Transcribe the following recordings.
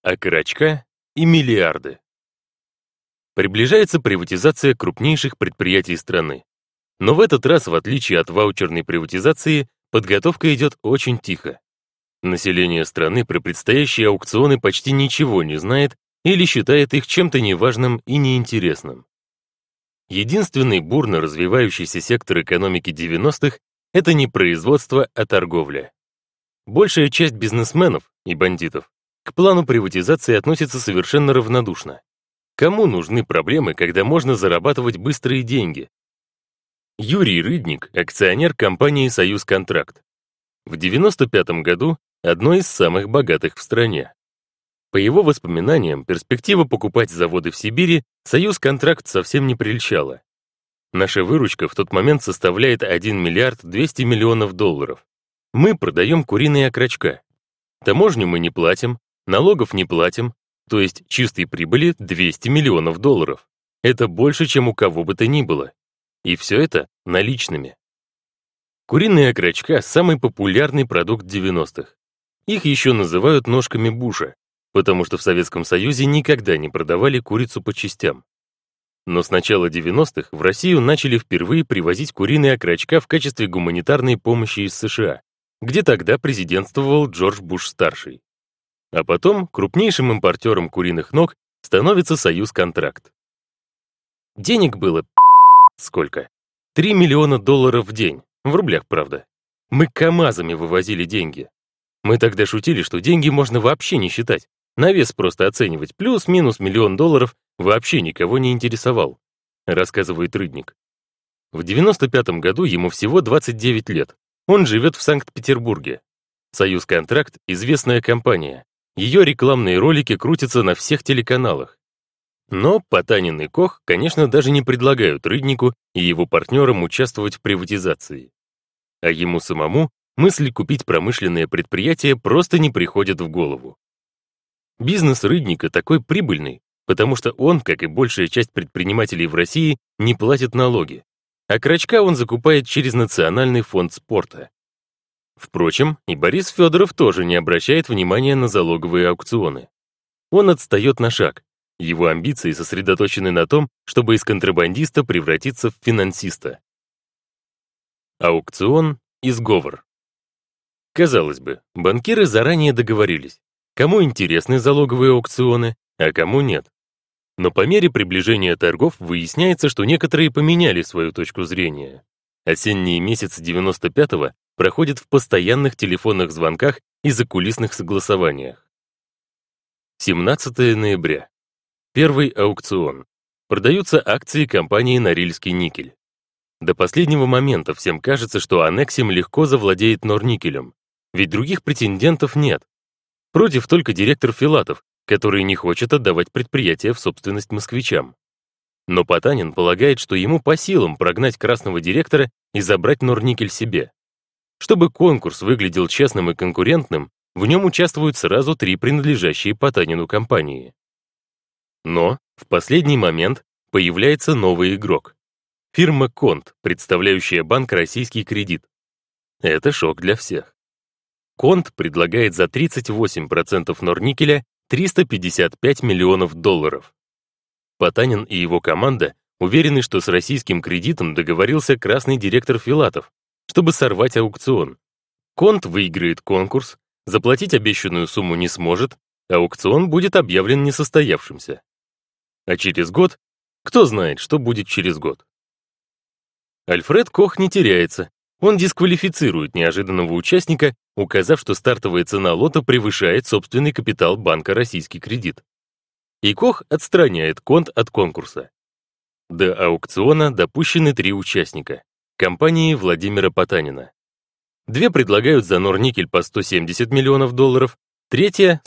окорочка и миллиарды. Приближается приватизация крупнейших предприятий страны. Но в этот раз, в отличие от ваучерной приватизации, подготовка идет очень тихо. Население страны про предстоящие аукционы почти ничего не знает или считает их чем-то неважным и неинтересным. Единственный бурно развивающийся сектор экономики 90-х — это не производство, а торговля. Большая часть бизнесменов и бандитов к плану приватизации относится совершенно равнодушно. Кому нужны проблемы, когда можно зарабатывать быстрые деньги? Юрий Рыдник — акционер компании «Союзконтракт». В 1995 году одной из самых богатых в стране. По его воспоминаниям, перспектива покупать заводы в Сибири «Союзконтракт» совсем не прельщала. Наша выручка в тот момент составляет 1 миллиард 200 миллионов долларов. Мы продаем куриные окорочка. Таможню мы не платим, налогов не платим, то есть чистой прибыли 200 миллионов долларов. Это больше, чем у кого бы то ни было. И все это наличными. Куриные окорочка — самый популярный продукт 90-х. Их еще называют ножками Буша, потому что в Советском Союзе никогда не продавали курицу по частям. Но с начала 90-х в Россию начали впервые привозить куриные окорочка в качестве гуманитарной помощи из США, где тогда президентствовал Джордж Буш-старший. А потом крупнейшим импортером куриных ног становится «Союзконтракт». Денег было сколько? 3 миллиона долларов в день, в рублях, правда. Мы КАМАЗами вывозили деньги. Мы тогда шутили, что деньги можно вообще не считать, на вес просто оценивать, плюс-минус миллион долларов вообще никого не интересовал, рассказывает Рыдник. В 95 году ему всего 29 лет. Он живет в Санкт-Петербурге. «Союзконтракт» — известная компания. Ее рекламные ролики крутятся на всех телеканалах. Но Потанин и Кох, конечно, даже не предлагают Рыднику и его партнерам участвовать в приватизации. А ему самому мысль купить промышленное предприятие просто не приходит в голову. Бизнес Рыдника такой прибыльный, потому что он, как и большая часть предпринимателей в России, не платит налоги. А окорочка он закупает через Национальный фонд спорта. Впрочем, и Борис Федоров тоже не обращает внимания на залоговые аукционы. Он отстает на шаг. Его амбиции сосредоточены на том, чтобы из контрабандиста превратиться в финансиста. Аукцион и сговор. Казалось бы, банкиры заранее договорились, кому интересны залоговые аукционы, а кому нет. Но по мере приближения торгов выясняется, что некоторые поменяли свою точку зрения. Осенние месяцы 95-го проходят в постоянных телефонных звонках и закулисных согласованиях. 17 ноября. Первый аукцион. Продаются акции компании «Норильский никель». До последнего момента всем кажется, что Анексим легко завладеет Норникелем, ведь других претендентов нет. Против только директор Филатов, который не хочет отдавать предприятие в собственность москвичам. Но Потанин полагает, что ему по силам прогнать красного директора и забрать Норникель себе. Чтобы конкурс выглядел честным и конкурентным, в нем участвуют сразу 3 принадлежащие Потанину компании. Но в последний момент появляется новый игрок. Фирма «Конт», представляющая банк «Российский кредит». Это шок для всех. «Конт» предлагает за 38% Норникеля 355 миллионов долларов. Потанин и его команда уверены, что с российским кредитом договорился красный директор Филатов, чтобы сорвать аукцион. «Конт» выиграет конкурс, заплатить обещанную сумму не сможет, аукцион будет объявлен несостоявшимся. А через год? Кто знает, что будет через год. Альфред Кох не теряется. Он дисквалифицирует неожиданного участника, указав, что стартовая цена лота превышает собственный капитал банка «Российский кредит». И Кох отстраняет Конт от конкурса. До аукциона допущены 3 участника — компании Владимира Потанина. 2 предлагают за Норникель по 170 миллионов долларов, третья —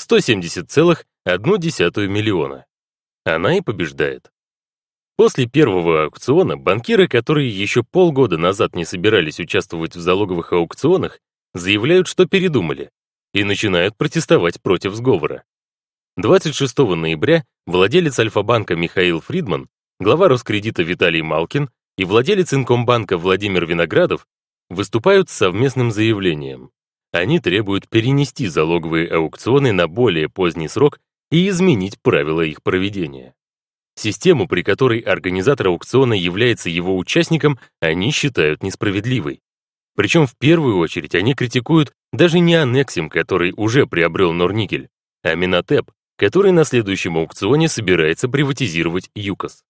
170,1 миллиона. Она и побеждает. После первого аукциона банкиры, которые еще полгода назад не собирались участвовать в залоговых аукционах, заявляют, что передумали, и начинают протестовать против сговора. 26 ноября владелец Альфа-банка Михаил Фридман, глава Роскредита Виталий Малкин и владелец Инкомбанка Владимир Виноградов выступают с совместным заявлением. Они требуют перенести залоговые аукционы на более поздний срок и изменить правила их проведения. Систему, при которой организатор аукциона является его участником, они считают несправедливой. Причем в первую очередь они критикуют даже не Аннексим, который уже приобрел Норникель, а Минотеп, который на следующем аукционе собирается приватизировать ЮКОС.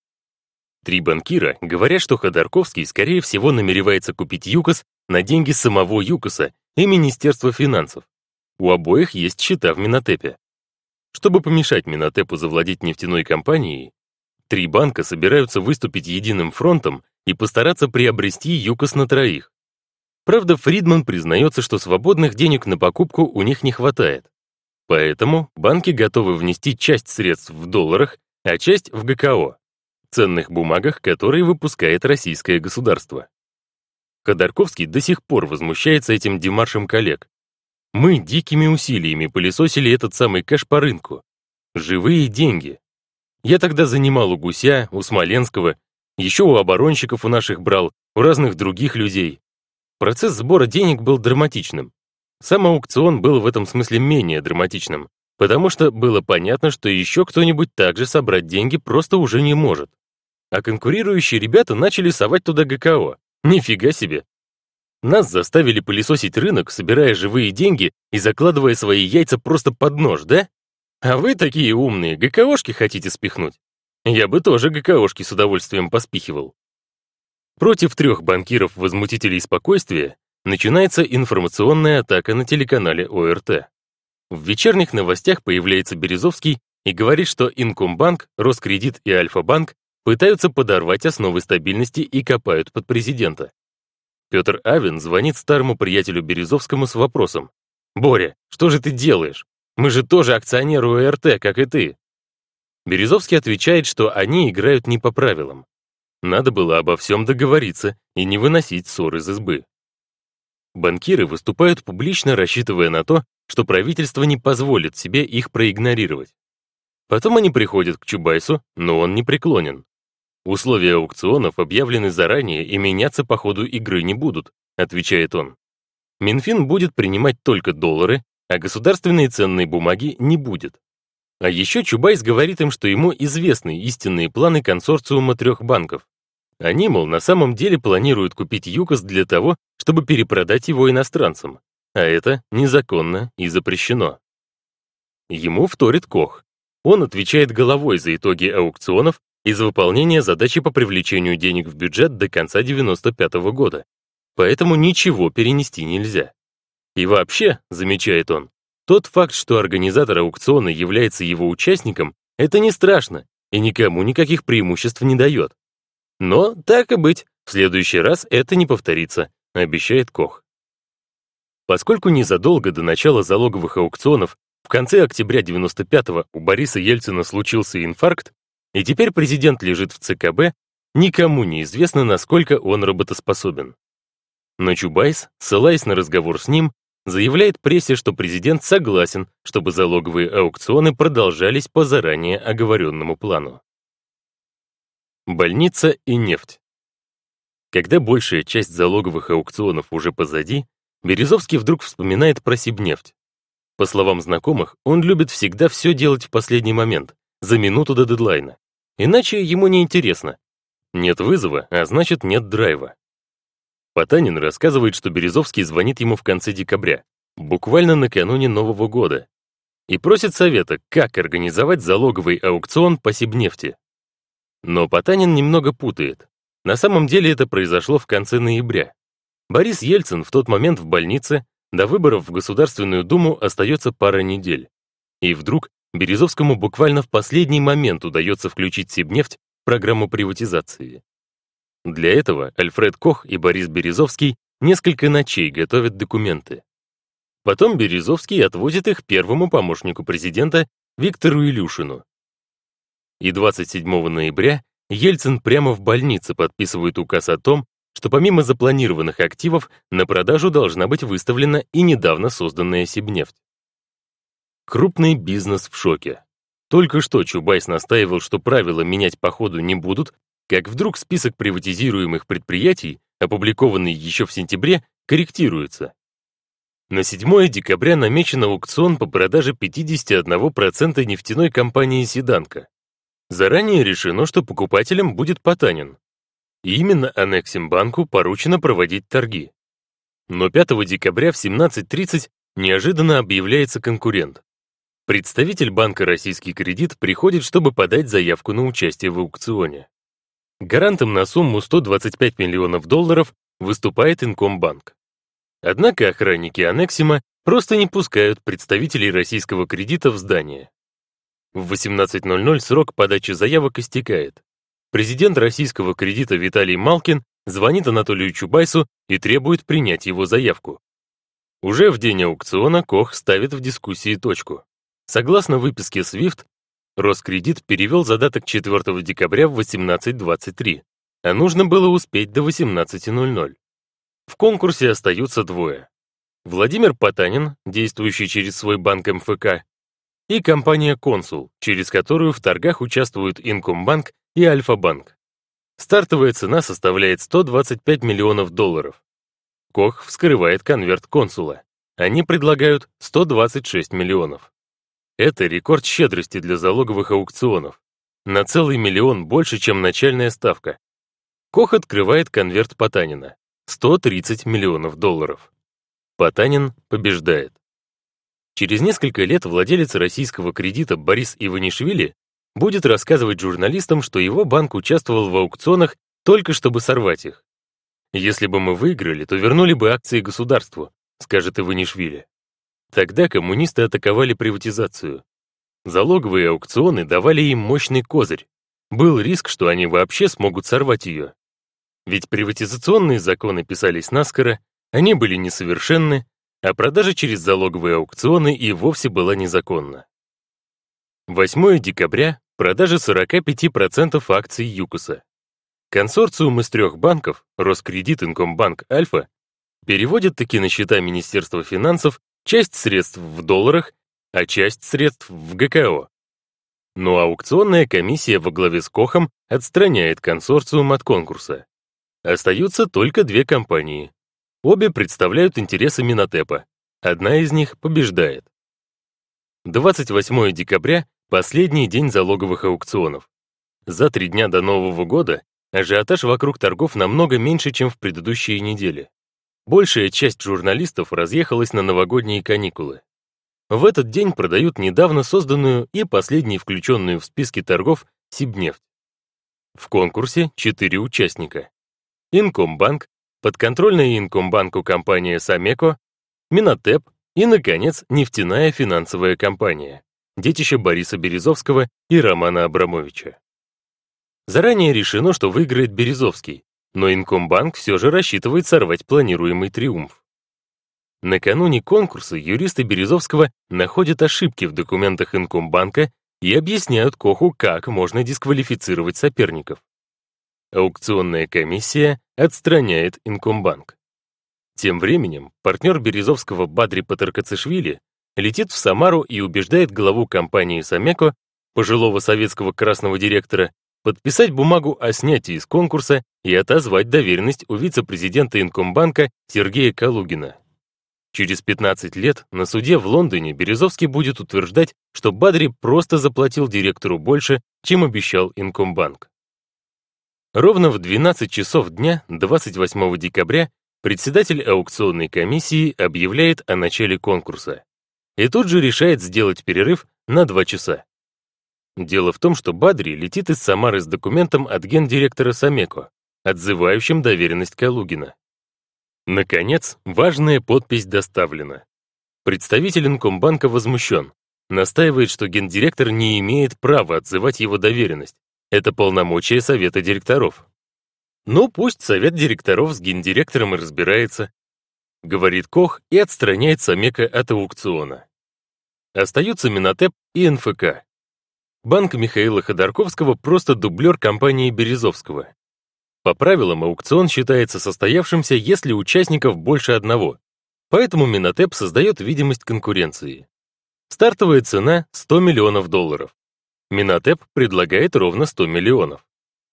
Три банкира говорят, что Ходорковский, скорее всего, намеревается купить ЮКОС на деньги самого ЮКОСа и Министерства финансов. У обоих есть счета в Минотепе. Чтобы помешать Минотепу завладеть нефтяной компанией, три банка собираются выступить единым фронтом и постараться приобрести ЮКОС на троих. Правда, Фридман признается, что свободных денег на покупку у них не хватает. Поэтому банки готовы внести часть средств в долларах, а часть в ГКО, ценных бумагах, которые выпускает российское государство. Ходорковский до сих пор возмущается этим демаршем коллег. Мы дикими усилиями пылесосили этот самый кэш по рынку. Живые деньги. Я тогда занимал у Гуся, у Смоленского, еще у оборонщиков у наших брал, у разных других людей. Процесс сбора денег был драматичным. Сам аукцион был в этом смысле менее драматичным, потому что было понятно, что еще кто-нибудь также собрать деньги просто уже не может. А конкурирующие ребята начали совать туда ГКО. Нифига себе! Нас заставили пылесосить рынок, собирая живые деньги и закладывая свои яйца просто под нож, да? А вы такие умные, ГКОшки хотите спихнуть? Я бы тоже ГКОшки с удовольствием поспихивал. Против трех банкиров-возмутителей спокойствия начинается информационная атака на телеканале ОРТ. В вечерних новостях появляется Березовский и говорит, что Инкомбанк, Роскредит и Альфа-банк пытаются подорвать основы стабильности и копают под президента. Петр Авен звонит старому приятелю Березовскому с вопросом: «Боря, что же ты делаешь? Мы же тоже акционеры ОРТ, как и ты». Березовский отвечает, что они играют не по правилам. Надо было обо всем договориться и не выносить ссор из избы. Банкиры выступают публично, рассчитывая на то, что правительство не позволит себе их проигнорировать. Потом они приходят к Чубайсу, но он не преклонен. «Условия аукционов объявлены заранее и меняться по ходу игры не будут», отвечает он. Минфин будет принимать только доллары, а государственные ценные бумаги не будет. А еще Чубайс говорит им, что ему известны истинные планы консорциума трех банков. Они, мол, на самом деле планируют купить ЮКОС для того, чтобы перепродать его иностранцам, а это незаконно и запрещено. Ему вторит Кох. Он отвечает головой за итоги аукционов и за выполнение задачи по привлечению денег в бюджет до конца 1995 года. Поэтому ничего перенести нельзя. И вообще, замечает он, тот факт, что организатор аукциона является его участником, это не страшно и никому никаких преимуществ не дает. Но, так и быть, в следующий раз это не повторится, обещает Кох. Поскольку незадолго до начала залоговых аукционов в конце октября 1995-го у Бориса Ельцина случился инфаркт, и теперь президент лежит в ЦКБ, никому не известно, насколько он работоспособен. Но Чубайс, ссылаясь на разговор с ним, заявляет прессе, что президент согласен, чтобы залоговые аукционы продолжались по заранее оговоренному плану. Больница и нефть. Когда большая часть залоговых аукционов уже позади, Березовский вдруг вспоминает про Сибнефть. По словам знакомых, он любит всегда все делать в последний момент, за минуту до дедлайна. Иначе ему не интересно. Нет вызова, а значит нет драйва. Потанин рассказывает, что Березовский звонит ему в конце декабря, буквально накануне Нового года, и просит совета, как организовать залоговый аукцион по Сибнефти. Но Потанин немного путает. На самом деле это произошло в конце ноября. Борис Ельцин в тот момент в больнице, до выборов в Государственную Думу остается пара недель. И вдруг Березовскому буквально в последний момент удается включить Сибнефть в программу приватизации. Для этого Альфред Кох и Борис Березовский несколько ночей готовят документы. Потом Березовский отводит их первому помощнику президента Виктору Илюшину. И 27 ноября Ельцин прямо в больнице подписывает указ о том, что помимо запланированных активов на продажу должна быть выставлена и недавно созданная Сибнефть. Крупный бизнес в шоке. Только что Чубайс настаивал, что правила менять по ходу не будут, как вдруг список приватизируемых предприятий, опубликованный еще в сентябре, корректируется. На 7 декабря намечен аукцион по продаже 51% нефтяной компании «Седанка». Заранее решено, что покупателем будет Потанин. И именно Анексимбанку поручено проводить торги. Но 5 декабря в 17:30 неожиданно объявляется конкурент. Представитель банка «Российский кредит» приходит, чтобы подать заявку на участие в аукционе. Гарантом на сумму $125 миллионов выступает Инкомбанк. Однако охранники Анексима просто не пускают представителей «Российского кредита» в здание. В 18:00 срок подачи заявок истекает. Президент «Российского кредита» Виталий Малкин звонит Анатолию Чубайсу и требует принять его заявку. Уже в день аукциона Кох ставит в дискуссии точку. Согласно выписке SWIFT, Роскредит перевел задаток 4 декабря в 18:23, а нужно было успеть до 18:00. В конкурсе остаются двое. Владимир Потанин, действующий через свой банк МФК, и компания «Консул», через которую в торгах участвуют Инкомбанк и Альфа-банк. Стартовая цена составляет $125 миллионов. Кох вскрывает конверт «Консула». Они предлагают 126 миллионов. Это рекорд щедрости для залоговых аукционов. На целый миллион больше, чем начальная ставка. Кох открывает конверт Потанина. 130 миллионов долларов. Потанин побеждает. Через несколько лет владелец российского кредита Борис Иванишвили будет рассказывать журналистам, что его банк участвовал в аукционах только чтобы сорвать их. «Если бы мы выиграли, то вернули бы акции государству», скажет Иванишвили. Тогда коммунисты атаковали приватизацию. Залоговые аукционы давали им мощный козырь. Был риск, что они вообще смогут сорвать ее. Ведь приватизационные законы писались наскоро, они были несовершенны, а продажа через залоговые аукционы и вовсе была незаконна. 8 декабря — продажа 45% акций ЮКОСа. Консорциум из 3 банков, Роскредит, Инкомбанк, Альфа, переводят таки на счета Министерства финансов часть средств в долларах, а часть средств в ГКО. Но аукционная комиссия во главе с Кохом отстраняет консорциум от конкурса. Остаются только 2 компании. Обе представляют интересы Минотепа. Одна из них побеждает. 28 декабря — последний день залоговых аукционов. За 3 дня до Нового года ажиотаж вокруг торгов намного меньше, чем в предыдущие недели. Большая часть журналистов разъехалась на новогодние каникулы. В этот день продают недавно созданную и последней включенную в списки торгов Сибнефть. В конкурсе 4 участника. Инкомбанк, подконтрольная Инкомбанку компания Самеко, Минотеп и, наконец, нефтяная финансовая компания, детище Бориса Березовского и Романа Абрамовича. Заранее решено, что выиграет Березовский, но Инкомбанк все же рассчитывает сорвать планируемый триумф. Накануне конкурса юристы Березовского находят ошибки в документах Инкомбанка и объясняют Коху, как можно дисквалифицировать соперников. Аукционная комиссия отстраняет Инкомбанк. Тем временем партнер Березовского Бадри Патаркацишвили летит в Самару и убеждает главу компании Самеко, пожилого советского красного директора, подписать бумагу о снятии из конкурса и отозвать доверенность у вице-президента Инкомбанка Сергея Калугина. Через 15 лет на суде в Лондоне Березовский будет утверждать, что Бадри просто заплатил директору больше, чем обещал Инкомбанк. Ровно в 12 часов дня 28 декабря председатель аукционной комиссии объявляет о начале конкурса и тут же решает сделать перерыв на 2 часа. Дело в том, что Бадри летит из Самары с документом от гендиректора Самеко, отзывающим доверенность Калугина. Наконец, важная подпись доставлена. Представитель Инкомбанка возмущен, настаивает, что гендиректор не имеет права отзывать его доверенность. Это полномочия совета директоров. Ну, пусть совет директоров с гендиректором и разбирается, говорит Кох и отстраняет Самеко от аукциона. Остаются Минотеп и НФК. Банк Михаила Ходорковского просто дублер компании Березовского. По правилам, аукцион считается состоявшимся, если участников больше одного, поэтому Минотеп создает видимость конкуренции. Стартовая цена — $100 миллионов. Минотеп предлагает ровно 100 миллионов.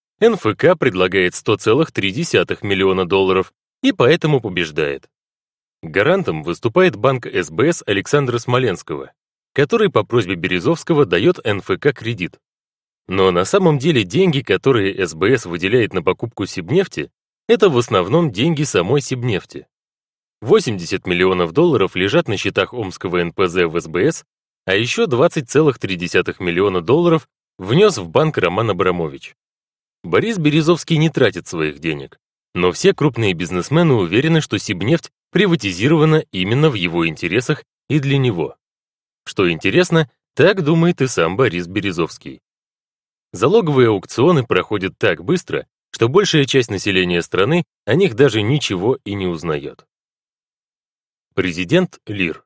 НФК предлагает $100,3 миллиона и поэтому побеждает. Гарантом выступает банк СБС Александра Смоленского, который по просьбе Березовского дает НФК кредит. Но на самом деле деньги, которые СБС выделяет на покупку Сибнефти, это в основном деньги самой Сибнефти. 80 миллионов долларов лежат на счетах омского НПЗ в СБС, а еще 20,3 миллиона долларов внес в банк Роман Абрамович. Борис Березовский не тратит своих денег, но все крупные бизнесмены уверены, что Сибнефть приватизирована именно в его интересах и для него. Что интересно, так думает и сам Борис Березовский. Залоговые аукционы проходят так быстро, что большая часть населения страны о них даже ничего и не узнает. Президент Лир.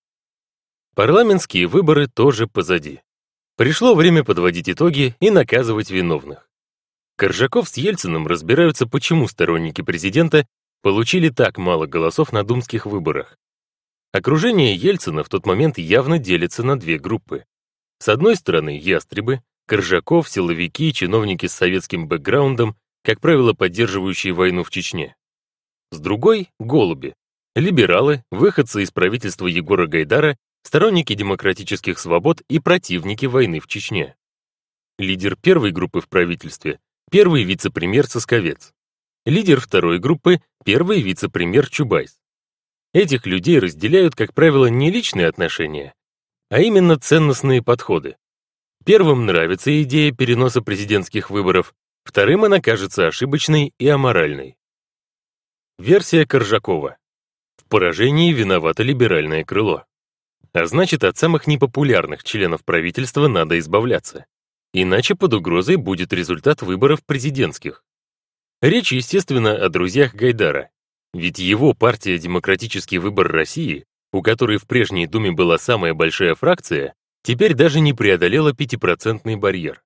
Парламентские выборы тоже позади. Пришло время подводить итоги и наказывать виновных. Коржаков с Ельциным разбираются, почему сторонники президента получили так мало голосов на думских выборах. Окружение Ельцина в тот момент явно делится на две группы. С одной стороны, ястребы, Коржаков, силовики, чиновники с советским бэкграундом, как правило, поддерживающие войну в Чечне. С другой — голуби, либералы, выходцы из правительства Егора Гайдара, сторонники демократических свобод и противники войны в Чечне. Лидер первой группы в правительстве — первый вице-премьер Сосковец. Лидер второй группы — первый вице-премьер Чубайс. Этих людей разделяют, как правило, не личные отношения, а именно ценностные подходы. Первым нравится идея переноса президентских выборов, вторым она кажется ошибочной и аморальной. Версия Коржакова. В поражении виновато либеральное крыло. А значит, от самых непопулярных членов правительства надо избавляться. Иначе под угрозой будет результат выборов президентских. Речь, естественно, о друзьях Гайдара. Ведь его партия «Демократический выбор России», у которой в прежней Думе была самая большая фракция, теперь даже не преодолела 5% барьер.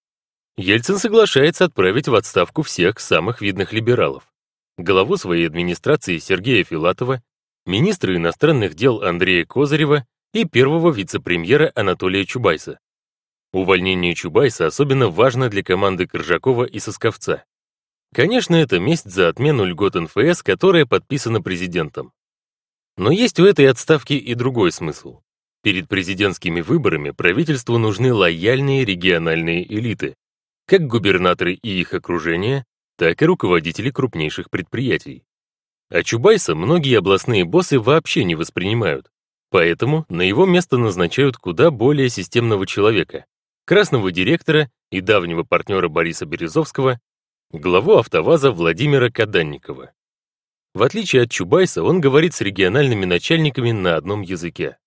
Ельцин соглашается отправить в отставку всех самых видных либералов. Главу своей администрации Сергея Филатова, министра иностранных дел Андрея Козырева и первого вице-премьера Анатолия Чубайса. Увольнение Чубайса особенно важно для команды Коржакова и Сосковца. Конечно, это месть за отмену льгот НФС, которая подписана президентом. Но есть у этой отставки и другой смысл. Перед президентскими выборами правительству нужны лояльные региональные элиты, как губернаторы и их окружение, так и руководители крупнейших предприятий. А Чубайса многие областные боссы вообще не воспринимают, поэтому на его место назначают куда более системного человека, красного директора и давнего партнера Бориса Березовского, главу АвтоВАЗа Владимира Каданникова. В отличие от Чубайса, он говорит с региональными начальниками на одном языке.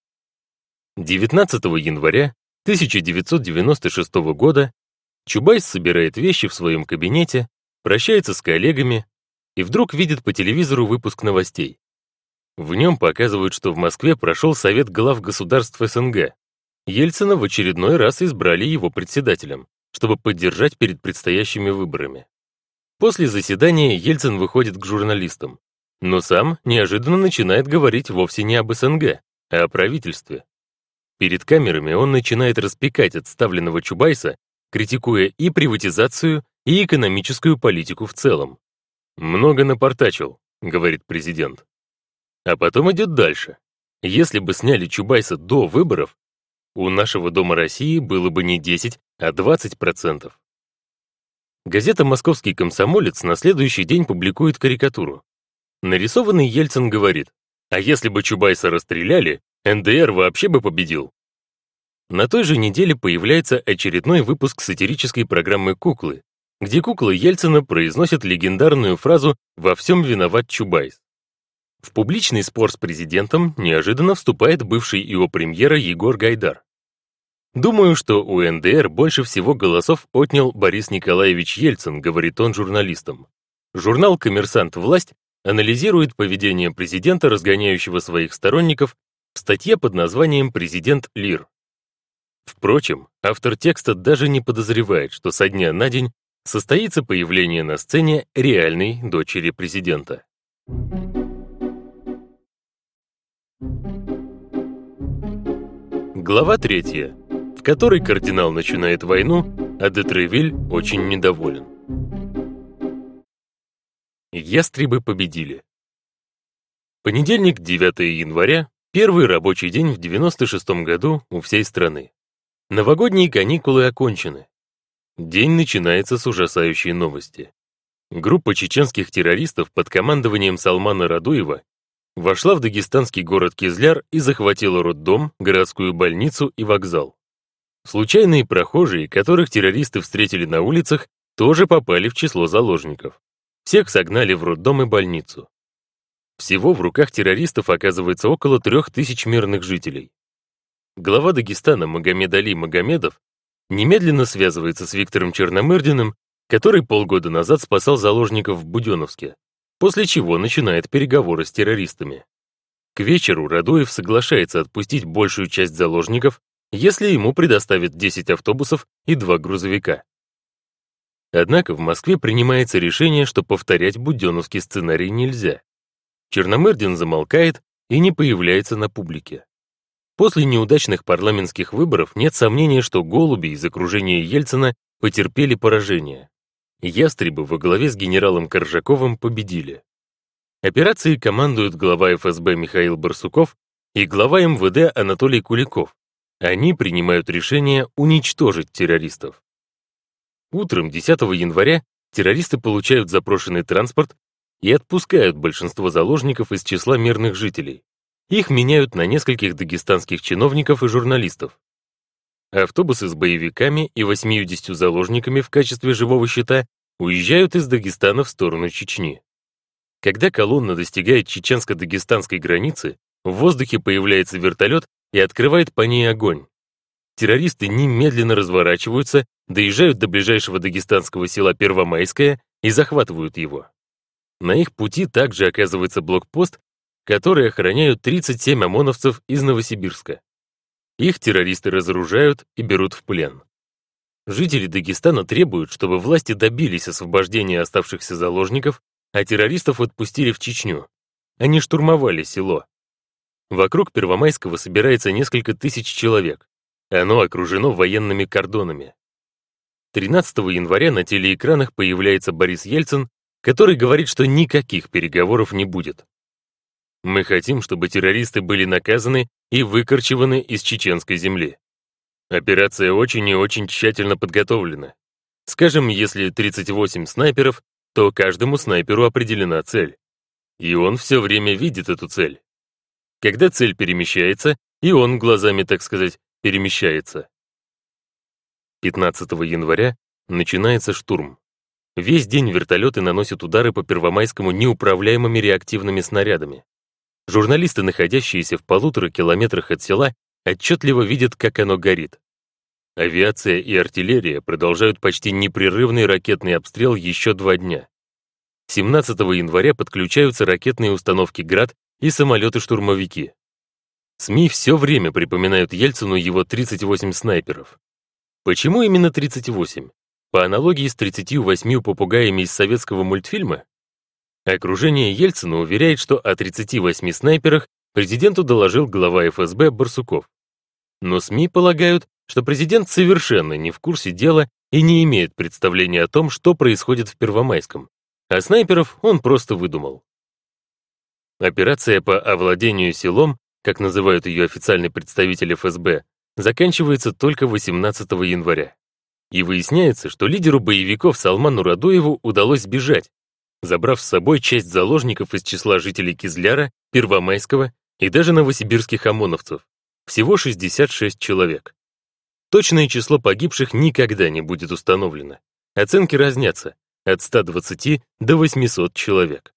19 января 1996 года Чубайс собирает вещи в своем кабинете, прощается с коллегами и вдруг видит по телевизору выпуск новостей. В нем показывают, что в Москве прошел Совет глав государств СНГ. Ельцина в очередной раз избрали его председателем, чтобы поддержать перед предстоящими выборами. После заседания Ельцин выходит к журналистам, но сам неожиданно начинает говорить вовсе не об СНГ, а о правительстве. Перед камерами он начинает распекать отставленного Чубайса, критикуя и приватизацию, и экономическую политику в целом. «Много напортачил», — говорит президент. А потом идет дальше. Если бы сняли Чубайса до выборов, у нашего Дома России было бы не 10, а 20%. Газета «Московский комсомолец» на следующий день публикует карикатуру. Нарисованный Ельцин говорит: «А если бы Чубайса расстреляли, НДР вообще бы победил». На той же неделе появляется очередной выпуск сатирической программы «Куклы», где кукла Ельцина произносит легендарную фразу «Во всем виноват Чубайс». В публичный спор с президентом неожиданно вступает бывший его премьера Егор Гайдар. «Думаю, что у НДР больше всего голосов отнял Борис Николаевич Ельцин», говорит он журналистам. Журнал «Коммерсант. Власть» анализирует поведение президента, разгоняющего своих сторонников, в статье под названием «Президент Лир». Впрочем, автор текста даже не подозревает, что со дня на день состоится появление на сцене реальной дочери президента. Глава 3, в которой кардинал начинает войну, а де Тревиль очень недоволен. Ястребы победили. Понедельник, 9 января, первый рабочий день в 96-м году у всей страны. Новогодние каникулы окончены. День начинается с ужасающей новости. Группа чеченских террористов под командованием Салмана Радуева вошла в дагестанский город Кизляр и захватила роддом, городскую больницу и вокзал. Случайные прохожие, которых террористы встретили на улицах, тоже попали в число заложников. Всех согнали в роддом и больницу. Всего в руках террористов оказывается около 3000 мирных жителей. Глава Дагестана Магомед Али Магомедов немедленно связывается с Виктором Черномырдиным, который полгода назад спасал заложников в Буденновске, после чего начинает переговоры с террористами. К вечеру Радуев соглашается отпустить большую часть заложников, если ему предоставят 10 автобусов и 2 грузовика. Однако в Москве принимается решение, что повторять буденновский сценарий нельзя. Черномырдин замолкает и не появляется на публике. После неудачных парламентских выборов нет сомнения, что голуби из окружения Ельцина потерпели поражение. Ястребы во главе с генералом Коржаковым победили. Операцией командуют глава ФСБ Михаил Барсуков и глава МВД Анатолий Куликов. Они принимают решение уничтожить террористов. Утром 10 января террористы получают запрошенный транспорт и отпускают большинство заложников из числа мирных жителей. Их меняют на нескольких дагестанских чиновников и журналистов. Автобусы с боевиками и 80 заложниками в качестве живого щита уезжают из Дагестана в сторону Чечни. Когда колонна достигает чеченско-дагестанской границы, в воздухе появляется вертолет и открывает по ней огонь. Террористы немедленно разворачиваются, доезжают до ближайшего дагестанского села Первомайское и захватывают его. На их пути также оказывается блокпост, который охраняют 37 ОМОНовцев из Новосибирска. Их террористы разоружают и берут в плен. Жители Дагестана требуют, чтобы власти добились освобождения оставшихся заложников, а террористов отпустили в Чечню. Они штурмовали село. Вокруг Первомайского собирается несколько тысяч человек. Оно окружено военными кордонами. 13 января на телеэкранах появляется Борис Ельцин, который говорит, что никаких переговоров не будет. Мы хотим, чтобы террористы были наказаны и выкорчеваны из чеченской земли. Операция очень и очень тщательно подготовлена. Скажем, если 38 снайперов, то каждому снайперу определена цель. И он все время видит эту цель. Когда цель перемещается, и он глазами, так сказать, перемещается. 15 января начинается штурм. Весь день вертолеты наносят удары по Первомайскому неуправляемыми реактивными снарядами. Журналисты, находящиеся в 1,5 километрах от села, отчетливо видят, как оно горит. Авиация и артиллерия продолжают почти непрерывный ракетный обстрел еще 2 дня. 17 января подключаются ракетные установки «Град» и самолеты-штурмовики. СМИ все время припоминают Ельцину его 38 снайперов. Почему именно 38? По аналогии с 38 попугаями из советского мультфильма? Окружение Ельцина уверяет, что о 38 снайперах президенту доложил глава ФСБ Барсуков. Но СМИ полагают, что президент совершенно не в курсе дела и не имеет представления о том, что происходит в Первомайском, а снайперов он просто выдумал. Операция по овладению селом, как называют ее официальный представитель ФСБ, заканчивается только 18 января. И выясняется, что лидеру боевиков Салману Радуеву удалось сбежать, забрав с собой часть заложников из числа жителей Кизляра, Первомайского и даже новосибирских ОМОНовцев. Всего 66 человек. Точное число погибших никогда не будет установлено. Оценки разнятся от 120 до 800 человек.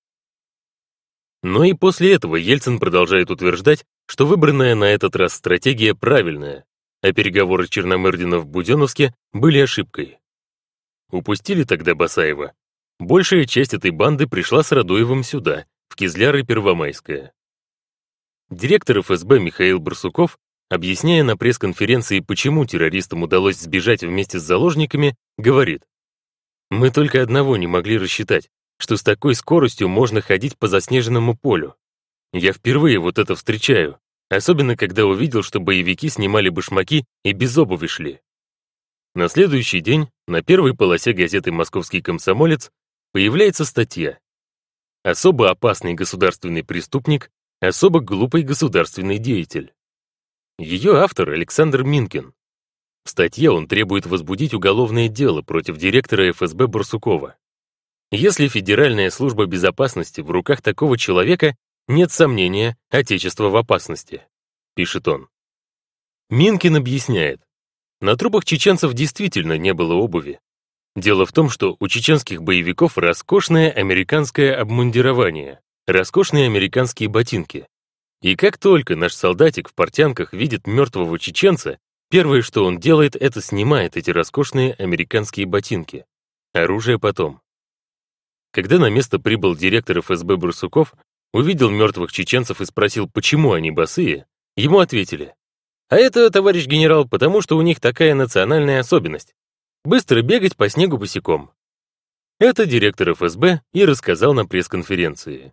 Но и после этого Ельцин продолжает утверждать, что выбранная на этот раз стратегия правильная, а переговоры Черномырдина в Буденновске были ошибкой. Упустили тогда Басаева. Большая часть этой банды пришла с Радуевым сюда, в Кизляр и Первомайское. Директор ФСБ Михаил Барсуков, объясняя на пресс-конференции, почему террористам удалось сбежать вместе с заложниками, говорит: «Мы только одного не могли рассчитать, что с такой скоростью можно ходить по заснеженному полю. Я впервые вот это встречаю, особенно когда увидел, что боевики снимали башмаки и без обуви шли». На следующий день на первой полосе газеты «Московский комсомолец» появляется статья: «Особо опасный государственный преступник особо глупый государственный деятель. Ее автор Александр Минкин. В статье он требует возбудить уголовное дело против директора ФСБ Барсукова. Если Федеральная служба безопасности в руках такого человека, нет сомнения, Отечество в опасности, пишет он. Минкин объясняет, на трупах чеченцев действительно не было обуви. Дело в том, что у чеченских боевиков роскошное американское обмундирование, роскошные американские ботинки. И как только наш солдатик в портянках видит мертвого чеченца, первое, что он делает, это снимает эти роскошные американские ботинки. Оружие потом. Когда на место прибыл директор ФСБ Барсуков, увидел мертвых чеченцев и спросил, почему они босые, ему ответили: «А это, товарищ генерал, потому что у них такая национальная особенность. Быстро бегать по снегу босиком». Это директор ФСБ и рассказал на пресс-конференции.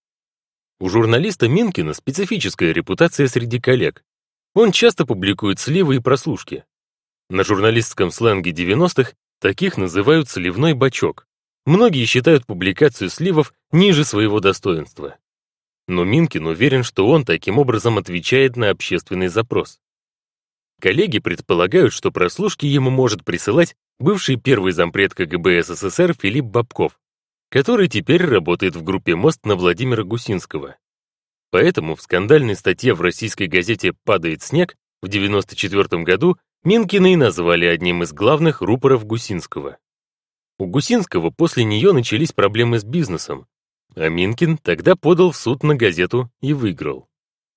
У журналиста Минкина специфическая репутация среди коллег. Он часто публикует сливы и прослушки. На журналистском сленге 90-х таких называют «сливной бачок». Многие считают публикацию сливов ниже своего достоинства. Но Минкин уверен, что он таким образом отвечает на общественный запрос. Коллеги предполагают, что прослушки ему может присылать бывший первый зампред КГБ СССР Филипп Бобков, который теперь работает в группе «Мост» на Владимира Гусинского. Поэтому в скандальной статье в российской газете «Падает снег» в 1994 году Минкина и назвали одним из главных рупоров Гусинского. У Гусинского после нее начались проблемы с бизнесом, а Минкин тогда подал в суд на газету и выиграл.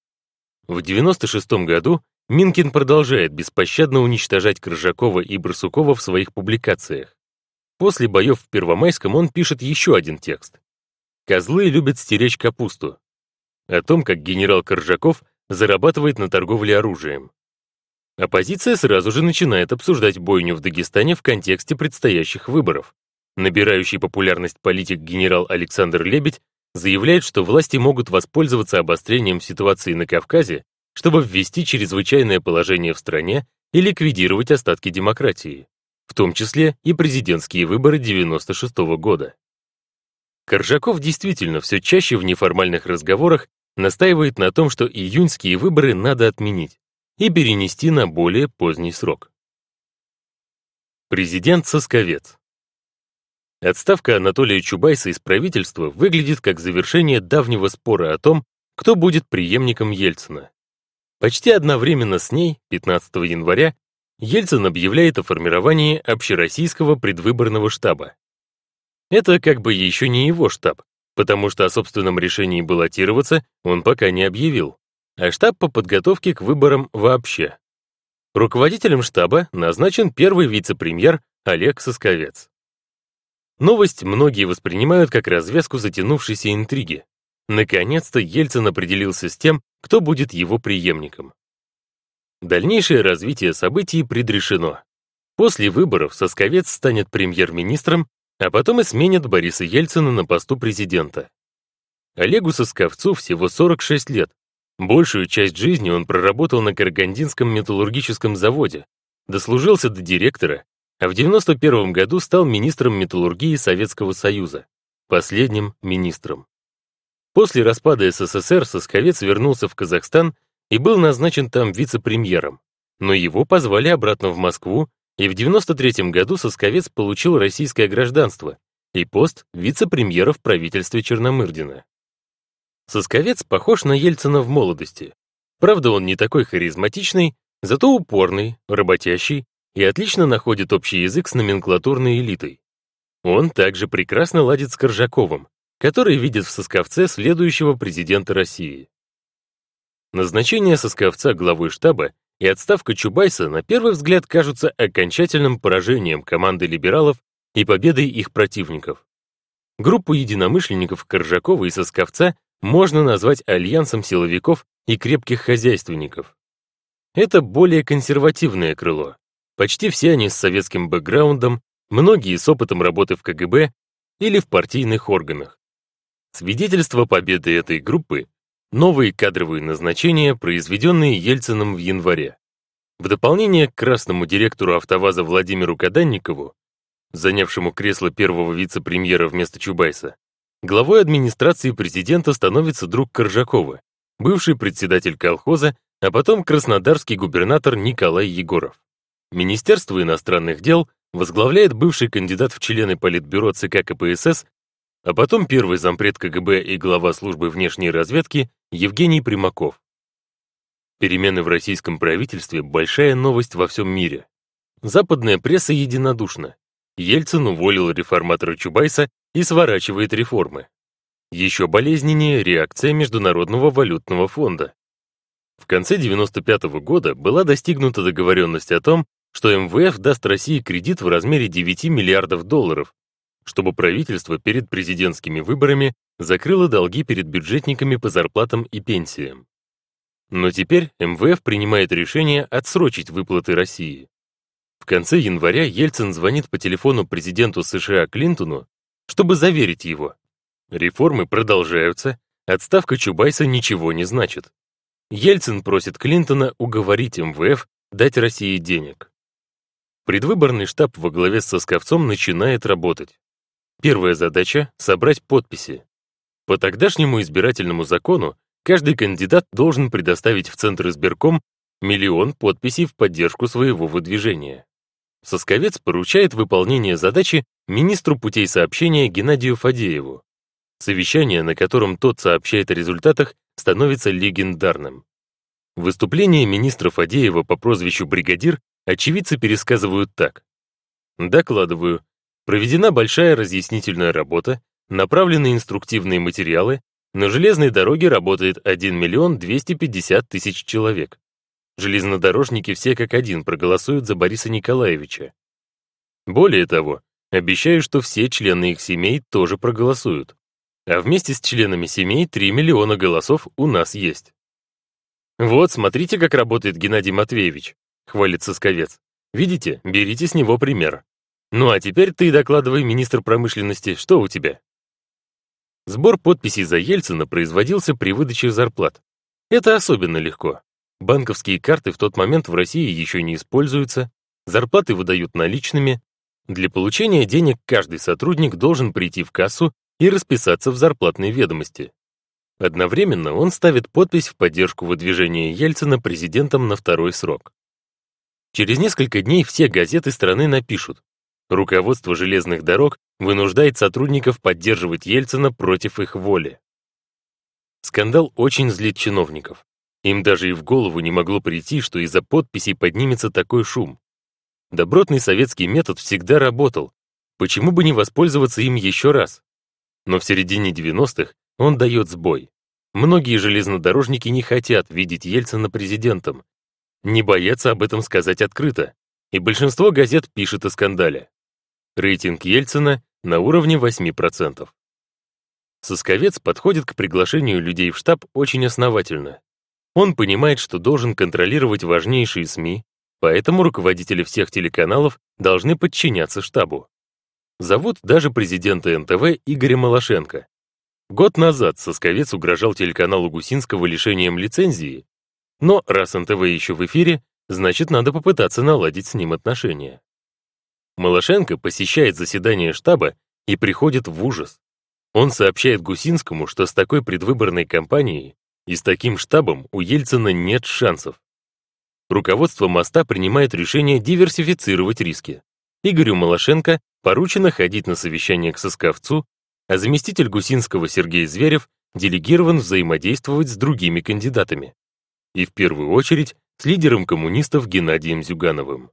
В 1996 году Минкин продолжает беспощадно уничтожать Коржакова и Барсукова в своих публикациях. После боев в Первомайском он пишет еще один текст. «Козлы любят стеречь капусту». О том, как генерал Коржаков зарабатывает на торговле оружием. Оппозиция сразу же начинает обсуждать бойню в Дагестане в контексте предстоящих выборов. Набирающий популярность политик генерал Александр Лебедь заявляет, что власти могут воспользоваться обострением ситуации на Кавказе, чтобы ввести чрезвычайное положение в стране и ликвидировать остатки демократии, в том числе и президентские выборы 1996 года. Коржаков действительно все чаще в неформальных разговорах настаивает на том, что июньские выборы надо отменить и перенести на более поздний срок. Президент Сосковец. Отставка Анатолия Чубайса из правительства выглядит как завершение давнего спора о том, кто будет преемником Ельцина. Почти одновременно с ней, 15 января, Ельцин объявляет о формировании общероссийского предвыборного штаба. Это как бы еще не его штаб, потому что о собственном решении баллотироваться он пока не объявил, а штаб по подготовке к выборам вообще. Руководителем штаба назначен первый вице-премьер Олег Сосковец. Новость многие воспринимают как развязку затянувшейся интриги. Наконец-то Ельцин определился с тем, кто будет его преемником. Дальнейшее развитие событий предрешено. После выборов Сосковец станет премьер-министром, а потом и сменит Бориса Ельцина на посту президента. Олегу Сосковцу всего 46 лет. Большую часть жизни он проработал на Карагандинском металлургическом заводе, дослужился до директора, а в 1991 году стал министром металлургии Советского Союза, последним министром. После распада СССР Сосковец вернулся в Казахстан и был назначен там вице-премьером, но его позвали обратно в Москву, и в 1993 году Сосковец получил российское гражданство и пост вице-премьера в правительстве Черномырдина. Сосковец похож на Ельцина в молодости. Правда, он не такой харизматичный, зато упорный, работящий и отлично находит общий язык с номенклатурной элитой. Он также прекрасно ладит с Коржаковым, который видит в Сосковце следующего президента России. Назначение Сосковца главой штаба и отставка Чубайса на первый взгляд кажутся окончательным поражением команды либералов и победой их противников. Группу единомышленников Коржакова и Сосковца можно назвать альянсом силовиков и крепких хозяйственников. Это более консервативное крыло. Почти все они с советским бэкграундом, многие с опытом работы в КГБ или в партийных органах. Свидетельство победы этой группы — новые кадровые назначения, произведенные Ельциным в январе. В дополнение к красному директору АвтоВАЗа Владимиру Каданникову, занявшему кресло первого вице-премьера вместо Чубайса, главой администрации президента становится друг Коржакова, бывший председатель колхоза, а потом краснодарский губернатор Николай Егоров. Министерство иностранных дел возглавляет бывший кандидат в члены Политбюро ЦК КПСС, а потом первый зампред КГБ и глава службы внешней разведки Евгений Примаков. Перемены в российском правительстве – большая новость во всем мире. Западная пресса единодушна. Ельцин уволил реформатора Чубайса и сворачивает реформы. Еще болезненнее реакция Международного валютного фонда. В конце 1995 года была достигнута договоренность о том, что МВФ даст России кредит в размере 9 миллиардов долларов, чтобы правительство перед президентскими выборами закрыло долги перед бюджетниками по зарплатам и пенсиям. Но теперь МВФ принимает решение отсрочить выплаты России. В конце января Ельцин звонит по телефону президенту США Клинтону, чтобы заверить его. Реформы продолжаются, отставка Чубайса ничего не значит. Ельцин просит Клинтона уговорить МВФ дать России денег. Предвыборный штаб во главе с Сосковцом начинает работать. Первая задача — собрать подписи. По тогдашнему избирательному закону каждый кандидат должен предоставить в Центр избирком 1 000 000 подписей в поддержку своего выдвижения. Сосковец поручает выполнение задачи министру путей сообщения Геннадию Фадееву. Совещание, на котором тот сообщает о результатах, становится легендарным. Выступление министра Фадеева по прозвищу «Бригадир» очевидцы пересказывают так. Докладываю. Проведена большая разъяснительная работа, направлены инструктивные материалы, на железной дороге работает 1 250 000 человек. Железнодорожники все как один проголосуют за Бориса Николаевича. Более того, обещаю, что все члены их семей тоже проголосуют. А вместе с членами семей 3 миллиона голосов у нас есть. «Вот, смотрите, как работает Геннадий Матвеевич», — хвалит Сосковец. «Видите, берите с него пример. Ну а теперь ты докладывай, министр промышленности, что у тебя?» Сбор подписей за Ельцина производился при выдаче зарплат. Это особенно легко. Банковские карты в тот момент в России еще не используются, зарплаты выдают наличными. Для получения денег каждый сотрудник должен прийти в кассу и расписаться в зарплатной ведомости. Одновременно он ставит подпись в поддержку выдвижения Ельцина президентом на второй срок. Через несколько дней все газеты страны напишут: руководство железных дорог вынуждает сотрудников поддерживать Ельцина против их воли. Скандал очень злит чиновников. Им даже и в голову не могло прийти, что из-за подписей поднимется такой шум. Добротный советский метод всегда работал. Почему бы не воспользоваться им еще раз? Но в середине 90-х он дает сбой. Многие железнодорожники не хотят видеть Ельцина президентом, не боятся об этом сказать открыто, и большинство газет пишет о скандале. Рейтинг Ельцина на уровне 8%. Сосковец подходит к приглашению людей в штаб очень основательно. Он понимает, что должен контролировать важнейшие СМИ, поэтому руководители всех телеканалов должны подчиняться штабу. Зовут даже президента НТВ Игоря Малашенко. Год назад Сосковец угрожал телеканалу Гусинского лишением лицензии, но раз НТВ еще в эфире, значит, надо попытаться наладить с ним отношения. Малашенко посещает заседание штаба и приходит в ужас. Он сообщает Гусинскому, что с такой предвыборной кампанией и с таким штабом у Ельцина нет шансов. Руководство моста принимает решение диверсифицировать риски. Игорю Малашенко поручено ходить на совещание к Сосковцу, а заместитель Гусинского Сергей Зверев делегирован взаимодействовать с другими кандидатами. И в первую очередь с лидером коммунистов Геннадием Зюгановым.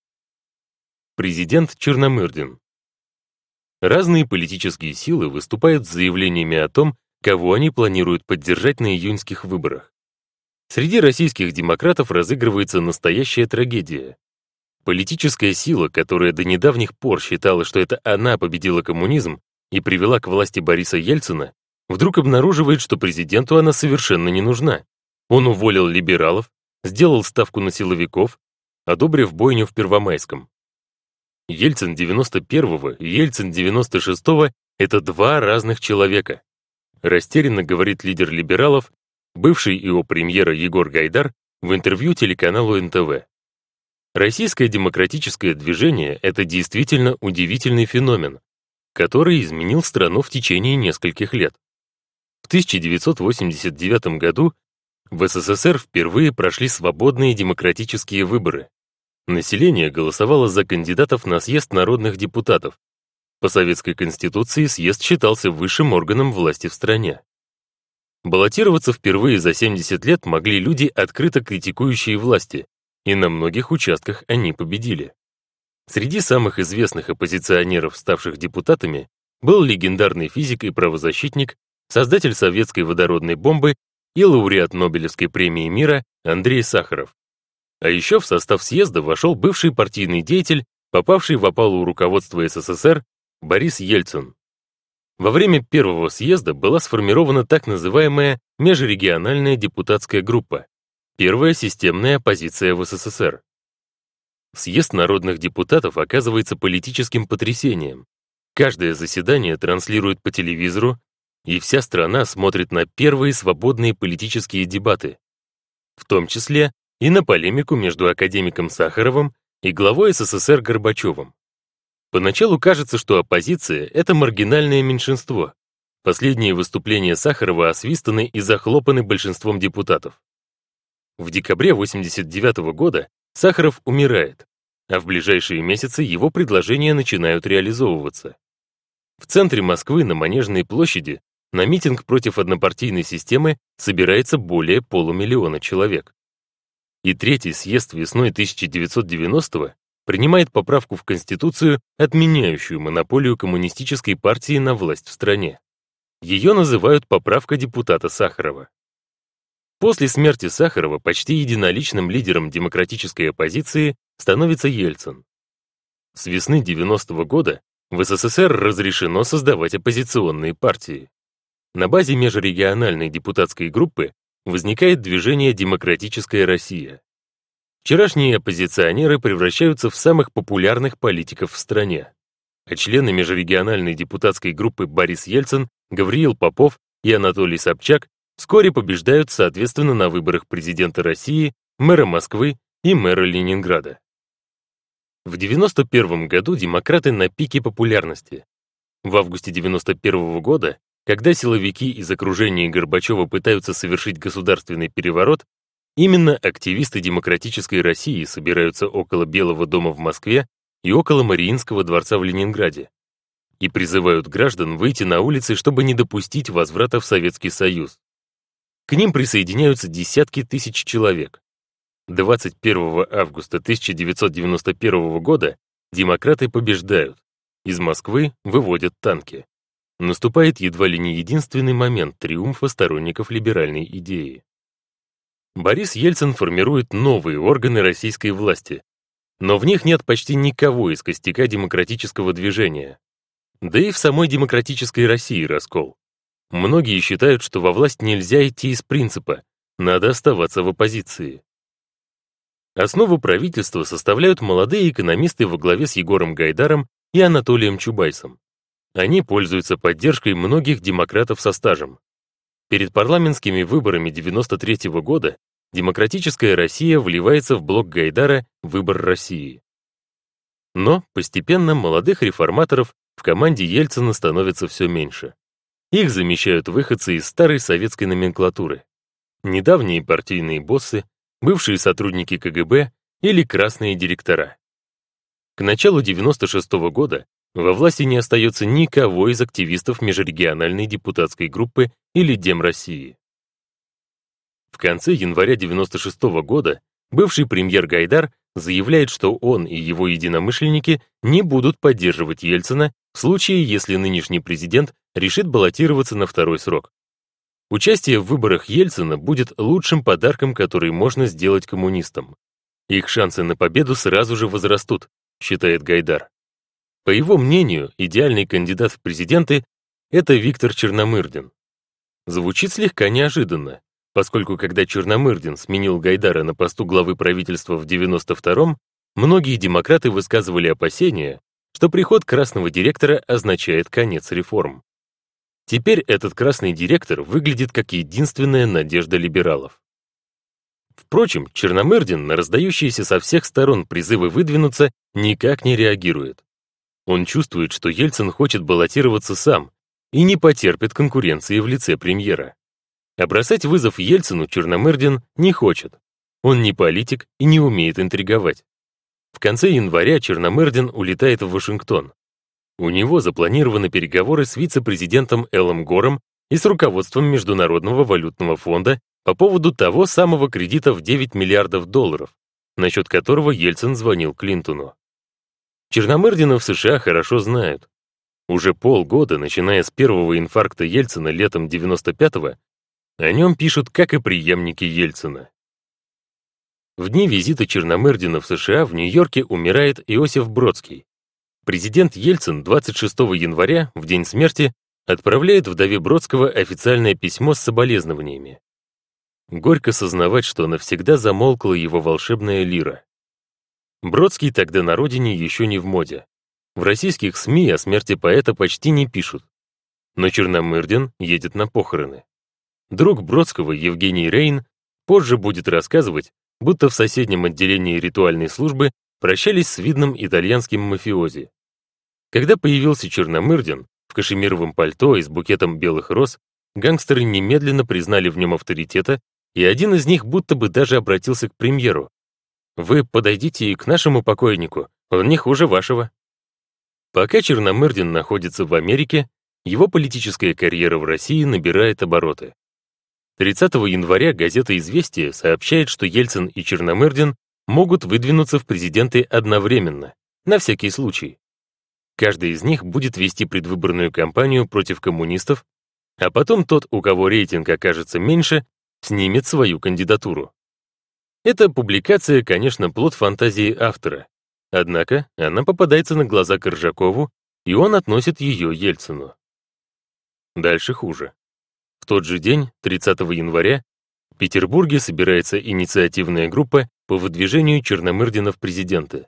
Президент Черномырдин. Разные политические силы выступают с заявлениями о том, кого они планируют поддержать на июньских выборах. Среди российских демократов разыгрывается настоящая трагедия. Политическая сила, которая до недавних пор считала, что это она победила коммунизм и привела к власти Бориса Ельцина, вдруг обнаруживает, что президенту она совершенно не нужна. Он уволил либералов, сделал ставку на силовиков, одобрив бойню в Первомайском. Ельцин 91-го и Ельцин 96-го — это два разных человека. Растерянно говорит лидер либералов, бывший ИО премьера Егор Гайдар в интервью телеканалу НТВ. Российское демократическое движение — это действительно удивительный феномен, который изменил страну в течение нескольких лет. В 1989 году В СССР впервые прошли свободные демократические выборы. Население голосовало за кандидатов на съезд народных депутатов. По советской конституции съезд считался высшим органом власти в стране. Баллотироваться впервые за 70 лет могли люди, открыто критикующие власти, и на многих участках они победили. Среди самых известных оппозиционеров, ставших депутатами, был легендарный физик и правозащитник, создатель советской водородной бомбы и лауреат Нобелевской премии мира Андрей Сахаров. А еще в состав съезда вошел бывший партийный деятель, попавший в опалу руководства СССР, Борис Ельцин. Во время первого съезда была сформирована так называемая межрегиональная депутатская группа, первая системная оппозиция в СССР. Съезд народных депутатов оказывается политическим потрясением. Каждое заседание транслируют по телевизору, и вся страна смотрит на первые свободные политические дебаты, в том числе и на полемику между академиком Сахаровым и главой СССР Горбачевым. Поначалу кажется, что оппозиция — это маргинальное меньшинство. Последние выступления Сахарова освистаны и захлопаны большинством депутатов. В декабре 1989 года Сахаров умирает, а в ближайшие месяцы его предложения начинают реализовываться. В центре Москвы на Манежной площади на митинг против однопартийной системы собирается более полумиллиона человек. И третий съезд весной 1990-го принимает поправку в Конституцию, отменяющую монополию коммунистической партии на власть в стране. Ее называют поправка депутата Сахарова. После смерти Сахарова почти единоличным лидером демократической оппозиции становится Ельцин. С весны 90-го года в СССР разрешено создавать оппозиционные партии. На базе межрегиональной депутатской группы возникает движение «Демократическая Россия». Вчерашние оппозиционеры превращаются в самых популярных политиков в стране. А члены межрегиональной депутатской группы Борис Ельцин, Гавриил Попов и Анатолий Собчак вскоре побеждают соответственно на выборах президента России, мэра Москвы и мэра Ленинграда. В 1991 году демократы на пике популярности. В августе 1991 года, когда силовики из окружения Горбачева пытаются совершить государственный переворот, именно активисты Демократической России собираются около Белого дома в Москве и около Мариинского дворца в Ленинграде и призывают граждан выйти на улицы, чтобы не допустить возврата в Советский Союз. К ним присоединяются десятки тысяч человек. 21 августа 1991 года демократы побеждают. Из Москвы выводят танки. Наступает едва ли не единственный момент триумфа сторонников либеральной идеи. Борис Ельцин формирует новые органы российской власти, но в них нет почти никого из костяка демократического движения. Да и в самой демократической России раскол. Многие считают, что во власть нельзя идти из принципа, надо оставаться в оппозиции. Основу правительства составляют молодые экономисты во главе с Егором Гайдаром и Анатолием Чубайсом. Они пользуются поддержкой многих демократов со стажем. Перед парламентскими выборами 1993 года Демократическая Россия вливается в блок Гайдара «Выбор России». Но постепенно молодых реформаторов в команде Ельцина становится все меньше. Их замещают выходцы из старой советской номенклатуры. Недавние партийные боссы, бывшие сотрудники КГБ или красные директора. К началу 1996 года во власти не остается никого из активистов межрегиональной депутатской группы или Дем России. В конце января 1996 года бывший премьер Гайдар заявляет, что он и его единомышленники не будут поддерживать Ельцина в случае, если нынешний президент решит баллотироваться на второй срок. Участие в выборах Ельцина будет лучшим подарком, который можно сделать коммунистам. Их шансы на победу сразу же возрастут, считает Гайдар. По его мнению, идеальный кандидат в президенты — это Виктор Черномырдин. Звучит слегка неожиданно, поскольку когда Черномырдин сменил Гайдара на посту главы правительства в 1992-м, многие демократы высказывали опасения, что приход красного директора означает конец реформ. Теперь этот красный директор выглядит как единственная надежда либералов. Впрочем, Черномырдин на раздающиеся со всех сторон призывы выдвинуться никак не реагирует. Он чувствует, что Ельцин хочет баллотироваться сам и не потерпит конкуренции в лице премьера. А бросать вызов Ельцину Черномырдин не хочет. Он не политик и не умеет интриговать. В конце января Черномырдин улетает в Вашингтон. У него запланированы переговоры с вице-президентом Элом Гором и с руководством Международного валютного фонда по поводу того самого кредита в $9 миллиардов, насчет которого Ельцин звонил Клинтону. Черномырдина в США хорошо знают. Уже полгода, начиная с первого инфаркта Ельцина летом 95-го, о нем пишут как о преемнике Ельцина. В дни визита Черномырдина в США в Нью-Йорке умирает Иосиф Бродский. Президент Ельцин 26 января, в день смерти, отправляет вдове Бродского официальное письмо с соболезнованиями. Горько сознавать, что навсегда замолкла его волшебная лира. Бродский тогда на родине еще не в моде. В российских СМИ о смерти поэта почти не пишут. Но Черномырдин едет на похороны. Друг Бродского, Евгений Рейн, позже будет рассказывать, будто в соседнем отделении ритуальной службы прощались с видным итальянским мафиози. Когда появился Черномырдин в кашемировом пальто и с букетом белых роз, гангстеры немедленно признали в нем авторитета, и один из них будто бы даже обратился к премьеру. «Вы подойдите и к нашему покойнику, он не хуже вашего». Пока Черномырдин находится в Америке, его политическая карьера в России набирает обороты. 30 января газета «Известия» сообщает, что Ельцин и Черномырдин могут выдвинуться в президенты одновременно, на всякий случай. Каждый из них будет вести предвыборную кампанию против коммунистов, а потом тот, у кого рейтинг окажется меньше, снимет свою кандидатуру. Эта публикация, конечно, плод фантазии автора, однако она попадается на глаза Коржакову, и он относит ее Ельцину. Дальше хуже. В тот же день, 30 января, в Петербурге собирается инициативная группа по выдвижению Черномырдина в президенты.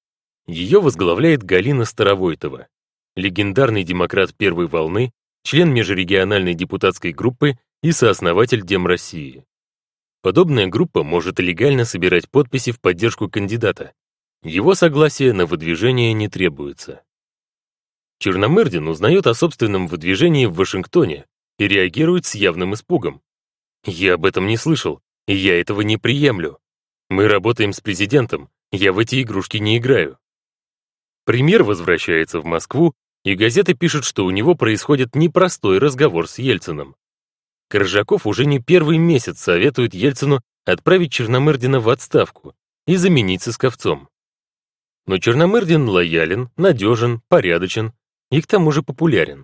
Ее возглавляет Галина Старовойтова, легендарный демократ первой волны, член межрегиональной депутатской группы и сооснователь Дем России. Подобная группа может легально собирать подписи в поддержку кандидата. Его согласия на выдвижение не требуется. Черномырдин узнает о собственном выдвижении в Вашингтоне и реагирует с явным испугом. «Я об этом не слышал, и я этого не приемлю. Мы работаем с президентом, я в эти игрушки не играю». Премьер возвращается в Москву, и газеты пишут, что у него происходит непростой разговор с Ельциным. Коржаков уже не первый месяц советует Ельцину отправить Черномырдина в отставку и заменить Сысковцом. Но Черномырдин лоялен, надежен, порядочен и к тому же популярен.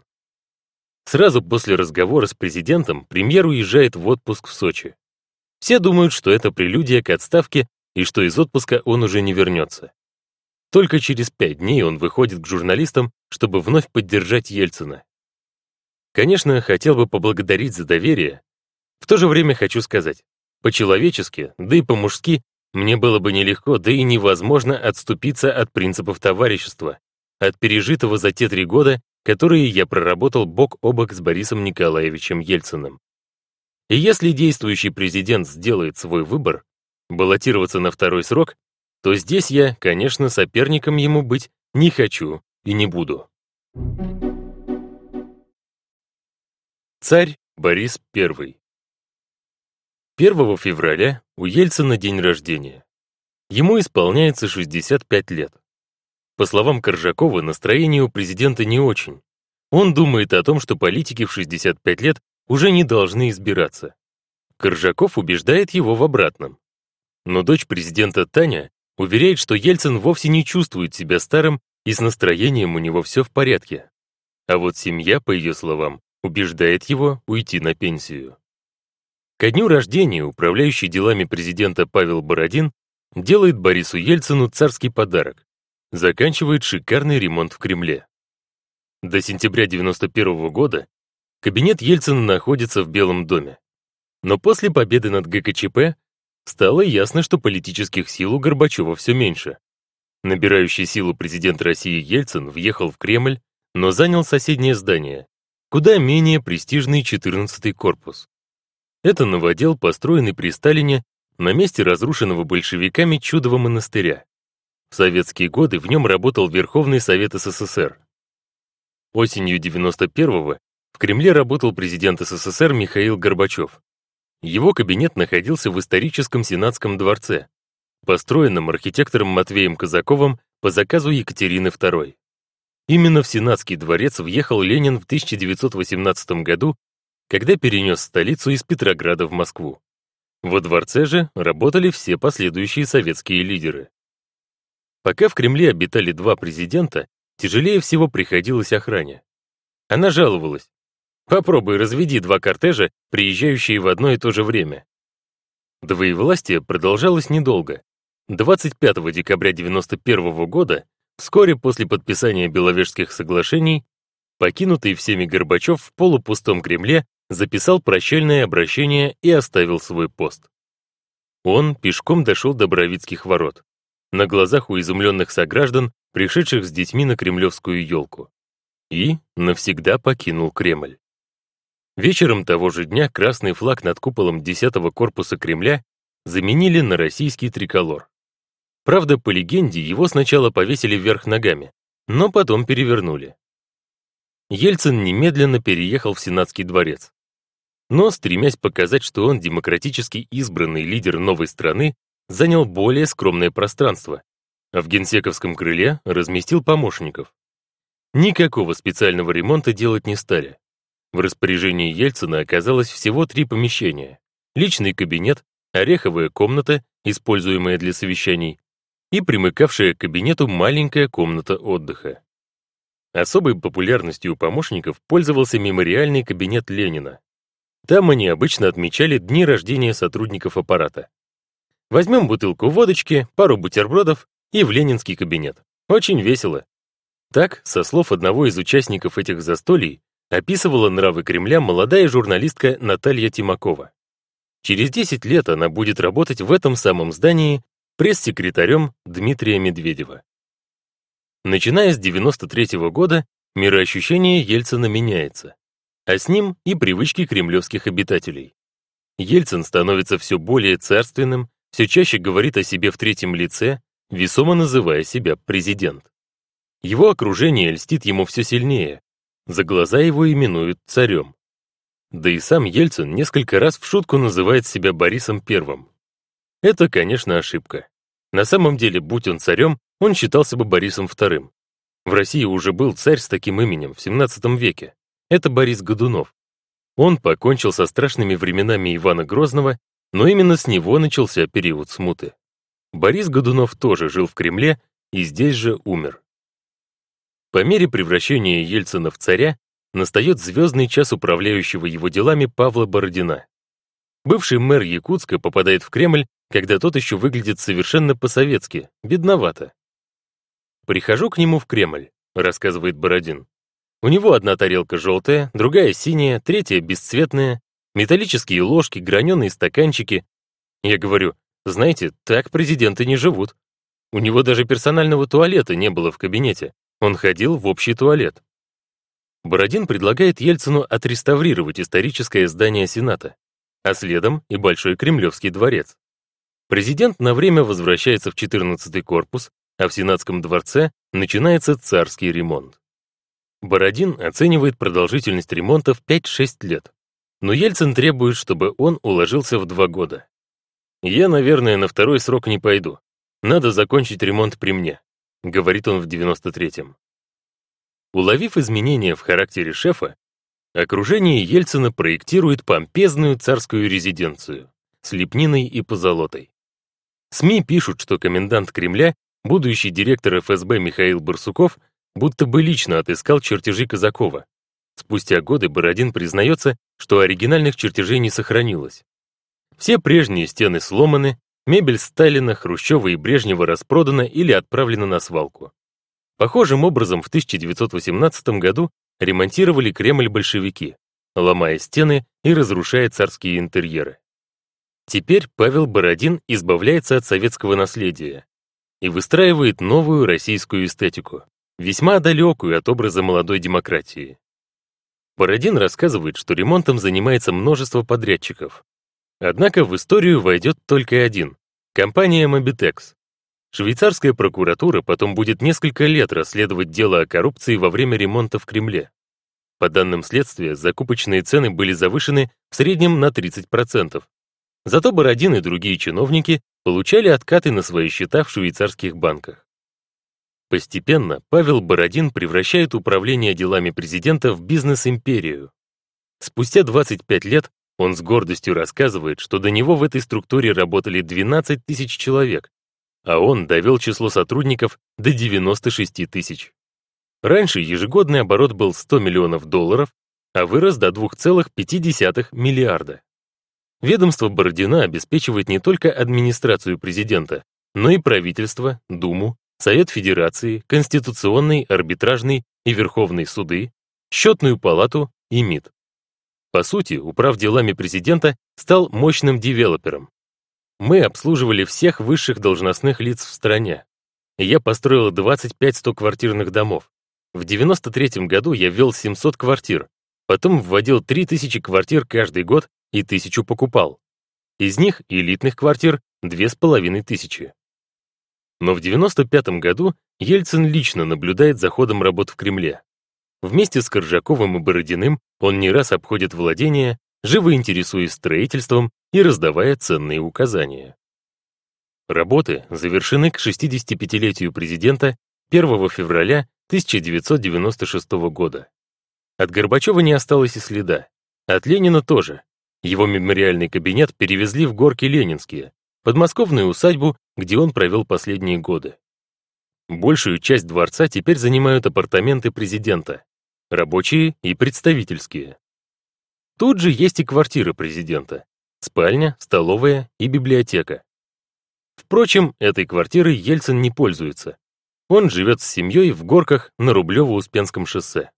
Сразу после разговора с президентом премьер уезжает в отпуск в Сочи. Все думают, что это прелюдия к отставке и что из отпуска он уже не вернется. Только через 5 дней он выходит к журналистам, чтобы вновь поддержать Ельцина. Конечно, хотел бы поблагодарить за доверие. В то же время хочу сказать, по-человечески, да и по-мужски, мне было бы нелегко, да и невозможно отступиться от принципов товарищества, от пережитого за те 3 года, которые я проработал бок о бок с Борисом Николаевичем Ельциным. И если действующий президент сделает свой выбор, баллотироваться на 2-й срок, то здесь я, конечно, соперником ему быть не хочу и не буду. Царь Борис I. 1 февраля у Ельцина день рождения. Ему исполняется 65 лет. По словам Коржакова, настроение у президента не очень. Он думает о том, что политики в 65 лет уже не должны избираться. Коржаков убеждает его в обратном. Но дочь президента Таня уверяет, что Ельцин вовсе не чувствует себя старым и с настроением у него все в порядке. А вот семья, по ее словам, убеждает его уйти на пенсию. Ко дню рождения управляющий делами президента Павел Бородин делает Борису Ельцину царский подарок. Заканчивает шикарный ремонт в Кремле. До сентября 91 года кабинет Ельцина находится в Белом доме. Но после победы над ГКЧП стало ясно, что политических сил у Горбачева все меньше. Набирающий силу президент России Ельцин въехал в Кремль, но занял соседнее здание, куда менее престижный 14-й корпус. Это новодел, построенный при Сталине на месте разрушенного большевиками Чудового монастыря. В советские годы в нем работал Верховный Совет СССР. Осенью 91-го в Кремле работал президент СССР Михаил Горбачев, Его кабинет находился в историческом Сенатском дворце, построенном архитектором Матвеем Казаковым по заказу Екатерины II. Именно в Сенатский дворец въехал Ленин в 1918 году, когда перенес столицу из Петрограда в Москву. Во дворце же работали все последующие советские лидеры. Пока в Кремле обитали два президента, тяжелее всего приходилось охране. Она жаловалась: «Попробуй разведи два кортежа, приезжающие в одно и то же время». Двоевластие продолжалось недолго. 25 декабря 1991 года, вскоре после подписания Беловежских соглашений, покинутый всеми Горбачев в полупустом Кремле записал прощальное обращение и оставил свой пост. Он пешком дошел до Боровицких ворот, на глазах у изумленных сограждан, пришедших с детьми на кремлевскую елку, и навсегда покинул Кремль. Вечером того же дня красный флаг над куполом 10-го корпуса Кремля заменили на российский триколор. Правда, по легенде, его сначала повесили вверх ногами, но потом перевернули. Ельцин немедленно переехал в Сенатский дворец. Но, стремясь показать, что он демократически избранный лидер новой страны, занял более скромное пространство, а в генсековском крыле разместил помощников. Никакого специального ремонта делать не стали. В распоряжении Ельцина оказалось всего 3 помещения: личный кабинет, ореховая комната, используемая для совещаний, и примыкавшая к кабинету маленькая комната отдыха. Особой популярностью у помощников пользовался мемориальный кабинет Ленина. Там они обычно отмечали дни рождения сотрудников аппарата. Возьмем бутылку водочки, пару бутербродов и в ленинский кабинет. Очень весело. Так, со слов одного из участников этих застолий, описывала нравы Кремля молодая журналистка Наталья Тимакова. Через 10 лет она будет работать в этом самом здании пресс-секретарем Дмитрия Медведева. Начиная с 1993 года мироощущение Ельцина меняется, а с ним и привычки кремлевских обитателей. Ельцин становится все более царственным, все чаще говорит о себе в третьем лице, весомо называя себя президент. Его окружение льстит ему все сильнее, за глаза его именуют царем. Да и сам Ельцин несколько раз в шутку называет себя Борисом I. Это, конечно, ошибка. На самом деле, будь он царем, он считался бы Борисом II. В России уже был царь с таким именем в 17 веке. Это Борис Годунов. Он покончил со страшными временами Ивана Грозного, но именно с него начался период смуты. Борис Годунов тоже жил в Кремле и здесь же умер. По мере превращения Ельцина в царя настает звездный час управляющего его делами Павла Бородина. Бывший мэр Якутска попадает в Кремль, когда тот еще выглядит совершенно по-советски, бедновато. «Прихожу к нему в Кремль», — рассказывает Бородин. «У него одна тарелка желтая, другая синяя, третья бесцветная, металлические ложки, граненые стаканчики. Я говорю: знаете, так президенты не живут. У него даже персонального туалета не было в кабинете. Он ходил в общий туалет». Бородин предлагает Ельцину отреставрировать историческое здание Сената, а следом и Большой Кремлевский дворец. Президент на время возвращается в 14-й корпус, а в Сенатском дворце начинается царский ремонт. Бородин оценивает продолжительность ремонта в 5-6 лет, но Ельцин требует, чтобы он уложился в 2 года. «Я, наверное, на второй срок не пойду. Надо закончить ремонт при мне», — говорит он в 93-м. Уловив изменения в характере шефа, окружение Ельцина проектирует помпезную царскую резиденцию с лепниной и позолотой. СМИ пишут, что комендант Кремля, будущий директор ФСБ Михаил Барсуков, будто бы лично отыскал чертежи Казакова. Спустя годы Бородин признается, что оригинальных чертежей не сохранилось. Все прежние стены сломаны, мебель Сталина, Хрущева и Брежнева распродана или отправлена на свалку. Похожим образом в 1918 году ремонтировали Кремль большевики, ломая стены и разрушая царские интерьеры. Теперь Павел Бородин избавляется от советского наследия и выстраивает новую российскую эстетику, весьма далекую от образа молодой демократии. Бородин рассказывает, что ремонтом занимается множество подрядчиков. Однако в историю войдет только один — компания Mobitex. Швейцарская прокуратура потом будет несколько лет расследовать дело о коррупции во время ремонта в Кремле. По данным следствия, закупочные цены были завышены в среднем на 30%. Зато Бородин и другие чиновники получали откаты на свои счета в швейцарских банках. Постепенно Павел Бородин превращает управление делами президента в бизнес-империю. Спустя 25 лет он с гордостью рассказывает, что до него в этой структуре работали 12 тысяч человек, а он довел число сотрудников до 96 тысяч. Раньше ежегодный оборот был $100 миллионов, а вырос до 2,5 миллиарда. Ведомство Бородина обеспечивает не только администрацию президента, но и правительство, Думу, Совет Федерации, Конституционный, Арбитражный и Верховный суды, Счетную палату и МИД. По сути, управ делами президента стал мощным девелопером. Мы обслуживали всех высших должностных лиц в стране. Я построил 25 100-квартирных домов. В 93 году я ввел 700 квартир, потом вводил 3000 квартир каждый год и 1000 покупал. Из них элитных квартир 2500. Но в 95 году Ельцин лично наблюдает за ходом работ в Кремле. Вместе с Коржаковым и Бородиным он не раз обходит владения, живо интересуясь строительством и раздавая ценные указания. Работы завершены к 65-летию президента 1 февраля 1996 года. От Горбачева не осталось и следа. От Ленина тоже. Его мемориальный кабинет перевезли в Горки Ленинские, подмосковную усадьбу, где он провел последние годы. Большую часть дворца теперь занимают апартаменты президента, рабочие и представительские. Тут же есть и квартира президента, спальня, столовая и библиотека. Впрочем, этой квартирой Ельцин не пользуется. Он живет с семьей в Горках на Рублево-Успенском шоссе.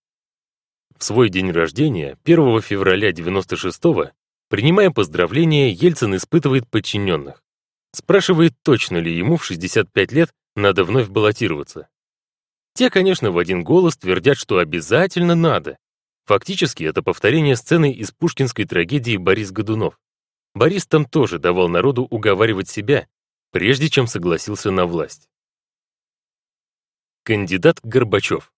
В свой день рождения, 1 февраля 96-го, принимая поздравления, Ельцин испытывает подчиненных. Спрашивает, точно ли ему в 65 лет надо вновь баллотироваться. Те, конечно, в один голос твердят, что обязательно надо. Фактически это повторение сцены из пушкинской трагедии «Борис Годунов». Борис там тоже давал народу уговаривать себя, прежде чем согласился на власть. Кандидат Горбачев.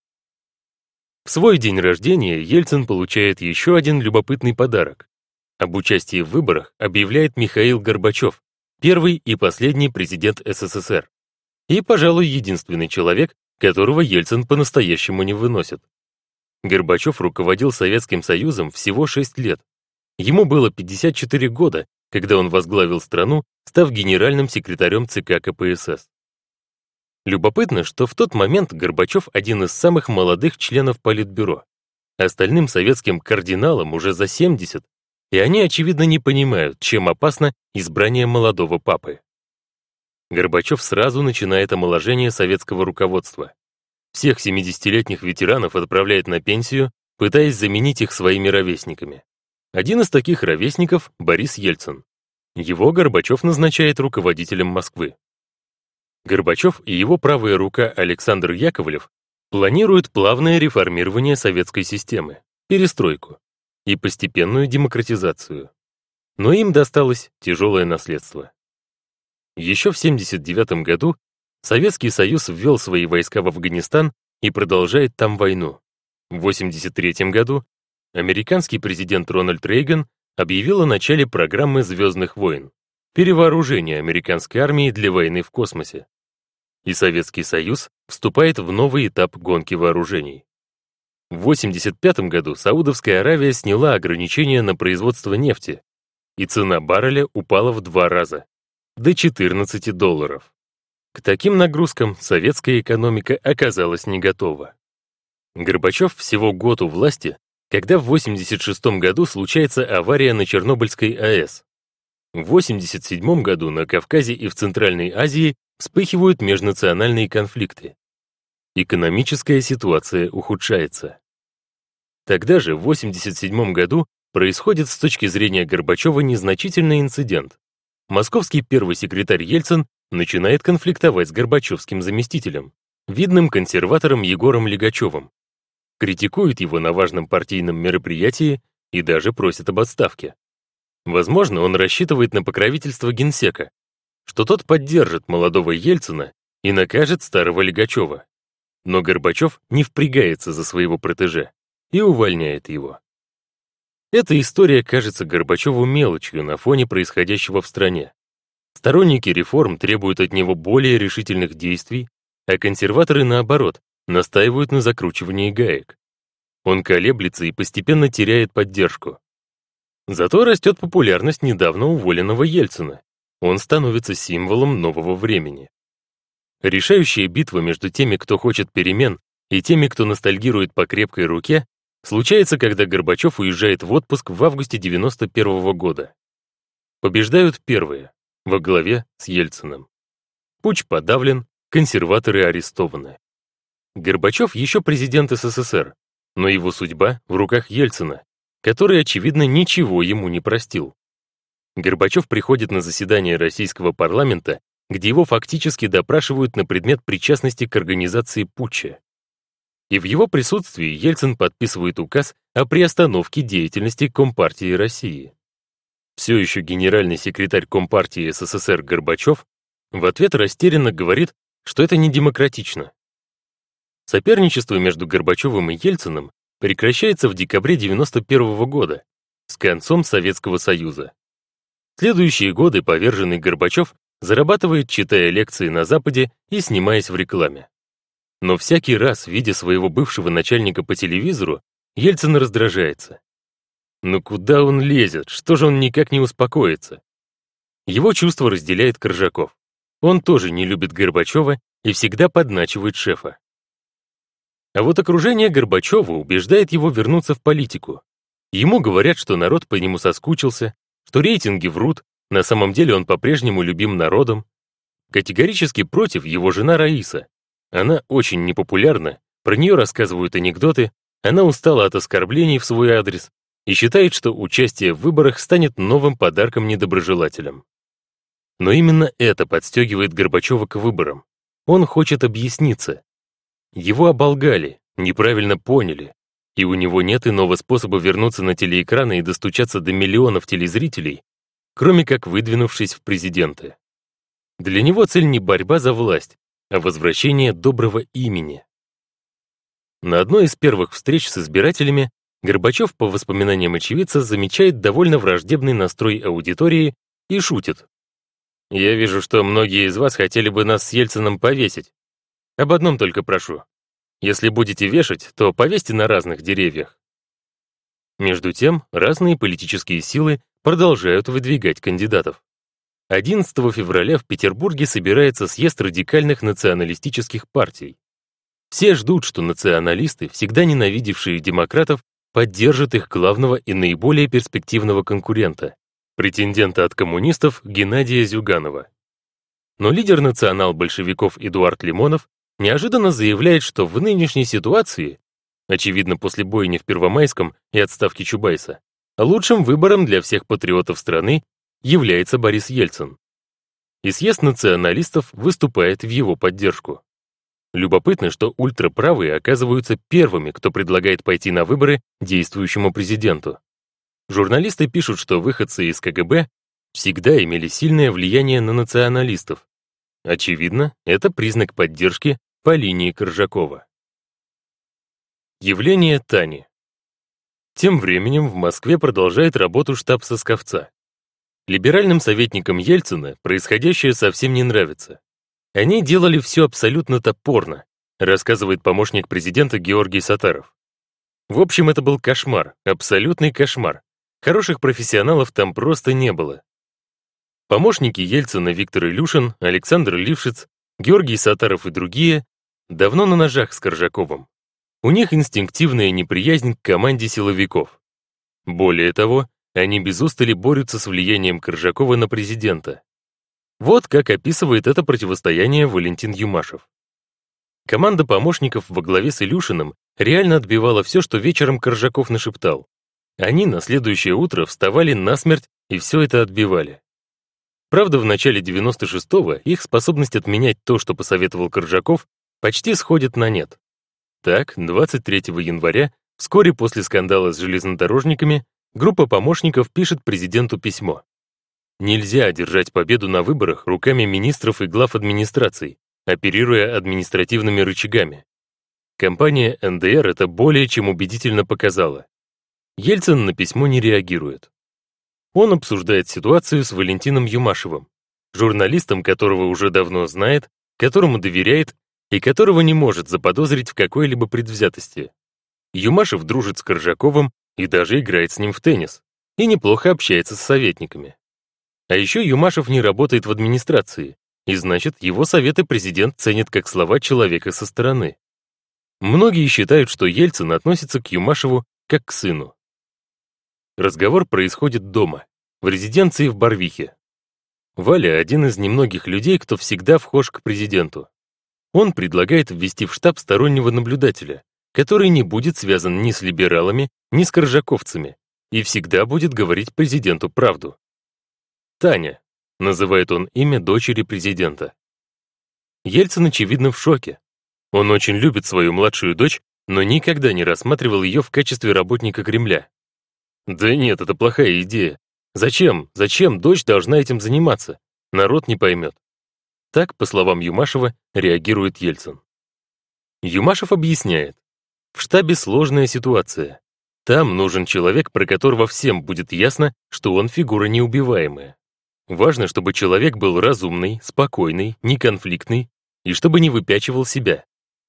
В свой день рождения Ельцин получает еще один любопытный подарок. Об участии в выборах объявляет Михаил Горбачев, первый и последний президент СССР. И, пожалуй, единственный человек, которого Ельцин по-настоящему не выносит. Горбачев руководил Советским Союзом всего 6 лет. Ему было 54 года, когда он возглавил страну, став генеральным секретарем ЦК КПСС. Любопытно, что в тот момент Горбачев один из самых молодых членов Политбюро. Остальным советским кардиналам уже за 70, и они, очевидно, не понимают, чем опасно избрание молодого папы. Горбачев сразу начинает омоложение советского руководства. Всех 70-летних ветеранов отправляет на пенсию, пытаясь заменить их своими ровесниками. Один из таких ровесников — Борис Ельцин. Его Горбачев назначает руководителем Москвы. Горбачев и его правая рука Александр Яковлев планируют плавное реформирование советской системы, перестройку и постепенную демократизацию. Но им досталось тяжелое наследство. Еще в 1979 году Советский Союз ввел свои войска в Афганистан и продолжает там войну. В 1983 году американский президент Рональд Рейган объявил о начале программы «Звездных войн» — перевооружения американской армии для войны в космосе. И Советский Союз вступает в новый этап гонки вооружений. В 1985 году Саудовская Аравия сняла ограничения на производство нефти, и цена барреля упала в 2 раза — до $14. К таким нагрузкам советская экономика оказалась не готова. Горбачев всего год у власти, когда в 1986 году случается авария на Чернобыльской АЭС. В 1987 году на Кавказе и в Центральной Азии вспыхивают межнациональные конфликты. Экономическая ситуация ухудшается. Тогда же, в 1987 году, происходит с точки зрения Горбачева незначительный инцидент. Московский первый секретарь Ельцин начинает конфликтовать с горбачевским заместителем, видным консерватором Егором Лигачевым, критикует его на важном партийном мероприятии и даже просит об отставке. Возможно, он рассчитывает на покровительство генсека, что тот поддержит молодого Ельцина и накажет старого Лигачева. Но Горбачев не впрягается за своего протеже. и увольняет его. Эта история кажется Горбачеву мелочью на фоне происходящего в стране. Сторонники реформ требуют от него более решительных действий, а консерваторы, наоборот, настаивают на закручивании гаек. Он колеблется и постепенно теряет поддержку. Зато растет популярность недавно уволенного Ельцина. Он становится символом нового времени. Решающая битва между теми, кто хочет перемен, и теми, кто ностальгирует по крепкой руке, случается, когда Горбачев уезжает в отпуск в августе 1991 года. Побеждают первые, во главе с Ельциным. Путч подавлен, консерваторы арестованы. Горбачев еще президент СССР, но его судьба в руках Ельцина, который, очевидно, ничего ему не простил. Горбачев приходит на заседание российского парламента, где его фактически допрашивают на предмет причастности к организации путча. И в его присутствии Ельцин подписывает указ о приостановке деятельности Компартии России. Все еще генеральный секретарь Компартии СССР Горбачев в ответ растерянно говорит, что это не демократично. Соперничество между Горбачевым и Ельциным прекращается в декабре 1991 года с концом Советского Союза. В следующие годы поверженный Горбачев зарабатывает, читая лекции на Западе и снимаясь в рекламе. Но всякий раз, видя своего бывшего начальника по телевизору, Ельцин раздражается. Ну куда он лезет? Что же он никак не успокоится? Его чувство разделяет Коржаков. Он тоже не любит Горбачева и всегда подначивает шефа. А вот окружение Горбачева убеждает его вернуться в политику. Ему говорят, что народ по нему соскучился, что рейтинги врут, на самом деле он по-прежнему любим народом. Категорически против его жена Раиса. Она очень непопулярна, про нее рассказывают анекдоты, она устала от оскорблений в свой адрес и считает, что участие в выборах станет новым подарком недоброжелателям. Но именно это подстегивает Горбачева к выборам. Он хочет объясниться. Его оболгали, неправильно поняли, и у него нет иного способа вернуться на телеэкраны и достучаться до миллионов телезрителей, кроме как выдвинувшись в президенты. Для него цель не борьба за власть, а возвращение доброго имени. На одной из первых встреч с избирателями Горбачев, по воспоминаниям очевидца, замечает довольно враждебный настрой аудитории и шутит. «Я вижу, что многие из вас хотели бы нас с Ельциным повесить. Об одном только прошу. Если будете вешать, то повесьте на разных деревьях». Между тем, разные политические силы продолжают выдвигать кандидатов. 11 февраля в Петербурге собирается съезд радикальных националистических партий. Все ждут, что националисты, всегда ненавидевшие демократов, поддержат их главного и наиболее перспективного конкурента, претендента от коммунистов Геннадия Зюганова. Но лидер национал-большевиков Эдуард Лимонов неожиданно заявляет, что в нынешней ситуации, очевидно после бойни в Первомайском и отставки Чубайса, лучшим выбором для всех патриотов страны является Борис Ельцин. И съезд националистов выступает в его поддержку. Любопытно, что ультраправые оказываются первыми, кто предлагает пойти на выборы действующему президенту. Журналисты пишут, что выходцы из КГБ всегда имели сильное влияние на националистов. Очевидно, это признак поддержки по линии Коржакова. Явление Тани. Тем временем в Москве продолжает работу штаб Сосковца. Либеральным советникам Ельцина происходящее совсем не нравится. Они делали все абсолютно топорно, рассказывает помощник президента Георгий Саттаров. В общем, это был кошмар, абсолютный кошмар. Хороших профессионалов там просто не было. Помощники Ельцина Виктор Илюшин, Александр Лившиц, Георгий Саттаров и другие давно на ножах с Коржаковым. У них инстинктивная неприязнь к команде силовиков. Более того, они без устали борются с влиянием Коржакова на президента. Вот как описывает это противостояние Валентин Юмашев. Команда помощников во главе с Илюшиным реально отбивала все, что вечером Коржаков нашептал. Они на следующее утро вставали насмерть и все это отбивали. Правда, в начале 96-го их способность отменять то, что посоветовал Коржаков, почти сходит на нет. Так, 23 января, вскоре после скандала с железнодорожниками, группа помощников пишет президенту письмо. Нельзя одержать победу на выборах руками министров и глав администраций, оперируя административными рычагами. Компания НДР это более чем убедительно показала. Ельцин на письмо не реагирует. Он обсуждает ситуацию с Валентином Юмашевым, журналистом, которого уже давно знает, которому доверяет и которого не может заподозрить в какой-либо предвзятости. Юмашев дружит с Коржаковым и даже играет с ним в теннис, и неплохо общается с советниками. А еще Юмашев не работает в администрации, и значит, его советы президент ценит как слова человека со стороны. Многие считают, что Ельцин относится к Юмашеву как к сыну. Разговор происходит дома, в резиденции в Барвихе. Валя — один из немногих людей, кто всегда вхож к президенту. Он предлагает ввести в штаб стороннего наблюдателя, который не будет связан ни с либералами, ни с коржаковцами, и всегда будет говорить президенту правду. Таня, называет он имя дочери президента. Ельцин, очевидно, в шоке. Он очень любит свою младшую дочь, но никогда не рассматривал ее в качестве работника Кремля. Да нет, это плохая идея. Зачем дочь должна этим заниматься? Народ не поймет. Так, по словам Юмашева, реагирует Ельцин. Юмашев объясняет. В штабе сложная ситуация. Там нужен человек, про которого всем будет ясно, что он фигура неубиваемая. Важно, чтобы человек был разумный, спокойный, неконфликтный и чтобы не выпячивал себя.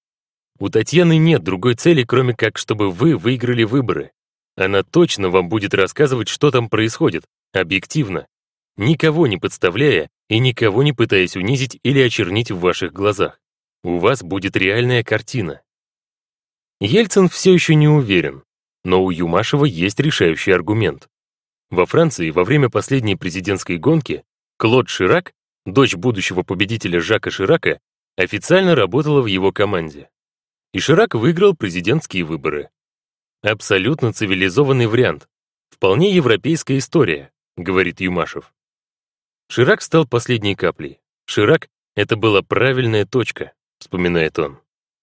У Татьяны нет другой цели, кроме как, чтобы вы выиграли выборы. Она точно вам будет рассказывать, что там происходит, объективно, никого не подставляя и никого не пытаясь унизить или очернить в ваших глазах. У вас будет реальная картина. Ельцин все еще не уверен, но у Юмашева есть решающий аргумент. Во Франции во время последней президентской гонки Клод Ширак, дочь будущего победителя Жака Ширака, официально работала в его команде. И Ширак выиграл президентские выборы. Абсолютно цивилизованный вариант. Вполне европейская история, говорит Юмашев. Ширак стал последней каплей. Ширак — это была правильная точка, вспоминает он.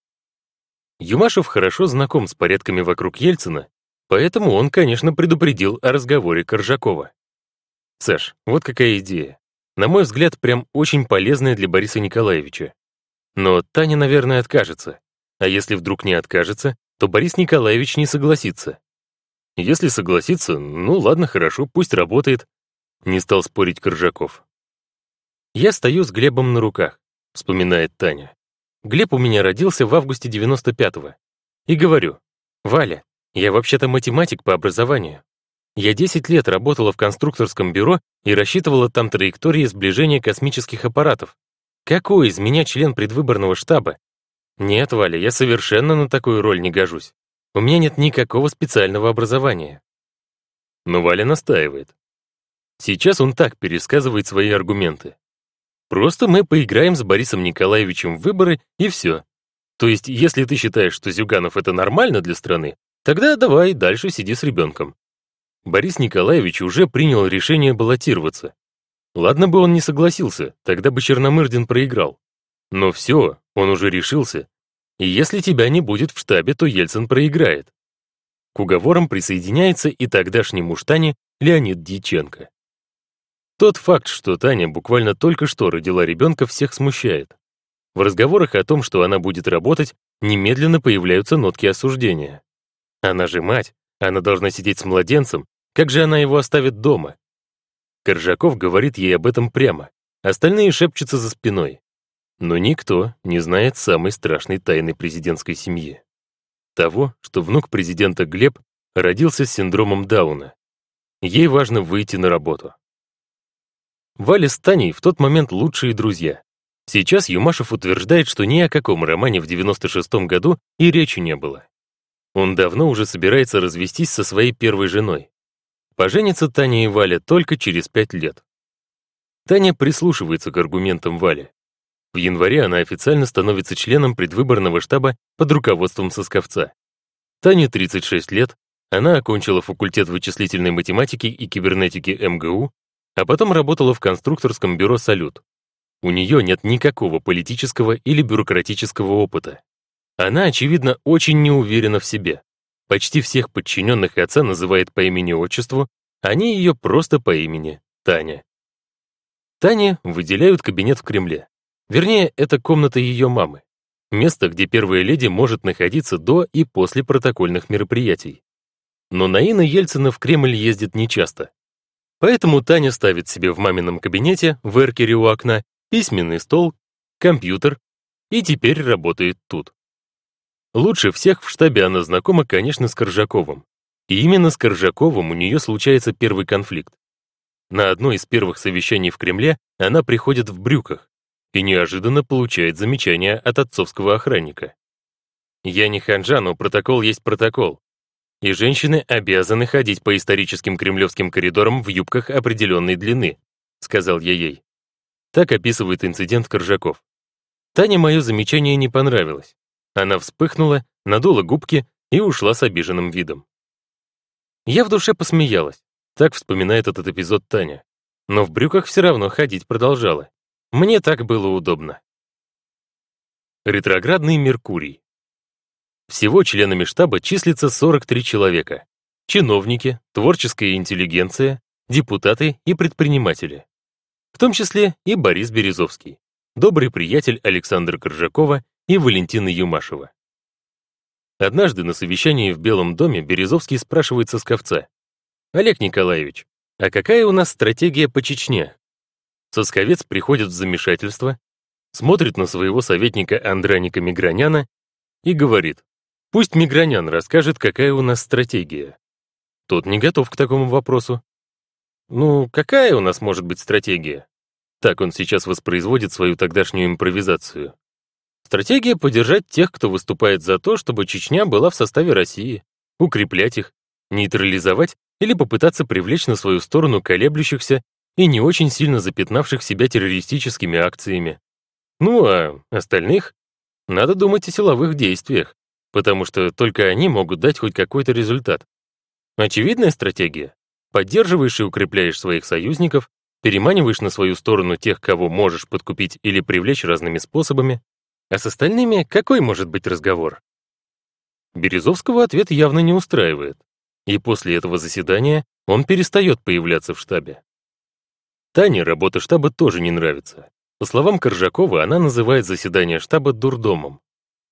Юмашев хорошо знаком с порядками вокруг Ельцина, поэтому он, конечно, предупредил о разговоре Коржакова. Саш, вот какая идея. На мой взгляд, прям очень полезная для Бориса Николаевича. Но Таня, наверное, откажется. А если вдруг не откажется, то Борис Николаевич не согласится. Если согласится, ну ладно, хорошо, пусть работает. Не стал спорить Коржаков. «Я стою с Глебом на руках», — вспоминает Таня. «Глеб у меня родился в августе 95-го. И говорю, Валя, я вообще-то математик по образованию. Я 10 лет работала в конструкторском бюро и рассчитывала там траектории сближения космических аппаратов. Какой из меня член предвыборного штаба? Нет, Валя, я совершенно на такую роль не гожусь. У меня нет никакого специального образования». Но Валя настаивает. Сейчас он так пересказывает свои аргументы. Просто мы поиграем с Борисом Николаевичем в выборы, и все. То есть, если ты считаешь, что Зюганов — это нормально для страны, тогда давай дальше сиди с ребенком. Борис Николаевич уже принял решение баллотироваться. Ладно бы он не согласился, тогда бы Черномырдин проиграл. Но все, он уже решился. И если тебя не будет в штабе, то Ельцин проиграет. К уговорам присоединяется и тогдашний муж Тани Леонид Дьяченко. Тот факт, что Таня буквально только что родила ребенка, всех смущает. В разговорах о том, что она будет работать, немедленно появляются нотки осуждения. Она же мать, она должна сидеть с младенцем, как же она его оставит дома? Коржаков говорит ей об этом прямо, остальные шепчутся за спиной. Но никто не знает самой страшной тайны президентской семьи. Того, что внук президента Глеб родился с синдромом Дауна. Ей важно выйти на работу. Валя с Таней в тот момент лучшие друзья. Сейчас Юмашев утверждает, что ни о каком романе в 96-м году и речи не было. Он давно уже собирается развестись со своей первой женой. Поженятся Таня и Валя только через 5 лет. Таня прислушивается к аргументам Вали. В январе она официально становится членом предвыборного штаба под руководством Сосковца. Тане 36 лет, она окончила факультет вычислительной математики и кибернетики МГУ, а потом работала в конструкторском бюро «Салют». У нее нет никакого политического или бюрократического опыта. Она, очевидно, очень не уверена в себе. Почти всех подчиненных отца называет по имени-отчеству, они ее просто по имени Таня. Тане выделяют кабинет в Кремле. Вернее, это комната ее мамы. место, где первая леди может находиться до и после протокольных мероприятий. Но Наина Ельцина в Кремль ездит нечасто. Поэтому Таня ставит себе в мамином кабинете в эркере у окна письменный стол, компьютер и теперь работает тут. Лучше всех в штабе она знакома, конечно, с Коржаковым. И именно с Коржаковым у нее случается первый конфликт. На одно из первых совещаний в Кремле она приходит в брюках и неожиданно получает замечание от отцовского охранника. «Я не ханжа, но протокол есть протокол. И женщины обязаны ходить по историческим кремлевским коридорам в юбках определенной длины», сказал я ей. Так описывает инцидент Коржаков. Тане мое замечание не понравилось. Она вспыхнула, надула губки и ушла с обиженным видом. Я в душе посмеялась. Так вспоминает этот эпизод Таня. Но в брюках все равно ходить продолжала. Мне так было удобно. Ретроградный Меркурий. Всего членами штаба числится 43 человека. Чиновники, творческая интеллигенция, депутаты и предприниматели. В том числе и Борис Березовский, добрый приятель Александра Коржакова и Валентины Юмашева. Однажды на совещании в Белом доме Березовский спрашивает Сосковца: «Олег Николаевич, а какая у нас стратегия по Чечне?» Сосковец приходит в замешательство, смотрит на своего советника Андраника Миграняна и говорит: «Пусть Мигранян расскажет, какая у нас стратегия». Тот не готов к такому вопросу. «Ну, какая у нас может быть стратегия?» Так он сейчас воспроизводит свою тогдашнюю импровизацию. Стратегия — поддержать тех, кто выступает за то, чтобы Чечня была в составе России, укреплять их, нейтрализовать или попытаться привлечь на свою сторону колеблющихся и не очень сильно запятнавших себя террористическими акциями. Ну а остальных надо думать о силовых действиях, потому что только они могут дать хоть какой-то результат. Очевидная стратегия. Поддерживаешь и укрепляешь своих союзников, переманиваешь на свою сторону тех, кого можешь подкупить или привлечь разными способами. А с остальными какой может быть разговор? Березовского ответ явно не устраивает. И после этого заседания он перестает появляться в штабе. Тане работа штаба тоже не нравится. По словам Коржакова, она называет заседание штаба дурдомом.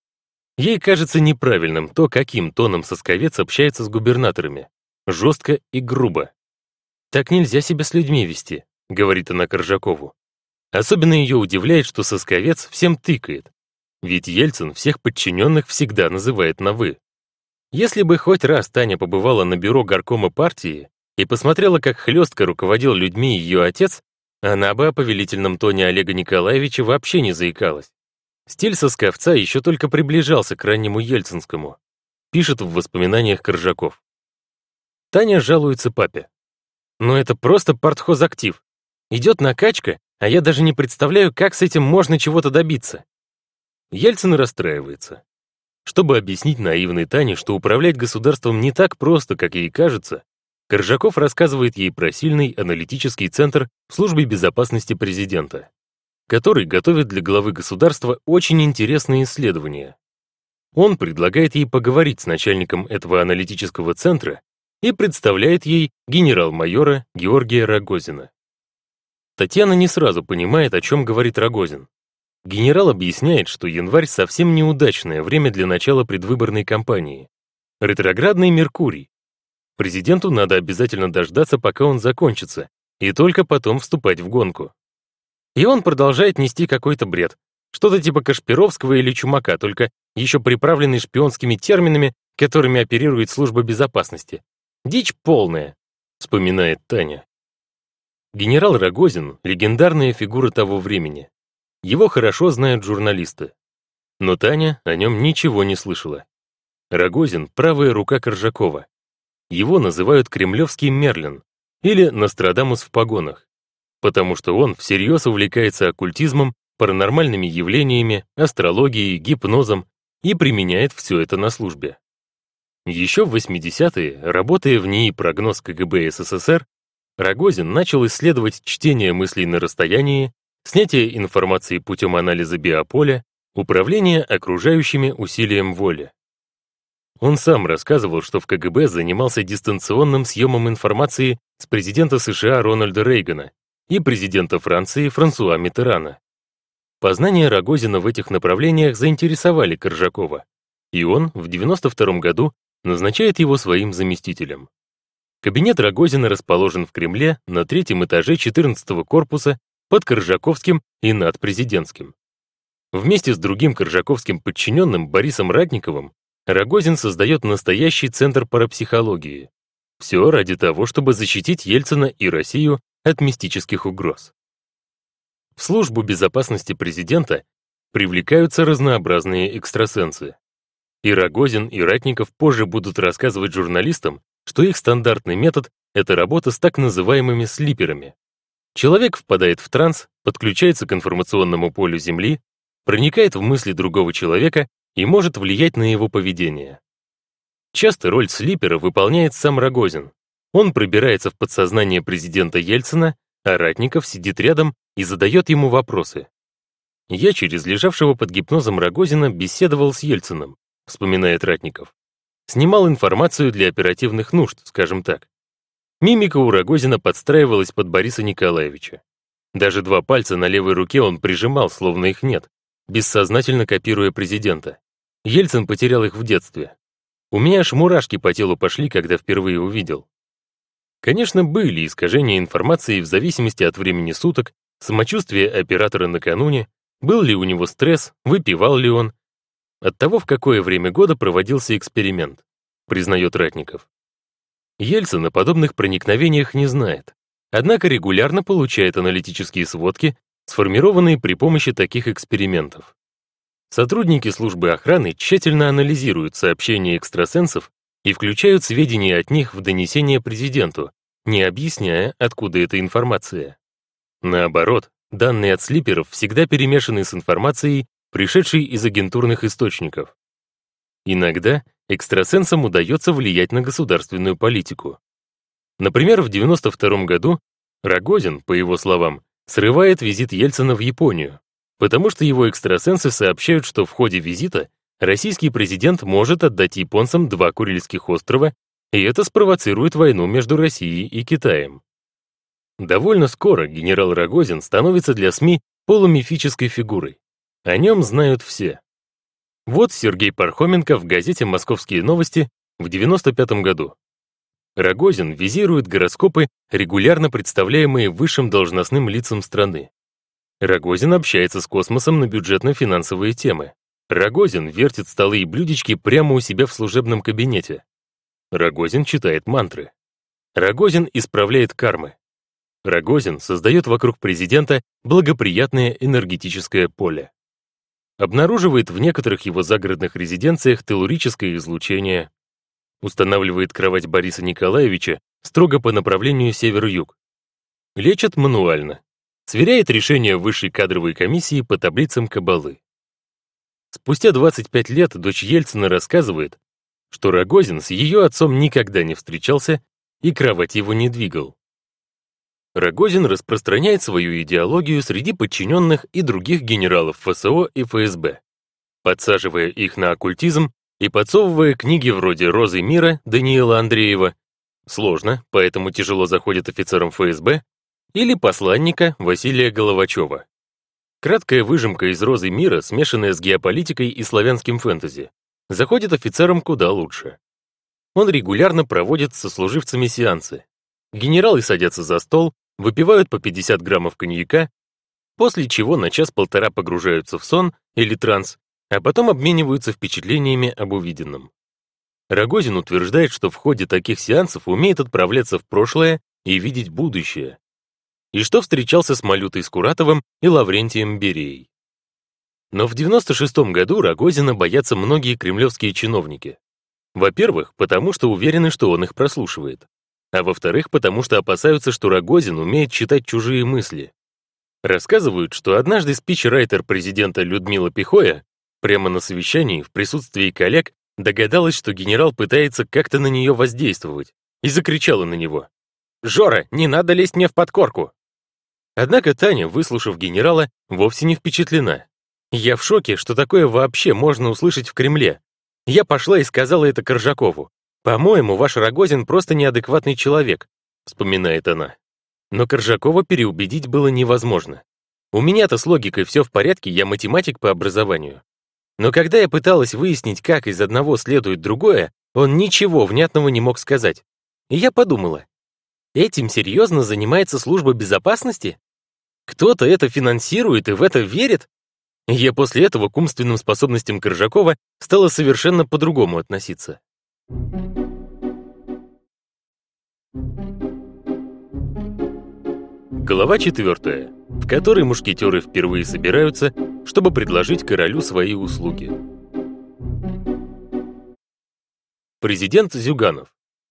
Ей кажется неправильным то, каким тоном Сосковец общается с губернаторами. Жестко и грубо. «Так нельзя себя с людьми вести», — говорит она Коржакову. Особенно ее удивляет, что Сосковец всем тыкает. Ведь Ельцин всех подчиненных всегда называет на «вы». Если бы хоть раз Таня побывала на бюро горкома партии и посмотрела, как хлестко руководил людьми ее отец, она бы о повелительном тоне Олега Николаевича вообще не заикалась. Стиль Сосковца еще только приближался к раннему ельцинскому, пишет в воспоминаниях Коржаков. Таня жалуется папе. «Но это просто партхозактив. Идет накачка, а я даже не представляю, как с этим можно чего-то добиться». Ельцин расстраивается. Чтобы объяснить наивной Тане, что управлять государством не так просто, как ей кажется, Коржаков рассказывает ей про сильный аналитический центр в службе безопасности президента, который готовит для главы государства очень интересные исследования. Он предлагает ей поговорить с начальником этого аналитического центра и представляет ей генерал-майора Георгия Рогозина. Татьяна не сразу понимает, о чем говорит Рогозин. Генерал объясняет, что январь совсем неудачное время для начала предвыборной кампании. Ретроградный Меркурий. Президенту надо обязательно дождаться, пока он закончится, и только потом вступать в гонку. И он продолжает нести какой-то бред. Что-то типа Кашпировского или Чумака, только еще приправленный шпионскими терминами, которыми оперирует служба безопасности. Дичь полная, вспоминает Таня. Генерал Рогозин — легендарная фигура того времени. Его хорошо знают журналисты. Но Таня о нем ничего не слышала. Рогозин — правая рука Коржакова. Его называют кремлевский Мерлин или Нострадамус в погонах, потому что он всерьез увлекается оккультизмом, паранормальными явлениями, астрологией, гипнозом и применяет все это на службе. Еще в 80-е, работая в НИИ «Прогноз КГБ СССР», Рогозин начал исследовать чтение мыслей на расстоянии, снятие информации путем анализа биополя, управление окружающими усилием воли. Он сам рассказывал, что в КГБ занимался дистанционным съемом информации с президента США Рональда Рейгана и президента Франции Франсуа Миттерана. Познания Рогозина в этих направлениях заинтересовали Коржакова, и он в 92 году назначает его своим заместителем. Кабинет Рогозина расположен в Кремле на третьем этаже 14-го корпуса под Коржаковским и над Президентским. Вместе с другим коржаковским подчиненным Борисом Ратниковым Рогозин создает настоящий центр парапсихологии. Все ради того, чтобы защитить Ельцина и Россию от мистических угроз. В службу безопасности президента привлекаются разнообразные экстрасенсы. И Рогозин, и Ратников позже будут рассказывать журналистам, что их стандартный метод — это работа с так называемыми слиперами. Человек впадает в транс, подключается к информационному полю Земли, проникает в мысли другого человека и может влиять на его поведение. Часто роль слипера выполняет сам Рогозин. Он пробирается в подсознание президента Ельцина, а Ратников сидит рядом и задает ему вопросы. «Я через лежавшего под гипнозом Рогозина беседовал с Ельциным», вспоминает Ратников. «Снимал информацию для оперативных нужд, скажем так. Мимика у Рогозина подстраивалась под Бориса Николаевича. Даже два пальца на левой руке он прижимал, словно их нет, бессознательно копируя президента. Ельцин потерял их в детстве. У меня аж мурашки по телу пошли, когда впервые увидел». Конечно, были искажения информации в зависимости от времени суток, самочувствия оператора накануне, был ли у него стресс, выпивал ли он. От того, в какое время года проводился эксперимент, признает Ратников. Ельцин о подобных проникновениях не знает, однако регулярно получает аналитические сводки, сформированные при помощи таких экспериментов. Сотрудники службы охраны тщательно анализируют сообщения экстрасенсов и включают сведения от них в донесение президенту, не объясняя, откуда эта информация. Наоборот, данные от слиперов всегда перемешаны с информацией, пришедшей из агентурных источников. Иногда экстрасенсам удается влиять на государственную политику. Например, в 92 году Рогозин, по его словам, срывает визит Ельцина в Японию, потому что его экстрасенсы сообщают, что в ходе визита российский президент может отдать японцам 2 Курильских острова, и это спровоцирует войну между Россией и Китаем. Довольно скоро генерал Рогозин становится для СМИ полумифической фигурой. О нем знают все. Вот Сергей Пархоменко в газете «Московские новости» в 95 году. Рогозин визирует гороскопы, регулярно представляемые высшим должностным лицам страны. Рогозин общается с космосом на бюджетно-финансовые темы. Рогозин вертит столы и блюдечки прямо у себя в служебном кабинете. Рогозин читает мантры. Рогозин исправляет кармы. Рогозин создает вокруг президента благоприятное энергетическое поле. Обнаруживает в некоторых его загородных резиденциях телурическое излучение. Устанавливает кровать Бориса Николаевича строго по направлению север-юг. Лечит мануально. Сверяет решения высшей кадровой комиссии по таблицам Кабалы. Спустя 25 лет дочь Ельцина рассказывает, что Рогозин с ее отцом никогда не встречался и кровать его не двигал. Рогозин распространяет свою идеологию среди подчиненных и других генералов ФСО и ФСБ, подсаживая их на оккультизм и подсовывая книги вроде «Розы мира» Даниила Андреева, сложно, поэтому тяжело заходит офицерам ФСБ, или «Посланника» Василия Головачева. Краткая выжимка из «Розы мира», смешанная с геополитикой и славянским фэнтези, заходит офицерам куда лучше. Он регулярно проводит со сослуживцами сеансы. Генералы садятся за стол, выпивают по 50 граммов коньяка, после чего на час-полтора погружаются в сон или транс, а потом обмениваются впечатлениями об увиденном. Рогозин утверждает, что в ходе таких сеансов умеет отправляться в прошлое и видеть будущее, и что встречался с Малютой Скуратовым и Лаврентием Берией. Но в 96 году Рогозина боятся многие кремлевские чиновники. Во-первых, потому что уверены, что он их прослушивает. А во-вторых, потому что опасаются, что Рогозин умеет читать чужие мысли. Рассказывают, что однажды спичрайтер президента Людмила Пихоя прямо на совещании в присутствии коллег догадалась, что генерал пытается как-то на нее воздействовать, и закричала на него: «Жора, не надо лезть мне в подкорку!» Однако Таня, выслушав генерала, вовсе не впечатлена. «Я в шоке, что такое вообще можно услышать в Кремле. Я пошла и сказала это Коржакову. «По-моему, ваш Рогозин просто неадекватный человек», — вспоминает она. Но Коржакова переубедить было невозможно. У меня-то с логикой все в порядке, я математик по образованию. Но когда я пыталась выяснить, как из одного следует другое, он ничего внятного не мог сказать. И я подумала, этим серьезно занимается служба безопасности? Кто-то это финансирует и в это верит? И я после этого к умственным способностям Коржакова стала совершенно по-другому относиться. Глава 4, в которой мушкетеры впервые собираются, чтобы предложить королю свои услуги. Президент Зюганов.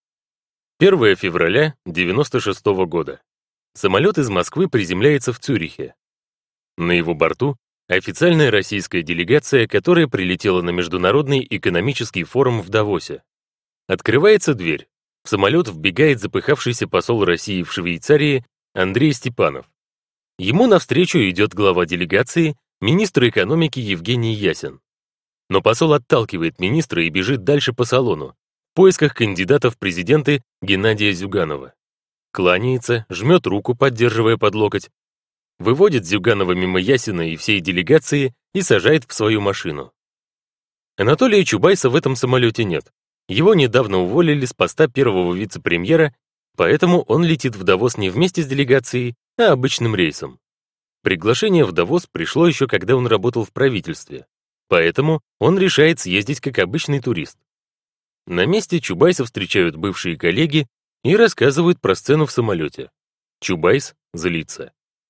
1 февраля 96 года. Самолет из Москвы приземляется в Цюрихе. На его борту официальная российская делегация, которая прилетела на Международный экономический форум в Давосе. Открывается дверь. В самолет вбегает запыхавшийся посол России в Швейцарии Андрей Степанов. Ему навстречу идет глава делегации, министр экономики Евгений Ясин. Но посол отталкивает министра и бежит дальше по салону, в поисках кандидата в президенты Геннадия Зюганова. Кланяется, жмет руку, поддерживая под локоть, выводит Зюганова мимо Ясина и всей делегации и сажает в свою машину. Анатолия Чубайса в этом самолете нет. Его недавно уволили с поста первого вице-премьера, поэтому он летит в Давос не вместе с делегацией, а обычным рейсом. Приглашение в Давос пришло еще когда он работал в правительстве, поэтому он решает съездить как обычный турист. На месте Чубайса встречают бывшие коллеги и рассказывают про сцену в самолете. Чубайс злится.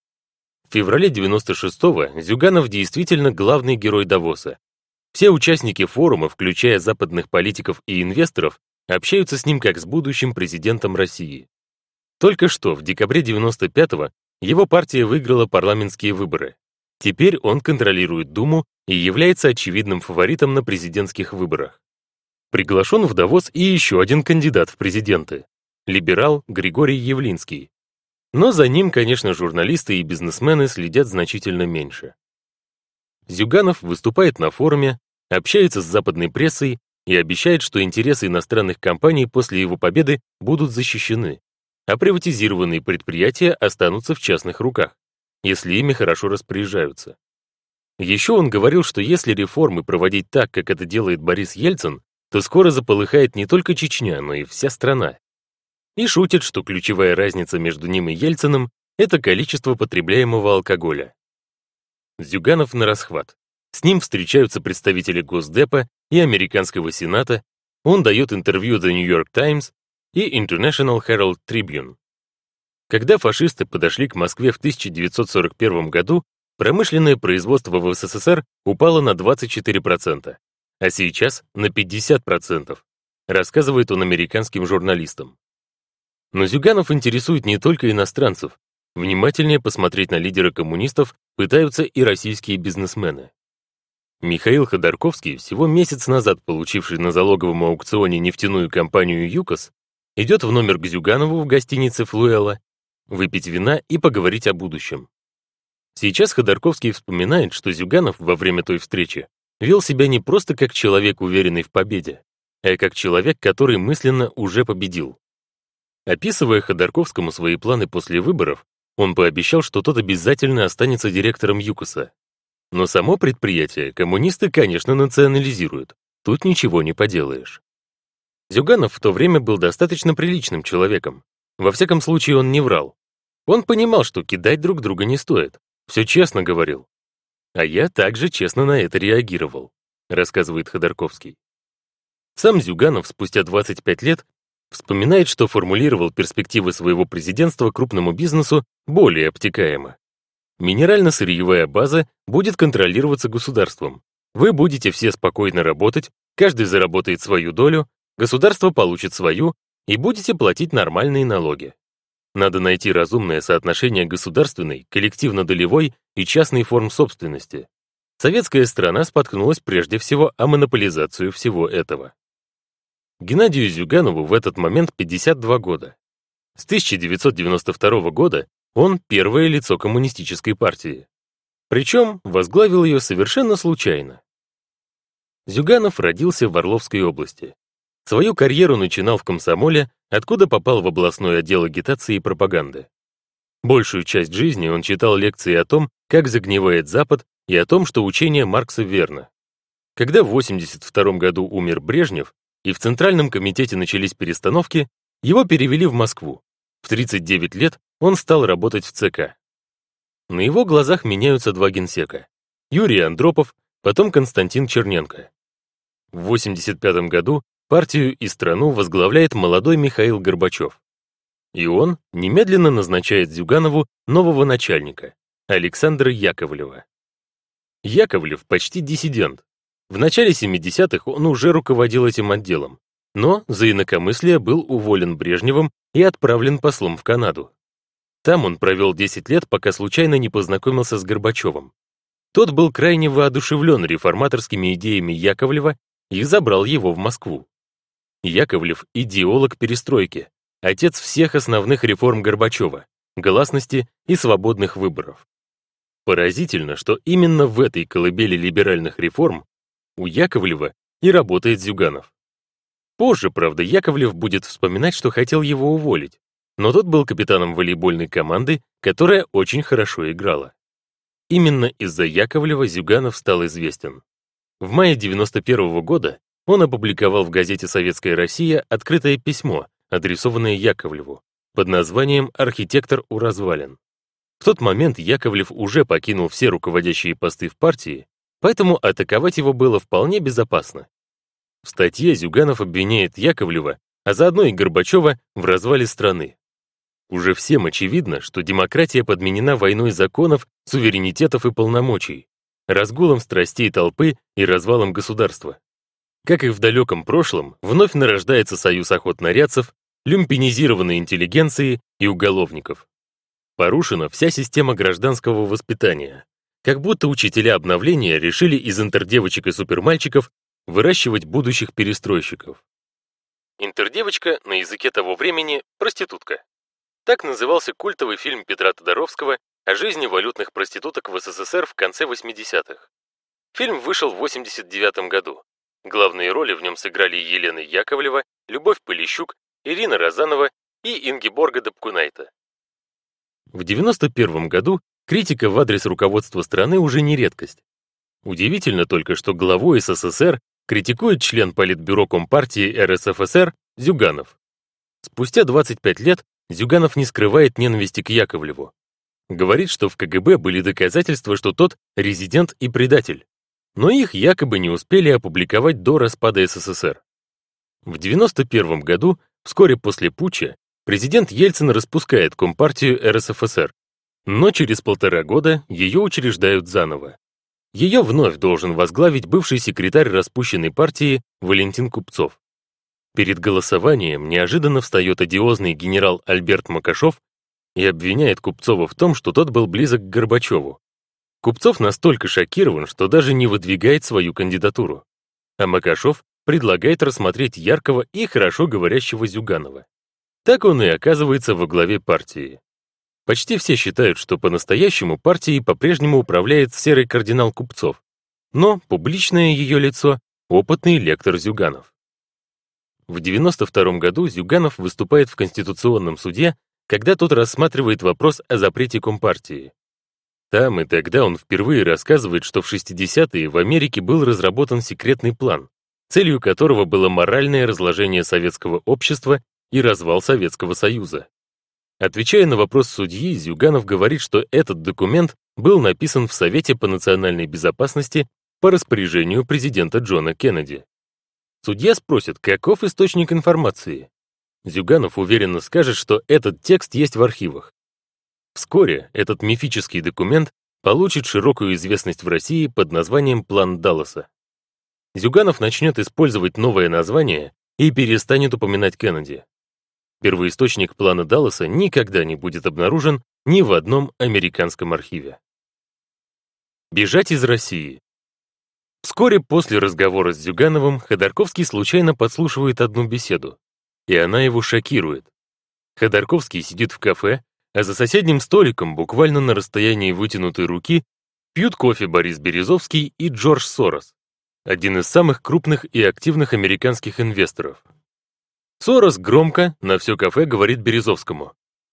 В феврале 96-го Зюганов действительно главный герой Давоса. Все участники форума, включая западных политиков и инвесторов, общаются с ним как с будущим президентом России. Только что, в декабре 95-го, его партия выиграла парламентские выборы. Теперь он контролирует Думу и является очевидным фаворитом на президентских выборах. Приглашен в Давос и еще один кандидат в президенты — либерал Григорий Явлинский. Но за ним, конечно, журналисты и бизнесмены следят значительно меньше. Зюганов выступает на форуме, общается с западной прессой и обещает, что интересы иностранных компаний после его победы будут защищены, а приватизированные предприятия останутся в частных руках, если ими хорошо распоряжаются. Еще он говорил, что если реформы проводить так, как это делает Борис Ельцин, то скоро заполыхает не только Чечня, но и вся страна. И шутит, что ключевая разница между ним и Ельциным — это количество потребляемого алкоголя. Зюганов нарасхват. С ним встречаются представители Госдепа и Американского Сената, он дает интервью The New York Times и International Herald Tribune. Когда фашисты подошли к Москве в 1941 году, промышленное производство в СССР упало на 24%, а сейчас на 50%, рассказывает он американским журналистам. Но Зюганов интересует не только иностранцев. Внимательнее посмотреть на лидера коммунистов пытаются и российские бизнесмены. Михаил Ходорковский, всего месяц назад получивший на залоговом аукционе нефтяную компанию «ЮКОС», идет в номер к Зюганову в гостинице «Флуэла» выпить вина и поговорить о будущем. Сейчас Ходорковский вспоминает, что Зюганов во время той встречи вел себя не просто как человек, уверенный в победе, а как человек, который мысленно уже победил. Описывая Ходорковскому свои планы после выборов, он пообещал, что тот обязательно останется директором ЮКОСа. Но само предприятие коммунисты, конечно, национализируют, тут ничего не поделаешь. Зюганов в то время был достаточно приличным человеком. Во всяком случае, он не врал. Он понимал, что кидать друг друга не стоит, все честно говорил. А я также честно на это реагировал, рассказывает Ходорковский. Сам Зюганов спустя 25 лет вспоминает, что формулировал перспективы своего президентства крупному бизнесу более обтекаемо. Минерально-сырьевая база будет контролироваться государством. Вы будете все спокойно работать, каждый заработает свою долю, государство получит свою, и будете платить нормальные налоги. Надо найти разумное соотношение государственной, коллективно-долевой и частной форм собственности. Советская страна споткнулась прежде всего о монополизацию всего этого. Геннадию Зюганову в этот момент 52 года. С 1992 года он первое лицо коммунистической партии. Причем возглавил ее совершенно случайно. Зюганов родился в Орловской области. Свою карьеру начинал в комсомоле, откуда попал в областной отдел агитации и пропаганды. Большую часть жизни он читал лекции о том, как загнивает Запад, и о том, что учение Маркса верно. Когда в 1982 году умер Брежнев, и в Центральном комитете начались перестановки, его перевели в Москву. В 39 лет он стал работать в ЦК. На его глазах меняются два генсека. Юрий Андропов, потом Константин Черненко. В 1985 году партию и страну возглавляет молодой Михаил Горбачев. И он немедленно назначает Зюганову нового начальника, Александра Яковлева. Яковлев почти диссидент. В начале 70-х он уже руководил этим отделом, но за инакомыслие был уволен Брежневым и отправлен послом в Канаду. Там он провел 10 лет, пока случайно не познакомился с Горбачевым. Тот был крайне воодушевлен реформаторскими идеями Яковлева и забрал его в Москву. Яковлев – идеолог перестройки, отец всех основных реформ Горбачева, гласности и свободных выборов. Поразительно, что именно в этой колыбели либеральных реформ у Яковлева и работает Зюганов. Позже, правда, Яковлев будет вспоминать, что хотел его уволить, но тот был капитаном волейбольной команды, которая очень хорошо играла. Именно из-за Яковлева Зюганов стал известен. В мае 1991 года он опубликовал в газете «Советская Россия» открытое письмо, адресованное Яковлеву, под названием «Архитектор у развалин». В тот момент Яковлев уже покинул все руководящие посты в партии, поэтому атаковать его было вполне безопасно. В статье Зюганов обвиняет Яковлева, а заодно и Горбачева, в развале страны. Уже всем очевидно, что демократия подменена войной законов, суверенитетов и полномочий, разгулом страстей толпы и развалом государства. Как и в далеком прошлом, вновь нарождается союз охотнорядцев, люмпинизированной интеллигенции и уголовников. Порушена вся система гражданского воспитания, как будто учителя обновления решили из интердевочек и супермальчиков выращивать будущих перестройщиков. Интердевочка на языке того времени – проститутка. Так назывался культовый фильм Петра Тодоровского о жизни валютных проституток в СССР в конце 80-х. Фильм вышел в 1989 году. Главные роли в нем сыграли Елена Яковлева, Любовь Полищук, Ирина Розанова и Ингеборга Дапкунайте. В 1991 году критика в адрес руководства страны уже не редкость. Удивительно только, что главу СССР критикует член Политбюро Компартии РСФСР Зюганов. Спустя 25 лет Зюганов не скрывает ненависти к Яковлеву. Говорит, что в КГБ были доказательства, что тот резидент и предатель. Но их якобы не успели опубликовать до распада СССР. В 1991 году, вскоре после путча, президент Ельцин распускает Компартию РСФСР, но через 1,5 года ее учреждают заново. Ее вновь должен возглавить бывший секретарь распущенной партии Валентин Купцов. Перед голосованием неожиданно встает одиозный генерал Альберт Макашов и обвиняет Купцова в том, что тот был близок к Горбачеву. Купцов настолько шокирован, что даже не выдвигает свою кандидатуру. А Макашов предлагает рассмотреть яркого и хорошо говорящего Зюганова. Так он и оказывается во главе партии. Почти все считают, что по-настоящему партией по-прежнему управляет серый кардинал Купцов, но публичное ее лицо — опытный лектор Зюганов. В 1992 году Зюганов выступает в Конституционном суде, когда тот рассматривает вопрос о запрете Компартии. Там и тогда он впервые рассказывает, что в 60-е в Америке был разработан секретный план, целью которого было моральное разложение советского общества и развал Советского Союза. Отвечая на вопрос судьи, Зюганов говорит, что этот документ был написан в Совете по национальной безопасности по распоряжению президента Джона Кеннеди. Судья спросит, каков источник информации. Зюганов уверенно скажет, что этот текст есть в архивах. Вскоре этот мифический документ получит широкую известность в России под названием «План Далласа». Зюганов начнет использовать новое название и перестанет упоминать Кеннеди. Первоисточник плана Далласа никогда не будет обнаружен ни в одном американском архиве. Бежать из России. Вскоре после разговора с Зюгановым Ходорковский случайно подслушивает одну беседу, и она его шокирует. Ходорковский сидит в кафе, а за соседним столиком, буквально на расстоянии вытянутой руки, пьют кофе Борис Березовский и Джордж Сорос, один из самых крупных и активных американских инвесторов. Сорос громко на все кафе говорит Березовскому: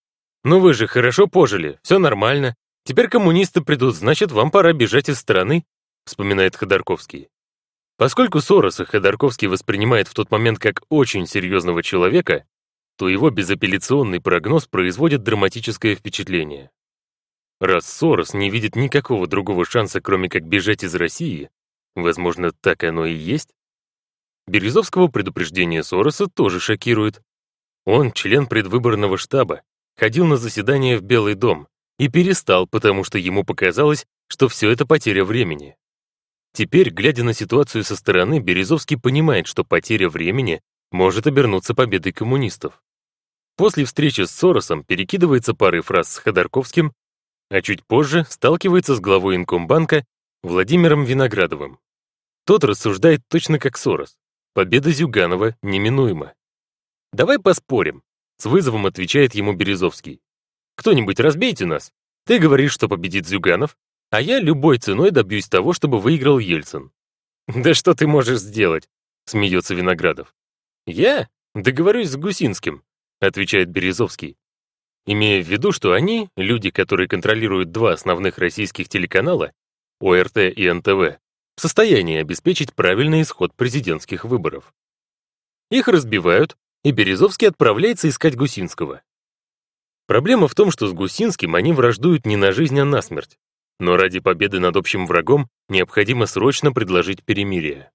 «Ну вы же хорошо пожили, все нормально. Теперь коммунисты придут, значит, вам пора бежать из страны», вспоминает Ходорковский. Поскольку Сороса Ходорковский воспринимает в тот момент как очень серьезного человека, то его безапелляционный прогноз производит драматическое впечатление. Раз Сорос не видит никакого другого шанса, кроме как бежать из России, возможно, так оно и есть. Березовского предупреждение Сороса тоже шокирует. Он член предвыборного штаба, ходил на заседание в Белый дом и перестал, потому что ему показалось, что все это потеря времени. Теперь, глядя на ситуацию со стороны, Березовский понимает, что потеря времени может обернуться победой коммунистов. После встречи с Соросом перекидывается парой фраз с Ходорковским, а чуть позже сталкивается с главой Инкомбанка Владимиром Виноградовым. Тот рассуждает точно как Сорос. Победа Зюганова неминуема. «Давай поспорим», — с вызовом отвечает ему Березовский. «Кто-нибудь разбейте нас. Ты говоришь, что победит Зюганов, а я любой ценой добьюсь того, чтобы выиграл Ельцин». «Да что ты можешь сделать?» — смеется Виноградов. «Я договорюсь с Гусинским», — отвечает Березовский. Имея в виду, что они, люди, которые контролируют два основных российских телеканала, ОРТ и НТВ, в состоянии обеспечить правильный исход президентских выборов. Их разбивают, и Березовский отправляется искать Гусинского. Проблема в том, что с Гусинским они враждуют не на жизнь, а на смерть. Но ради победы над общим врагом необходимо срочно предложить перемирие.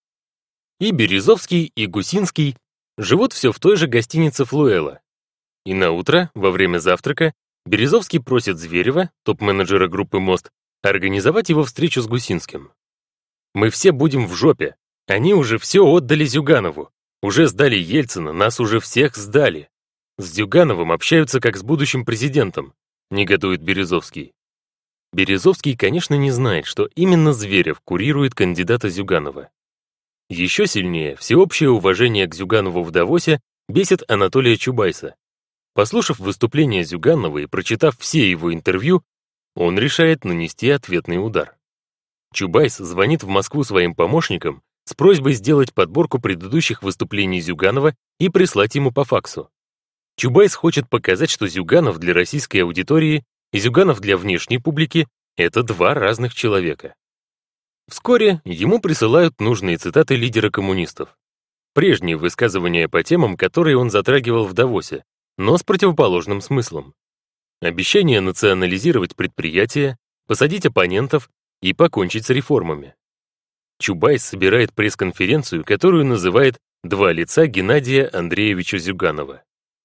И Березовский, и Гусинский живут все в той же гостинице «Флуэла». И на утро, во время завтрака, Березовский просит Зверева, топ-менеджера группы «Мост», организовать его встречу с Гусинским. «Мы все будем в жопе. Они уже все отдали Зюганову. Уже сдали Ельцина, нас уже всех сдали. С Зюгановым общаются как с будущим президентом», — негодует Березовский. Березовский, конечно, не знает, что именно Зверев курирует кандидата Зюганова. Еще сильнее всеобщее уважение к Зюганову в Давосе бесит Анатолия Чубайса. Послушав выступление Зюганова и прочитав все его интервью, он решает нанести ответный удар. Чубайс звонит в Москву своим помощникам с просьбой сделать подборку предыдущих выступлений Зюганова и прислать ему по факсу. Чубайс хочет показать, что Зюганов для российской аудитории и Зюганов для внешней публики — это два разных человека. Вскоре ему присылают нужные цитаты лидера коммунистов. Прежние высказывания по темам, которые он затрагивал в Давосе, но с противоположным смыслом. Обещание национализировать предприятия, посадить оппонентов и покончить с реформами. Чубайс собирает пресс-конференцию, которую называет «Два лица Геннадия Андреевича Зюганова».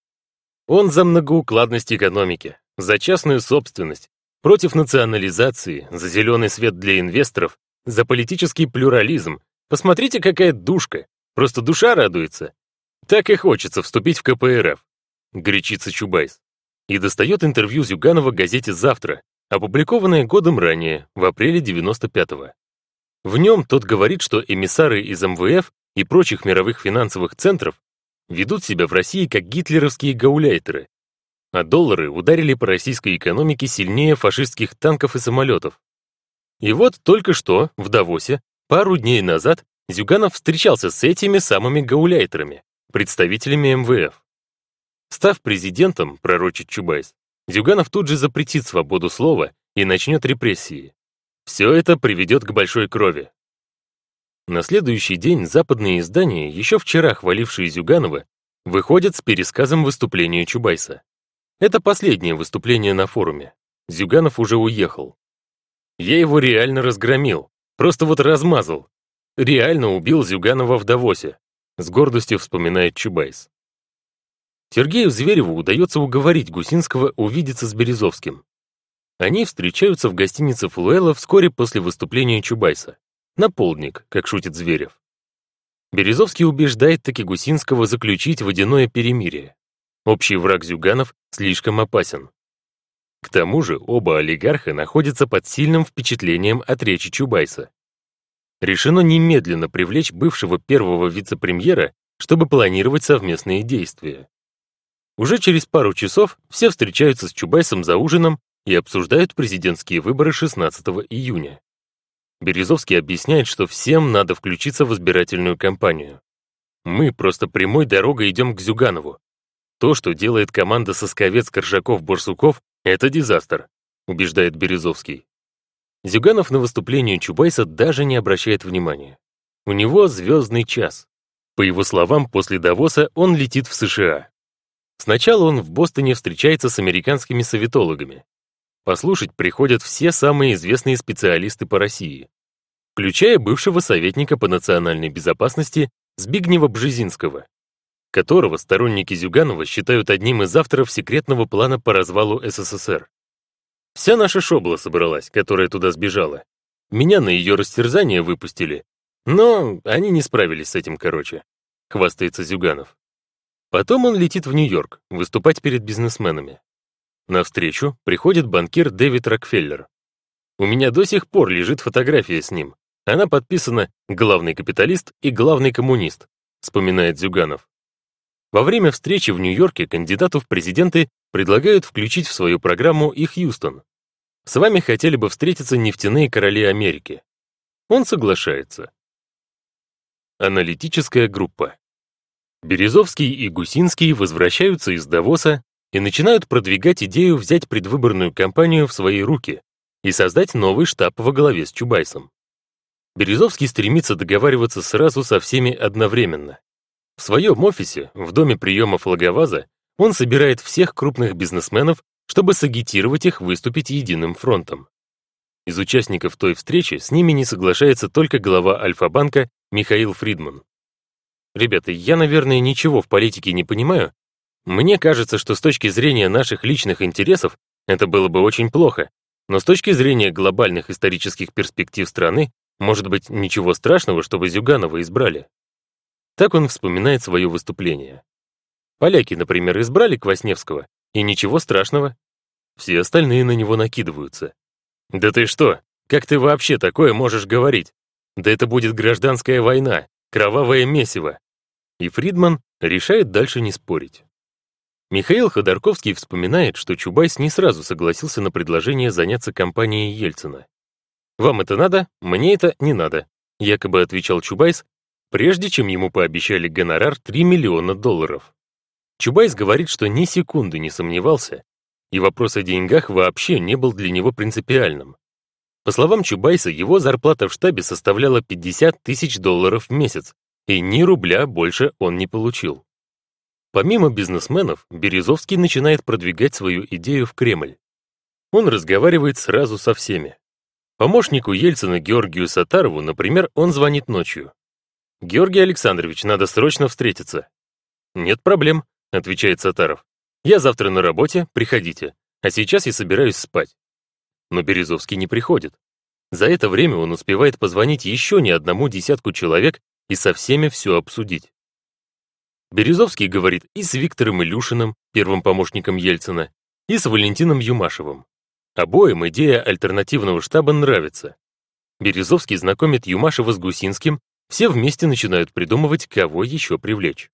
Он за многоукладность экономики, за частную собственность, против национализации, за зеленый свет для инвесторов, за политический плюрализм. Посмотрите, какая душка, просто душа радуется. Так и хочется вступить в КПРФ, горячится Чубайс. И достает интервью Зюганова газете «Завтра», опубликованное годом ранее, в апреле 95-го. В нем тот говорит, что эмиссары из МВФ и прочих мировых финансовых центров ведут себя в России как гитлеровские гауляйтеры, а доллары ударили по российской экономике сильнее фашистских танков и самолетов. И вот только что, в Давосе, пару дней назад, Зюганов встречался с этими самыми гауляйтерами, представителями МВФ. Став президентом, пророчит Чубайс, Зюганов тут же запретит свободу слова и начнет репрессии. Все это приведет к большой крови. На следующий день западные издания, еще вчера хвалившие Зюганова, выходят с пересказом выступления Чубайса. Это последнее выступление на форуме. Зюганов уже уехал. «Я его реально разгромил, просто вот размазал. Реально убил Зюганова в Давосе», с гордостью вспоминает Чубайс. Сергею Звереву удается уговорить Гусинского увидеться с Березовским. Они встречаются в гостинице «Флуэла» вскоре после выступления Чубайса. На полдник, как шутит Зверев. Березовский убеждает таки Гусинского заключить водяное перемирие. Общий враг Зюганов слишком опасен. К тому же оба олигарха находятся под сильным впечатлением от речи Чубайса. Решено немедленно привлечь бывшего первого вице-премьера, чтобы планировать совместные действия. Уже через пару часов все встречаются с Чубайсом за ужином и обсуждают президентские выборы 16 июня. Березовский объясняет, что всем надо включиться в избирательную кампанию. «Мы просто прямой дорогой идем к Зюганову. То, что делает команда Сосковец, Коржаков, Барсуков, это дизастер, убеждает Березовский. Зюганов на выступление Чубайса даже не обращает внимания. У него звездный час. По его словам, после Давоса он летит в США. Сначала он в Бостоне встречается с американскими советологами. Послушать приходят все самые известные специалисты по России, включая бывшего советника по национальной безопасности Збигнева Бжезинского, которого сторонники Зюганова считают одним из авторов секретного плана по развалу СССР. Вся наша шобла собралась, которая туда сбежала. Меня на ее растерзание выпустили, но они не справились с этим, короче, хвастается Зюганов. Потом он летит в Нью-Йорк выступать перед бизнесменами. На встречу приходит банкир Дэвид Рокфеллер. У меня до сих пор лежит фотография с ним. Она подписана «Главный капиталист» и «Главный коммунист», вспоминает Зюганов. Во время встречи в Нью-Йорке кандидату в президенты предлагают включить в свою программу и Хьюстон. С вами хотели бы встретиться нефтяные короли Америки. Он соглашается. Аналитическая группа. Березовский и Гусинский возвращаются из Давоса и начинают продвигать идею взять предвыборную кампанию в свои руки и создать новый штаб во главе с Чубайсом. Березовский стремится договариваться сразу со всеми одновременно. В своем офисе, в доме приемов Логоваза, он собирает всех крупных бизнесменов, чтобы сагитировать их выступить единым фронтом. Из участников той встречи с ними не соглашается только глава Альфа-банка Михаил Фридман. «Ребята, я, наверное, ничего в политике не понимаю. Мне кажется, что с точки зрения наших личных интересов это было бы очень плохо, но с точки зрения глобальных исторических перспектив страны, может быть, ничего страшного, чтобы Зюганова избрали». Так он вспоминает свое выступление. Поляки, например, избрали Квасневского, и ничего страшного. Все остальные на него накидываются. «Да ты что? Как ты вообще такое можешь говорить? Да это будет гражданская война, кровавое месиво». И Фридман решает дальше не спорить. Михаил Ходорковский вспоминает, что Чубайс не сразу согласился на предложение заняться кампанией Ельцина. «Вам это надо? Мне это не надо», якобы отвечал Чубайс, прежде чем ему пообещали гонорар $3 миллиона. Чубайс говорит, что ни секунды не сомневался, и вопрос о деньгах вообще не был для него принципиальным. По словам Чубайса, его зарплата в штабе составляла $50 тысяч в месяц, и ни рубля больше он не получил. Помимо бизнесменов, Березовский начинает продвигать свою идею в Кремль. Он разговаривает сразу со всеми. Помощнику Ельцина Георгию Саттарову, например, он звонит ночью. «Георгий Александрович, надо срочно встретиться». «Нет проблем», — отвечает Саттаров. «Я завтра на работе, приходите, а сейчас я собираюсь спать». Но Березовский не приходит. За это время он успевает позвонить еще не одному десятку человек и со всеми все обсудить. Березовский говорит и с Виктором Илюшиным, первым помощником Ельцина, и с Валентином Юмашевым. Обоим идея альтернативного штаба нравится. Березовский знакомит Юмашева с Гусинским, все вместе начинают придумывать, кого еще привлечь.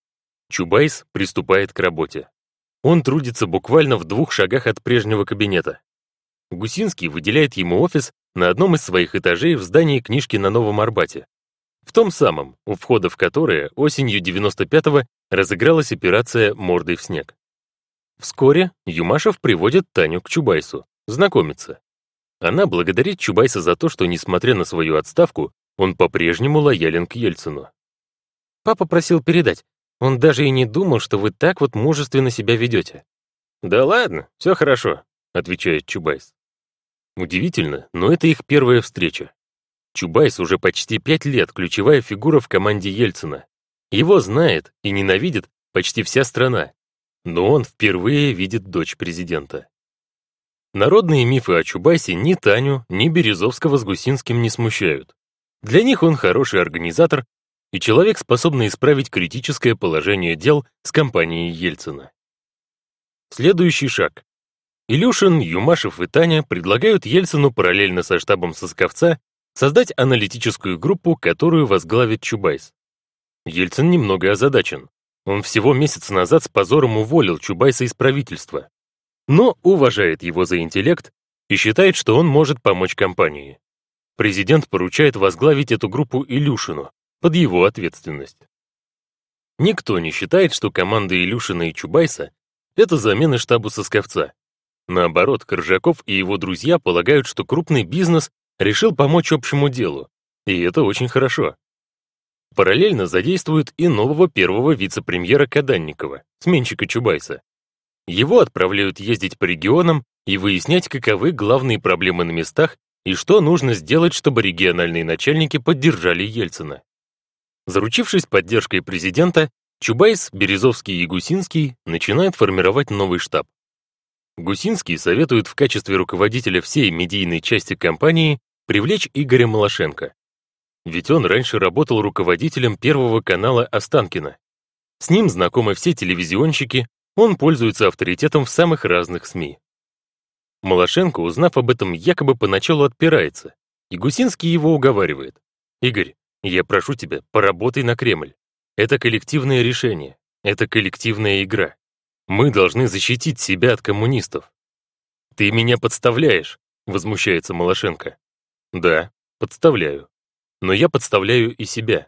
Чубайс приступает к работе. Он трудится буквально в 2 шагах от прежнего кабинета. Гусинский выделяет ему офис на одном из своих этажей в здании книжки на Новом Арбате. В том самом, у входа в которое осенью 95-го разыгралась операция «Мордой в снег». Вскоре Юмашев приводит Таню к Чубайсу, знакомиться. Она благодарит Чубайса за то, что, несмотря на свою отставку, он по-прежнему лоялен к Ельцину. «Папа просил передать. Он даже и не думал, что вы так вот мужественно себя ведете». «Да ладно, все хорошо», — отвечает Чубайс. Удивительно, но это их первая встреча. Чубайс уже почти 5 лет ключевая фигура в команде Ельцина. Его знает и ненавидит почти вся страна. Но он впервые видит дочь президента. Народные мифы о Чубайсе ни Таню, ни Березовского с Гусинским не смущают. Для них он хороший организатор и человек, способный исправить критическое положение дел с компанией Ельцина. Следующий шаг. Илюшин, Юмашев и Таня предлагают Ельцину параллельно со штабом Сосковца создать аналитическую группу, которую возглавит Чубайс. Ельцин немного озадачен. Он всего месяц назад с позором уволил Чубайса из правительства, но уважает его за интеллект и считает, что он может помочь компании. Президент поручает возглавить эту группу Илюшину под его ответственность. Никто не считает, что команда Илюшина и Чубайса — это замена штабу Сосковца. Наоборот, Коржаков и его друзья полагают, что крупный бизнес решил помочь общему делу, и это очень хорошо. Параллельно задействуют и нового первого вице-премьера Каданникова, сменщика Чубайса. Его отправляют ездить по регионам и выяснять, каковы главные проблемы на местах и что нужно сделать, чтобы региональные начальники поддержали Ельцина. Заручившись поддержкой президента, Чубайс, Березовский и Гусинский начинают формировать новый штаб. Гусинский советует в качестве руководителя всей медийной части компании привлечь Игоря Малашенко. Ведь он раньше работал руководителем Первого канала Останкино. С ним знакомы все телевизионщики, он пользуется авторитетом в самых разных СМИ. Малашенко, узнав об этом, якобы поначалу отпирается, и Гусинский его уговаривает. «Игорь, я прошу тебя, поработай на Кремль. Это коллективное решение, это коллективная игра. Мы должны защитить себя от коммунистов». «Ты меня подставляешь», — возмущается Малашенко. «Да, подставляю. Но я подставляю и себя».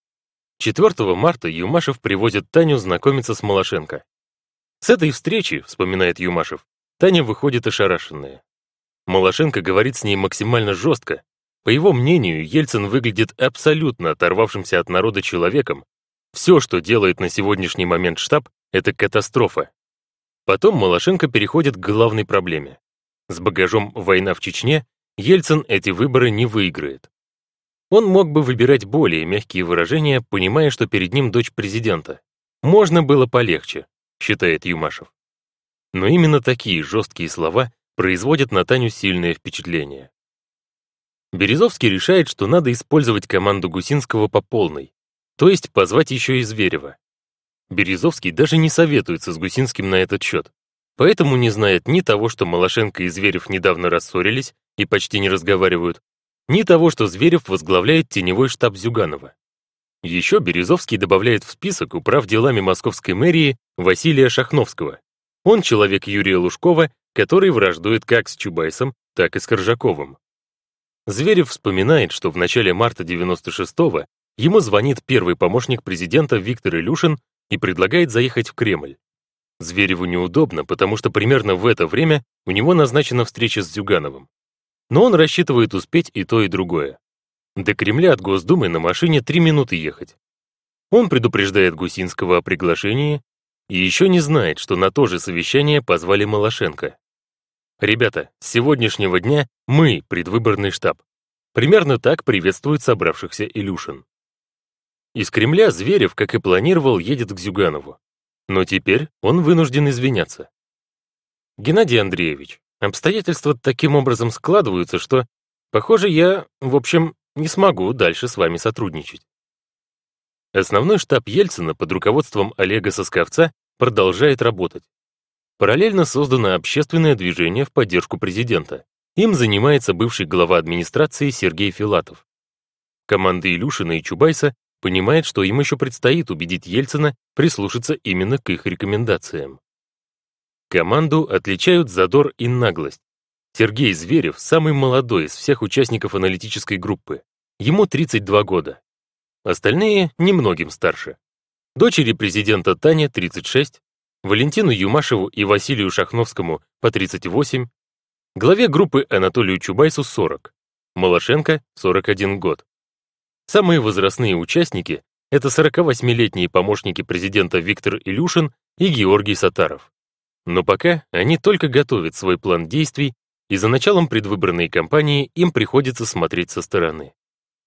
4 марта Юмашев привозит Таню знакомиться с Малашенко. С этой встречи, вспоминает Юмашев, Таня выходит ошарашенная. Малашенко говорит с ней максимально жестко. По его мнению, Ельцин выглядит абсолютно оторвавшимся от народа человеком. Все, что делает на сегодняшний момент штаб, это катастрофа. Потом Малашенко переходит к главной проблеме. С багажом «Война в Чечне» Ельцин эти выборы не выиграет. Он мог бы выбирать более мягкие выражения, понимая, что перед ним дочь президента. Можно было полегче, считает Юмашев. Но именно такие жесткие слова производят на Таню сильное впечатление. Березовский решает, что надо использовать команду Гусинского по полной, то есть позвать еще и Зверева. Березовский даже не советуется с Гусинским на этот счет, поэтому не знает ни того, что Малашенко и Зверев недавно рассорились и почти не разговаривают, ни того, что Зверев возглавляет теневой штаб Зюганова. Еще Березовский добавляет в список управ делами московской мэрии Василия Шахновского. Он человек Юрия Лужкова, который враждует как с Чубайсом, так и с Коржаковым. Зверев вспоминает, что в начале марта 96-го ему звонит первый помощник президента Виктор Илюшин и предлагает заехать в Кремль. Звереву неудобно, потому что примерно в это время у него назначена встреча с Зюгановым. Но он рассчитывает успеть и то, и другое. До Кремля от Госдумы на машине 3 минуты ехать. Он предупреждает Гусинского о приглашении и еще не знает, что на то же совещание позвали Малашенко. «Ребята, с сегодняшнего дня мы предвыборный штаб». Примерно так приветствует собравшихся Илюшин. Из Кремля Зверев, как и планировал, едет к Зюганову. Но теперь он вынужден извиняться. «Геннадий Андреевич, обстоятельства таким образом складываются, что, похоже, я, в общем, не смогу дальше с вами сотрудничать». Основной штаб Ельцина под руководством Олега Сосковца продолжает работать. Параллельно создано общественное движение в поддержку президента. Им занимается бывший глава администрации Сергей Филатов. Команда Илюшина и Чубайса понимает, что им еще предстоит убедить Ельцина прислушаться именно к их рекомендациям. Команду отличают задор и наглость. Сергей Зверев самый молодой из всех участников аналитической группы. Ему 32 года. Остальные немногим старше. Дочери президента Тане 36, Валентину Юмашеву и Василию Шахновскому по 38, главе группы Анатолию Чубайсу 40, Малашенко 41 год. Самые возрастные участники — это 48-летние помощники президента Виктор Илюшин и Георгий Саттаров. Но пока они только готовят свой план действий, и за началом предвыборной кампании им приходится смотреть со стороны.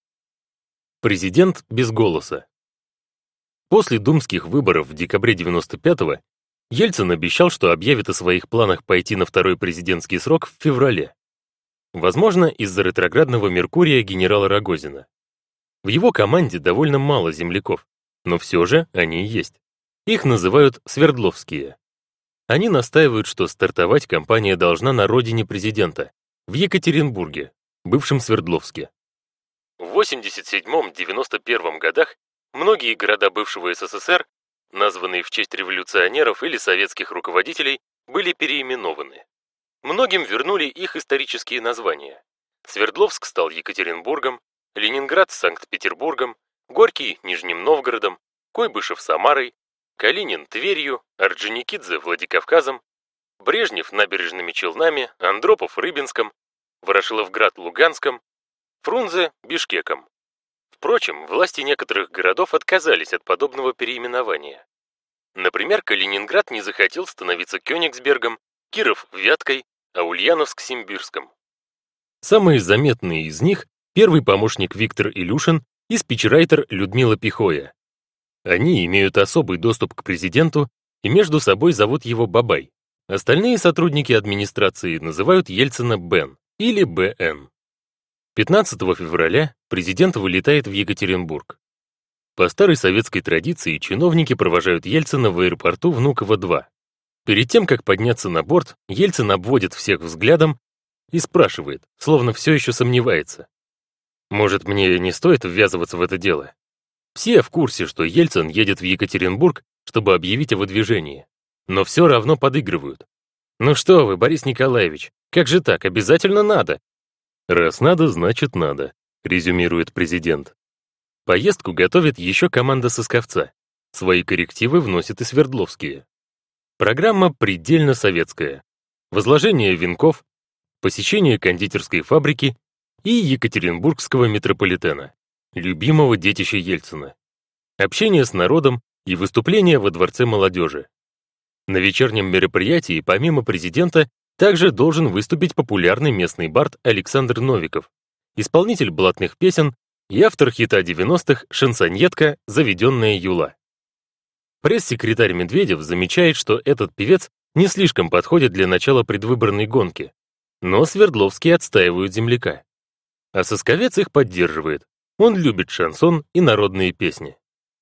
Президент без голоса. После думских выборов в декабре 95-го Ельцин обещал, что объявит о своих планах пойти на второй президентский срок в феврале. Возможно, из-за ретроградного Меркурия генерала Рогозина. В его команде довольно мало земляков, но все же они есть. Их называют Свердловские. Они настаивают, что стартовать кампания должна на родине президента, в Екатеринбурге, бывшем Свердловске. В 87-91 годах многие города бывшего СССР, названные в честь революционеров или советских руководителей, были переименованы. Многим вернули их исторические названия. Свердловск стал Екатеринбургом, Ленинград — Санкт-Петербургом, Горький — Нижним Новгородом, Куйбышев Самарой, Калинин Тверью, Орджоникидзе Владикавказом, Брежнев Набережными Челнами, Андропов Рыбинском, Ворошиловград Луганском, Фрунзе Бишкеком. Впрочем, власти некоторых городов отказались от подобного переименования. Например, Калининград не захотел становиться Кёнигсбергом, Киров – Вяткой, а Ульяновск – Симбирском. Самые заметные из них – первый помощник Виктор Илюшин и спичрайтер Людмила Пихоя. Они имеют особый доступ к президенту и между собой зовут его Бабай. Остальные сотрудники администрации называют Ельцина Бен или БН. 15 февраля президент вылетает в Екатеринбург. По старой советской традиции чиновники провожают Ельцина в аэропорту Внуково-2. Перед тем, как подняться на борт, Ельцин обводит всех взглядом и спрашивает, словно все еще сомневается. Может, мне не стоит ввязываться в это дело? Все в курсе, что Ельцин едет в Екатеринбург, чтобы объявить о выдвижении. Но все равно подыгрывают. «Ну что вы, Борис Николаевич, как же так, обязательно надо?» «Раз надо, значит надо», — резюмирует президент. Поездку готовит еще команда Сосковца. Свои коррективы вносят и Свердловские. Программа предельно советская. Возложение венков, посещение кондитерской фабрики и Екатеринбургского метрополитена, любимого детища Ельцина. Общение с народом и выступление во Дворце молодежи. На вечернем мероприятии, помимо президента, также должен выступить популярный местный бард Александр Новиков, исполнитель блатных песен и автор хита 90-х «Шансоньетка. Заведенная Юла». Пресс-секретарь Медведев замечает, что этот певец не слишком подходит для начала предвыборной гонки, но Свердловские отстаивают земляка. А Сосковец их поддерживает, он любит шансон и народные песни.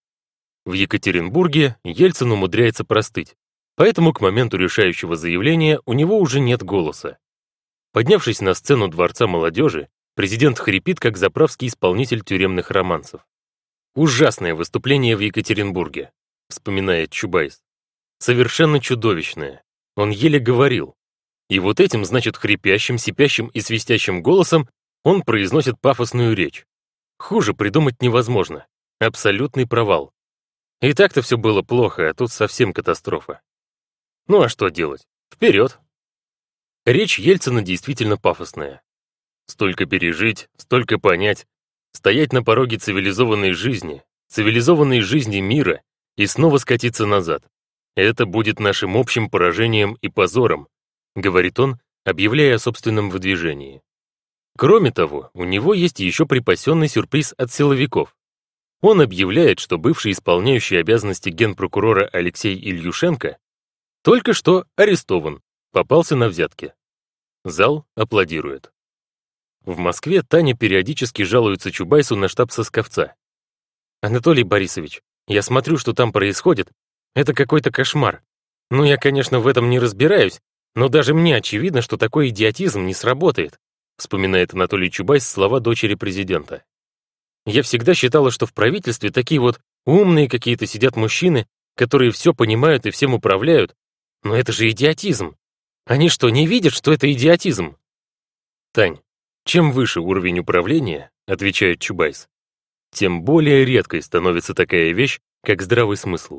В Екатеринбурге Ельцин умудряется простыть. Поэтому к моменту решающего заявления у него уже нет голоса. Поднявшись на сцену Дворца молодежи, президент хрипит, как заправский исполнитель тюремных романсов. «Ужасное выступление в Екатеринбурге», — вспоминает Чубайс. «Совершенно чудовищное. Он еле говорил. И вот этим, значит, хрипящим, сипящим и свистящим голосом он произносит пафосную речь. Хуже придумать невозможно. Абсолютный провал. И так-то все было плохо, а тут совсем катастрофа. Ну а что делать? Вперед! Речь Ельцина действительно пафосная. Столько пережить, столько понять, стоять на пороге цивилизованной жизни мира и снова скатиться назад. Это будет нашим общим поражением и позором, говорит он, объявляя о собственном выдвижении. Кроме того, у него есть еще припасенный сюрприз от силовиков. Он объявляет, что бывший исполняющий обязанности генпрокурора Алексей Ильюшенко только что арестован, попался на взятки. Зал аплодирует. В Москве Таня периодически жалуется Чубайсу на штаб Сосковца. «Анатолий Борисович, я смотрю, что там происходит. Это какой-то кошмар. Ну, я, конечно, в этом не разбираюсь, но даже мне очевидно, что такой идиотизм не сработает», вспоминает Анатолий Чубайс слова дочери президента. «Я всегда считала, что в правительстве такие вот умные какие-то сидят мужчины, которые все понимают и всем управляют. Но это же идиотизм. Они что, не видят, что это идиотизм?» «Тань, чем выше уровень управления, — отвечает Чубайс, — тем более редкой становится такая вещь, как здравый смысл».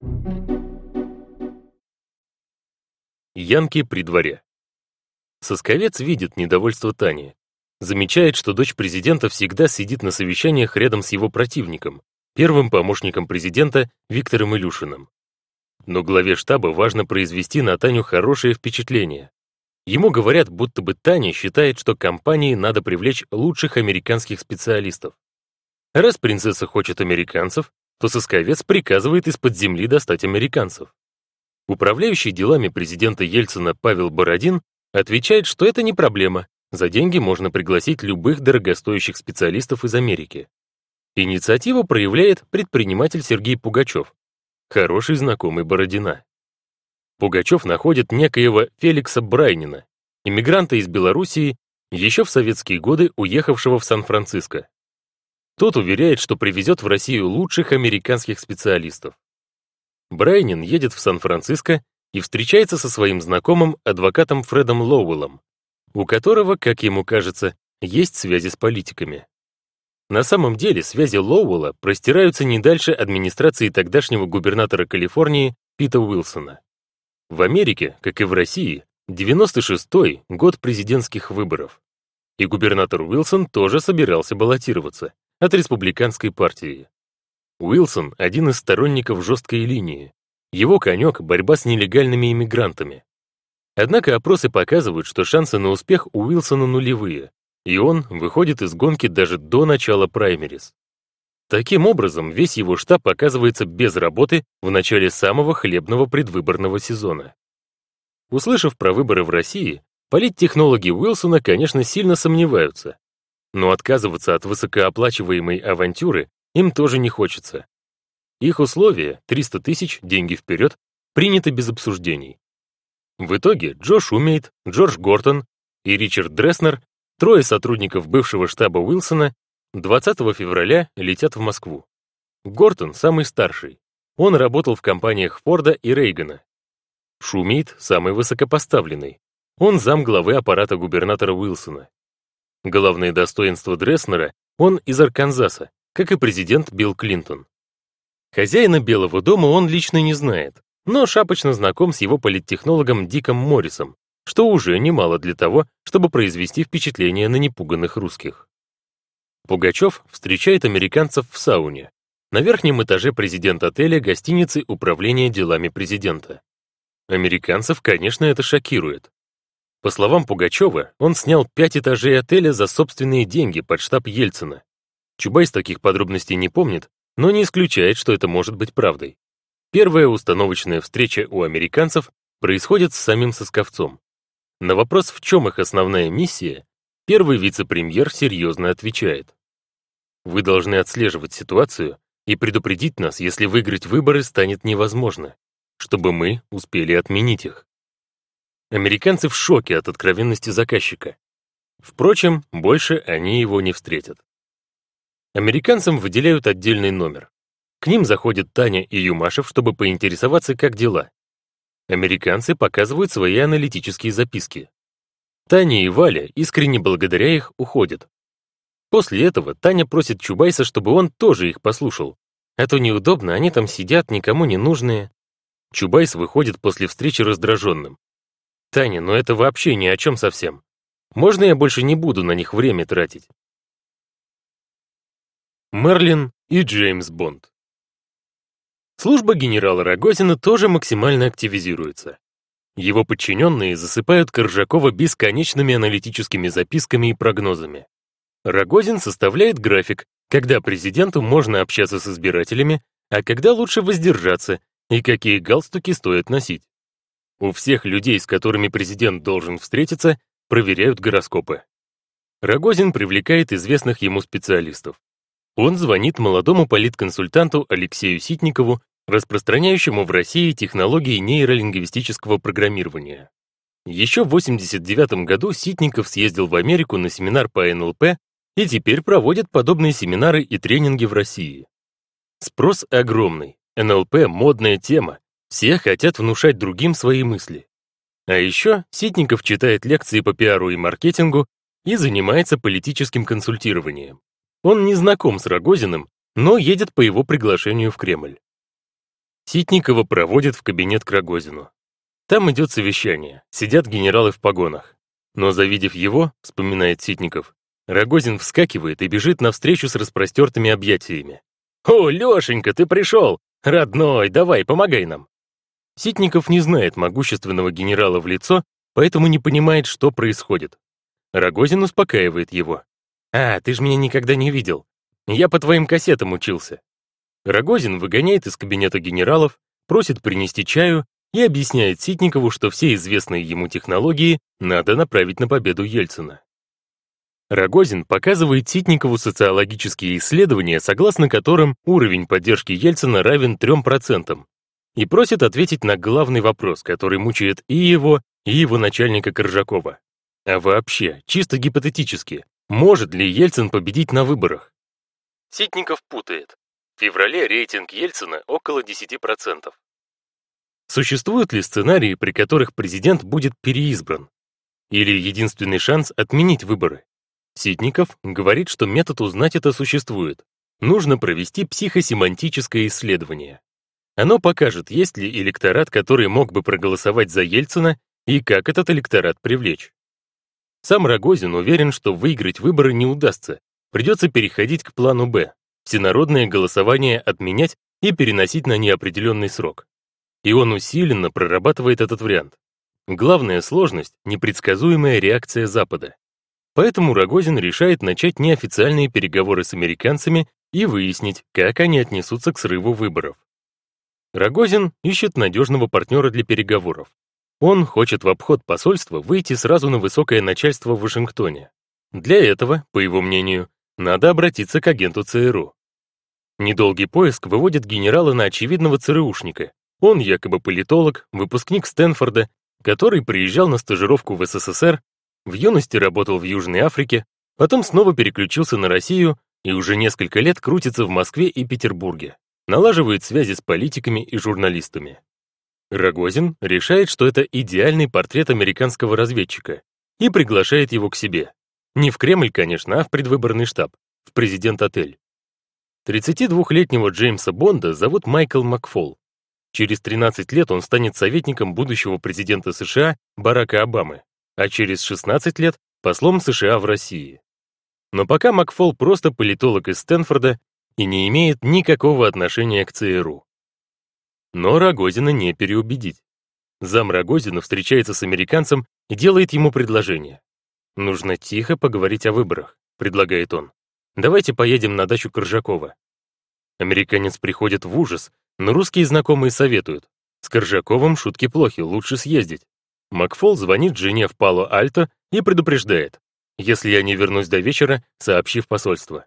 Янки при дворе. Сосковец видит недовольство Тани. Замечает, что дочь президента всегда сидит на совещаниях рядом с его противником, первым помощником президента Виктором Илюшиным. Но главе штаба важно произвести на Таню хорошее впечатление. Ему говорят, будто бы Таня считает, что компании надо привлечь лучших американских специалистов. Раз принцесса хочет американцев, то Сосковец приказывает из-под земли достать американцев. Управляющий делами президента Ельцина Павел Бородин отвечает, что это не проблема, за деньги можно пригласить любых дорогостоящих специалистов из Америки. Инициативу проявляет предприниматель Сергей Пугачев, хороший знакомый Бородина. Пугачев находит некоего Феликса Брайнина, иммигранта из Белоруссии, еще в советские годы уехавшего в Сан-Франциско. Тот уверяет, что привезет в Россию лучших американских специалистов. Брайнин едет в Сан-Франциско и встречается со своим знакомым адвокатом Фредом Лоуэллом, у которого, как ему кажется, есть связи с политиками. На самом деле связи Лоуэлла простираются не дальше администрации тогдашнего губернатора Калифорнии Пита Уилсона. В Америке, как и в России, 96-й год президентских выборов. И губернатор Уилсон тоже собирался баллотироваться от республиканской партии. Уилсон — один из сторонников жесткой линии. Его конек — борьба с нелегальными иммигрантами. Однако опросы показывают, что шансы на успех у Уилсона нулевые, и он выходит из гонки даже до начала праймерис. Таким образом, весь его штаб оказывается без работы в начале самого хлебного предвыборного сезона. Услышав про выборы в России, политтехнологи Уилсона, конечно, сильно сомневаются. Но отказываться от высокооплачиваемой авантюры им тоже не хочется. Их условия, 300 тысяч, деньги вперед, приняты без обсуждений. В итоге Джо Шумейт, Джордж Гортон и Ричард Дресснер, трое сотрудников бывшего штаба Уилсона, 20 февраля летят в Москву. Гортон самый старший. Он работал в компаниях Форда и Рейгана. Шумейт самый высокопоставленный. Он замглавы аппарата губернатора Уилсона. Главное достоинство Дресснера — он из Арканзаса, как и президент Билл Клинтон. Хозяина Белого дома он лично не знает, но шапочно знаком с его политтехнологом Диком Моррисом, что уже немало для того, чтобы произвести впечатление на непуганных русских. Пугачев встречает американцев в сауне, на верхнем этаже президент-отеля гостиницы Управления делами президента. Американцев, конечно, это шокирует. По словам Пугачева, он снял 5 этажей отеля за собственные деньги под штаб Ельцина. Чубайс таких подробностей не помнит, но не исключает, что это может быть правдой. Первая установочная встреча у американцев происходит с самим Сосковцом. На вопрос, в чем их основная миссия, первый вице-премьер серьезно отвечает: «Вы должны отслеживать ситуацию и предупредить нас, если выиграть выборы станет невозможно, чтобы мы успели отменить их». Американцы в шоке от откровенности заказчика. Впрочем, больше они его не встретят. Американцам выделяют отдельный номер. К ним заходят Таня и Юмашев, чтобы поинтересоваться, как дела. Американцы показывают свои аналитические записки. Таня и Валя, искренне благодаря их, уходят. После этого Таня просит Чубайса, чтобы он тоже их послушал. А то неудобно, они там сидят, никому не нужные. Чубайс выходит после встречи раздраженным. «Таня, ну это вообще ни о чем совсем. Можно я больше не буду на них время тратить?» Мерлин и Джеймс Бонд. Служба генерала Рогозина тоже максимально активизируется. Его подчиненные засыпают Коржакова бесконечными аналитическими записками и прогнозами. Рогозин составляет график, когда президенту можно общаться с избирателями, а когда лучше воздержаться, и какие галстуки стоит носить. У всех людей, с которыми президент должен встретиться, проверяют гороскопы. Рогозин привлекает известных ему специалистов. Он звонит молодому политконсультанту Алексею Ситникову, распространяющему в России технологии нейролингвистического программирования. Еще в 1989 году Ситников съездил в Америку на семинар по НЛП и теперь проводит подобные семинары и тренинги в России. Спрос огромный. НЛП — модная тема. Все хотят внушать другим свои мысли. А еще Ситников читает лекции по пиару и маркетингу и занимается политическим консультированием. Он не знаком с Рогозиным, но едет по его приглашению в Кремль. Ситникова проводят в кабинет к Рогозину. Там идет совещание, сидят генералы в погонах. Но завидев его, вспоминает Ситников, Рогозин вскакивает и бежит навстречу с распростертыми объятиями. «О, Лешенька, ты пришел! Родной, давай, помогай нам!» Ситников не знает могущественного генерала в лицо, поэтому не понимает, что происходит. Рогозин успокаивает его. «А, ты ж меня никогда не видел. Я по твоим кассетам учился». Рогозин выгоняет из кабинета генералов, просит принести чаю и объясняет Ситникову, что все известные ему технологии надо направить на победу Ельцина. Рогозин показывает Ситникову социологические исследования, согласно которым уровень поддержки Ельцина равен 3%, и просит ответить на главный вопрос, который мучает и его начальника Коржакова. А вообще, чисто гипотетически, может ли Ельцин победить на выборах? Ситников путает. В феврале рейтинг Ельцина около 10%. Существуют ли сценарии, при которых президент будет переизбран? Или единственный шанс отменить выборы? Ситников говорит, что метод узнать это существует. Нужно провести психосемантическое исследование. Оно покажет, есть ли электорат, который мог бы проголосовать за Ельцина, и как этот электорат привлечь. Сам Рогозин уверен, что выиграть выборы не удастся, придется переходить к плану «Б», всенародное голосование отменять и переносить на неопределенный срок. И он усиленно прорабатывает этот вариант. Главная сложность — непредсказуемая реакция Запада. Поэтому Рогозин решает начать неофициальные переговоры с американцами и выяснить, как они отнесутся к срыву выборов. Рогозин ищет надежного партнера для переговоров. Он хочет в обход посольства выйти сразу на высокое начальство в Вашингтоне. Для этого, по его мнению, надо обратиться к агенту ЦРУ. Недолгий поиск выводит генерала на очевидного ЦРУшника. Он якобы политолог, выпускник Стэнфорда, который приезжал на стажировку в СССР, в юности работал в Южной Африке, потом снова переключился на Россию и уже несколько лет крутится в Москве и Петербурге, налаживает связи с политиками и журналистами. Рогозин решает, что это идеальный портрет американского разведчика и приглашает его к себе. Не в Кремль, конечно, а в предвыборный штаб, в президент-отель. 32-летнего Джеймса Бонда зовут Майкл Макфол. Через 13 лет он станет советником будущего президента США Барака Обамы, а через 16 лет послом США в России. Но пока Макфол просто политолог из Стэнфорда и не имеет никакого отношения к ЦРУ. Но Рогозина не переубедить. Зам Рогозина встречается с американцем и делает ему предложение. «Нужно тихо поговорить о выборах», — предлагает он. «Давайте поедем на дачу Коржакова». Американец приходит в ужас, но русские знакомые советуют. С Коржаковым шутки плохи, лучше съездить. Макфол звонит жене в Пало-Альто и предупреждает: «Если я не вернусь до вечера, сообщи в посольство».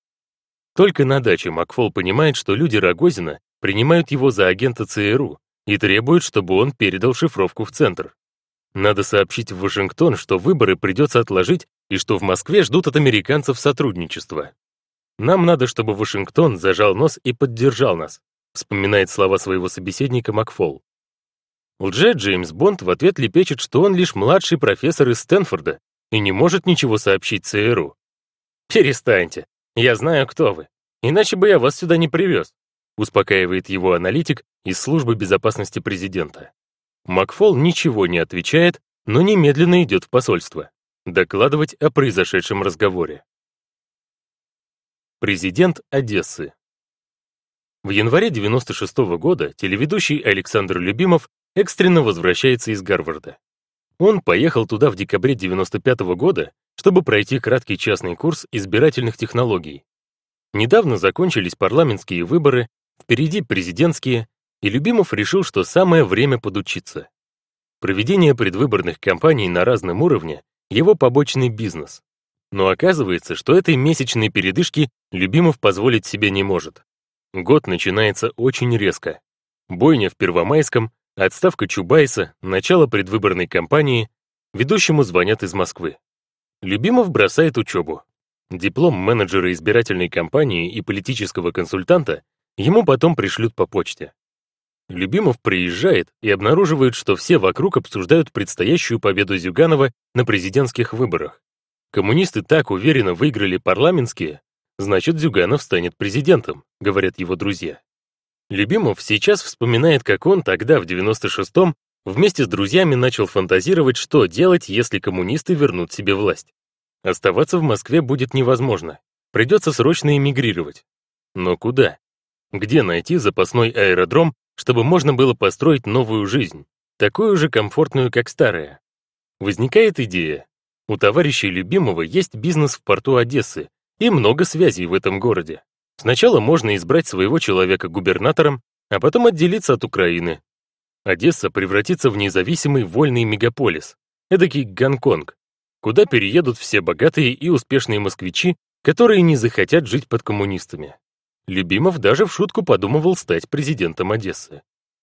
Только на даче Макфол понимает, что люди Рогозина принимают его за агента ЦРУ и требуют, чтобы он передал шифровку в центр. Надо сообщить в Вашингтон, что выборы придется отложить и что в Москве ждут от американцев сотрудничества. «Нам надо, чтобы Вашингтон зажал нос и поддержал нас», вспоминает слова своего собеседника Макфол. Лже-Джеймс Бонд в ответ лепечет, что он лишь младший профессор из Стэнфорда и не может ничего сообщить ЦРУ. «Перестаньте, я знаю, кто вы, иначе бы я вас сюда не привез», успокаивает его аналитик из службы безопасности президента. Макфол ничего не отвечает, но немедленно идет в посольство докладывать о произошедшем разговоре. Президент Одессы. В январе 1996 года телеведущий Александр Любимов экстренно возвращается из Гарварда. Он поехал туда в декабре 1995 года, чтобы пройти краткий частный курс избирательных технологий. Недавно закончились парламентские выборы, впереди президентские, и Любимов решил, что самое время подучиться. Проведение предвыборных кампаний на разном уровне — его побочный бизнес. Но оказывается, что этой месячной передышки Любимов позволить себе не может. Год начинается очень резко. Бойня в Первомайском, отставка Чубайса, начало предвыборной кампании, ведущему звонят из Москвы. Любимов бросает учебу. Диплом менеджера избирательной кампании и политического консультанта ему потом пришлют по почте. Любимов приезжает и обнаруживает, что все вокруг обсуждают предстоящую победу Зюганова на президентских выборах. Коммунисты так уверенно выиграли парламентские, значит, Зюганов станет президентом, говорят его друзья. Любимов сейчас вспоминает, как он тогда, в 96-м, вместе с друзьями начал фантазировать, что делать, если коммунисты вернут себе власть. Оставаться в Москве будет невозможно, придется срочно эмигрировать. Но куда? Где найти запасной аэродром, чтобы можно было построить новую жизнь, такую же комфортную, как старая? Возникает идея. У товарищей Любимова есть бизнес в порту Одессы и много связей в этом городе. Сначала можно избрать своего человека губернатором, а потом отделиться от Украины. Одесса превратится в независимый вольный мегаполис, эдакий Гонконг, куда переедут все богатые и успешные москвичи, которые не захотят жить под коммунистами. Любимов даже в шутку подумывал стать президентом Одессы.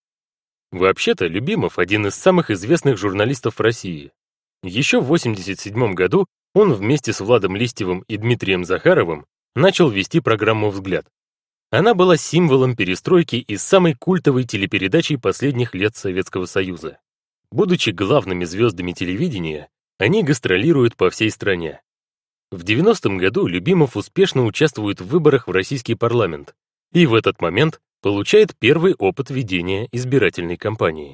Вообще-то Любимов — один из самых известных журналистов России. Еще в 1987 году он вместе с Владом Листьевым и Дмитрием Захаровым начал вести программу «Взгляд». Она была символом перестройки и самой культовой телепередачей последних лет Советского Союза. Будучи главными звездами телевидения, они гастролируют по всей стране. В 90-м году Любимов успешно участвует в выборах в российский парламент и в этот момент получает первый опыт ведения избирательной кампании.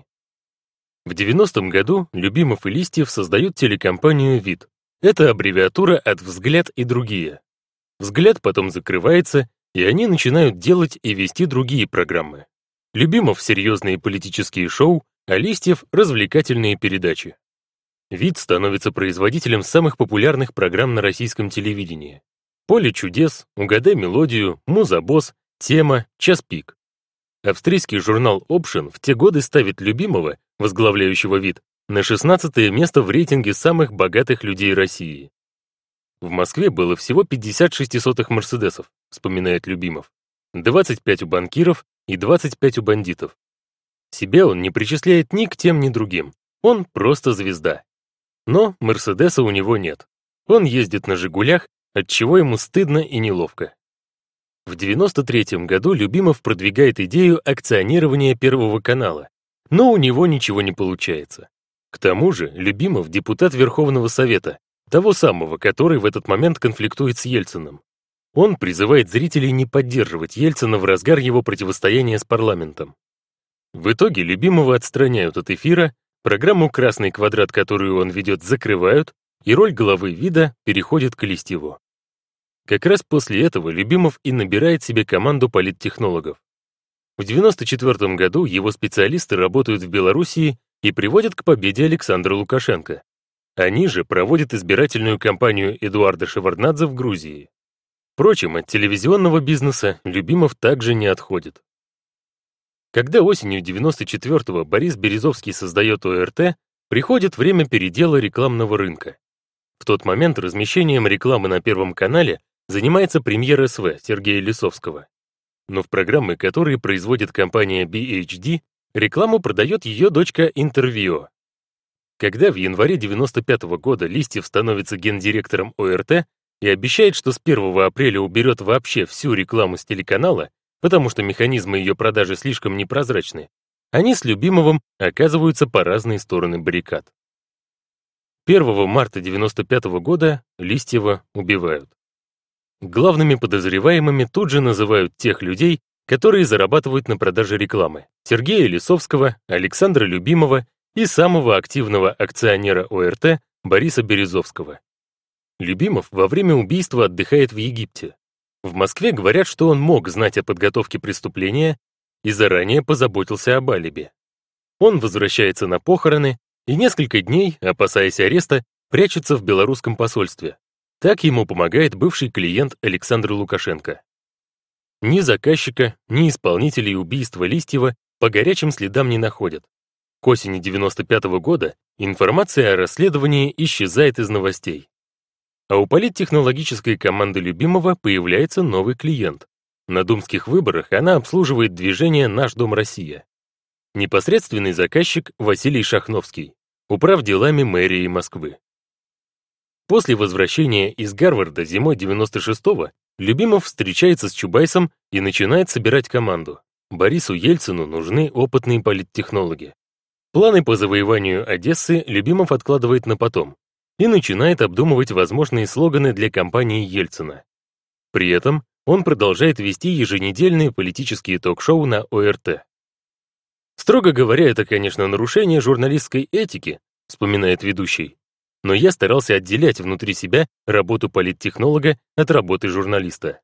В 90-м году Любимов и Листьев создают телекомпанию «ВИД». Это аббревиатура от «Взгляд» и другие. «Взгляд» потом закрывается, и они начинают делать и вести другие программы. Любимов — серьезные политические шоу, а Листьев — развлекательные передачи. ВИД становится производителем самых популярных программ на российском телевидении. «Поле чудес», «Угадай мелодию», «Музабосс», «Тема», «Час пик». Австрийский журнал Option в те годы ставит Любимова, возглавляющего ВИД, на 16-е место в рейтинге самых богатых людей России. В Москве было всего 50 шестисотых «Мерседесов», вспоминает Любимов, 25 у банкиров и 25 у бандитов. Себя он не причисляет ни к тем, ни другим. Он просто звезда. Но «Мерседеса» у него нет. Он ездит на «Жигулях», отчего ему стыдно и неловко. В 93-м году Любимов продвигает идею акционирования Первого канала, но у него ничего не получается. К тому же Любимов — депутат Верховного Совета, того самого, который в этот момент конфликтует с Ельциным. Он призывает зрителей не поддерживать Ельцина в разгар его противостояния с парламентом. В итоге Любимова отстраняют от эфира, программу «Красный квадрат», которую он ведет, закрывают, и роль главы ВИДа переходит к Листьеву. Как раз после этого Любимов и набирает себе команду политтехнологов. В 94 году его специалисты работают в Белоруссии и приводят к победе Александра Лукашенко. Они же проводят избирательную кампанию Эдуарда Шеварднадзе в Грузии. Впрочем, от телевизионного бизнеса Любимов также не отходит. Когда осенью 94-го Борис Березовский создает ОРТ, приходит время передела рекламного рынка. В тот момент размещением рекламы на Первом канале занимается премьер СВ Сергея Лисовского. Но в программы, которые производит компания BHD, рекламу продает ее дочка Интервио. Когда в январе 95-го года Листьев становится гендиректором ОРТ и обещает, что с 1 апреля уберет вообще всю рекламу с телеканала, потому что механизмы ее продажи слишком непрозрачны, они с Любимовым оказываются по разные стороны баррикад. 1 марта 95-го года Листьева убивают. Главными подозреваемыми тут же называют тех людей, которые зарабатывают на продаже рекламы: Сергея Лисовского, Александра Любимова и самого активного акционера ОРТ Бориса Березовского. Любимов во время убийства отдыхает в Египте. В Москве говорят, что он мог знать о подготовке преступления и заранее позаботился об алиби. Он возвращается на похороны и несколько дней, опасаясь ареста, прячется в белорусском посольстве. Так ему помогает бывший клиент Александр Лукашенко. Ни заказчика, ни исполнителей убийства Листьева по горячим следам не находят. К осени 95-го года информация о расследовании исчезает из новостей. А у политтехнологической команды Любимова появляется новый клиент. На думских выборах она обслуживает движение «Наш дом Россия». Непосредственный заказчик Василий Шахновский, управ делами мэрии Москвы. После возвращения из Гарварда зимой 96-го Любимов встречается с Чубайсом и начинает собирать команду. Борису Ельцину нужны опытные политтехнологи. Планы по завоеванию Одессы Любимов откладывает на потом и начинает обдумывать возможные слоганы для кампании Ельцина. При этом он продолжает вести еженедельные политические ток-шоу на ОРТ. «Строго говоря, это, конечно, нарушение журналистской этики», вспоминает ведущий, но я старался отделять внутри себя работу политтехнолога от работы журналиста.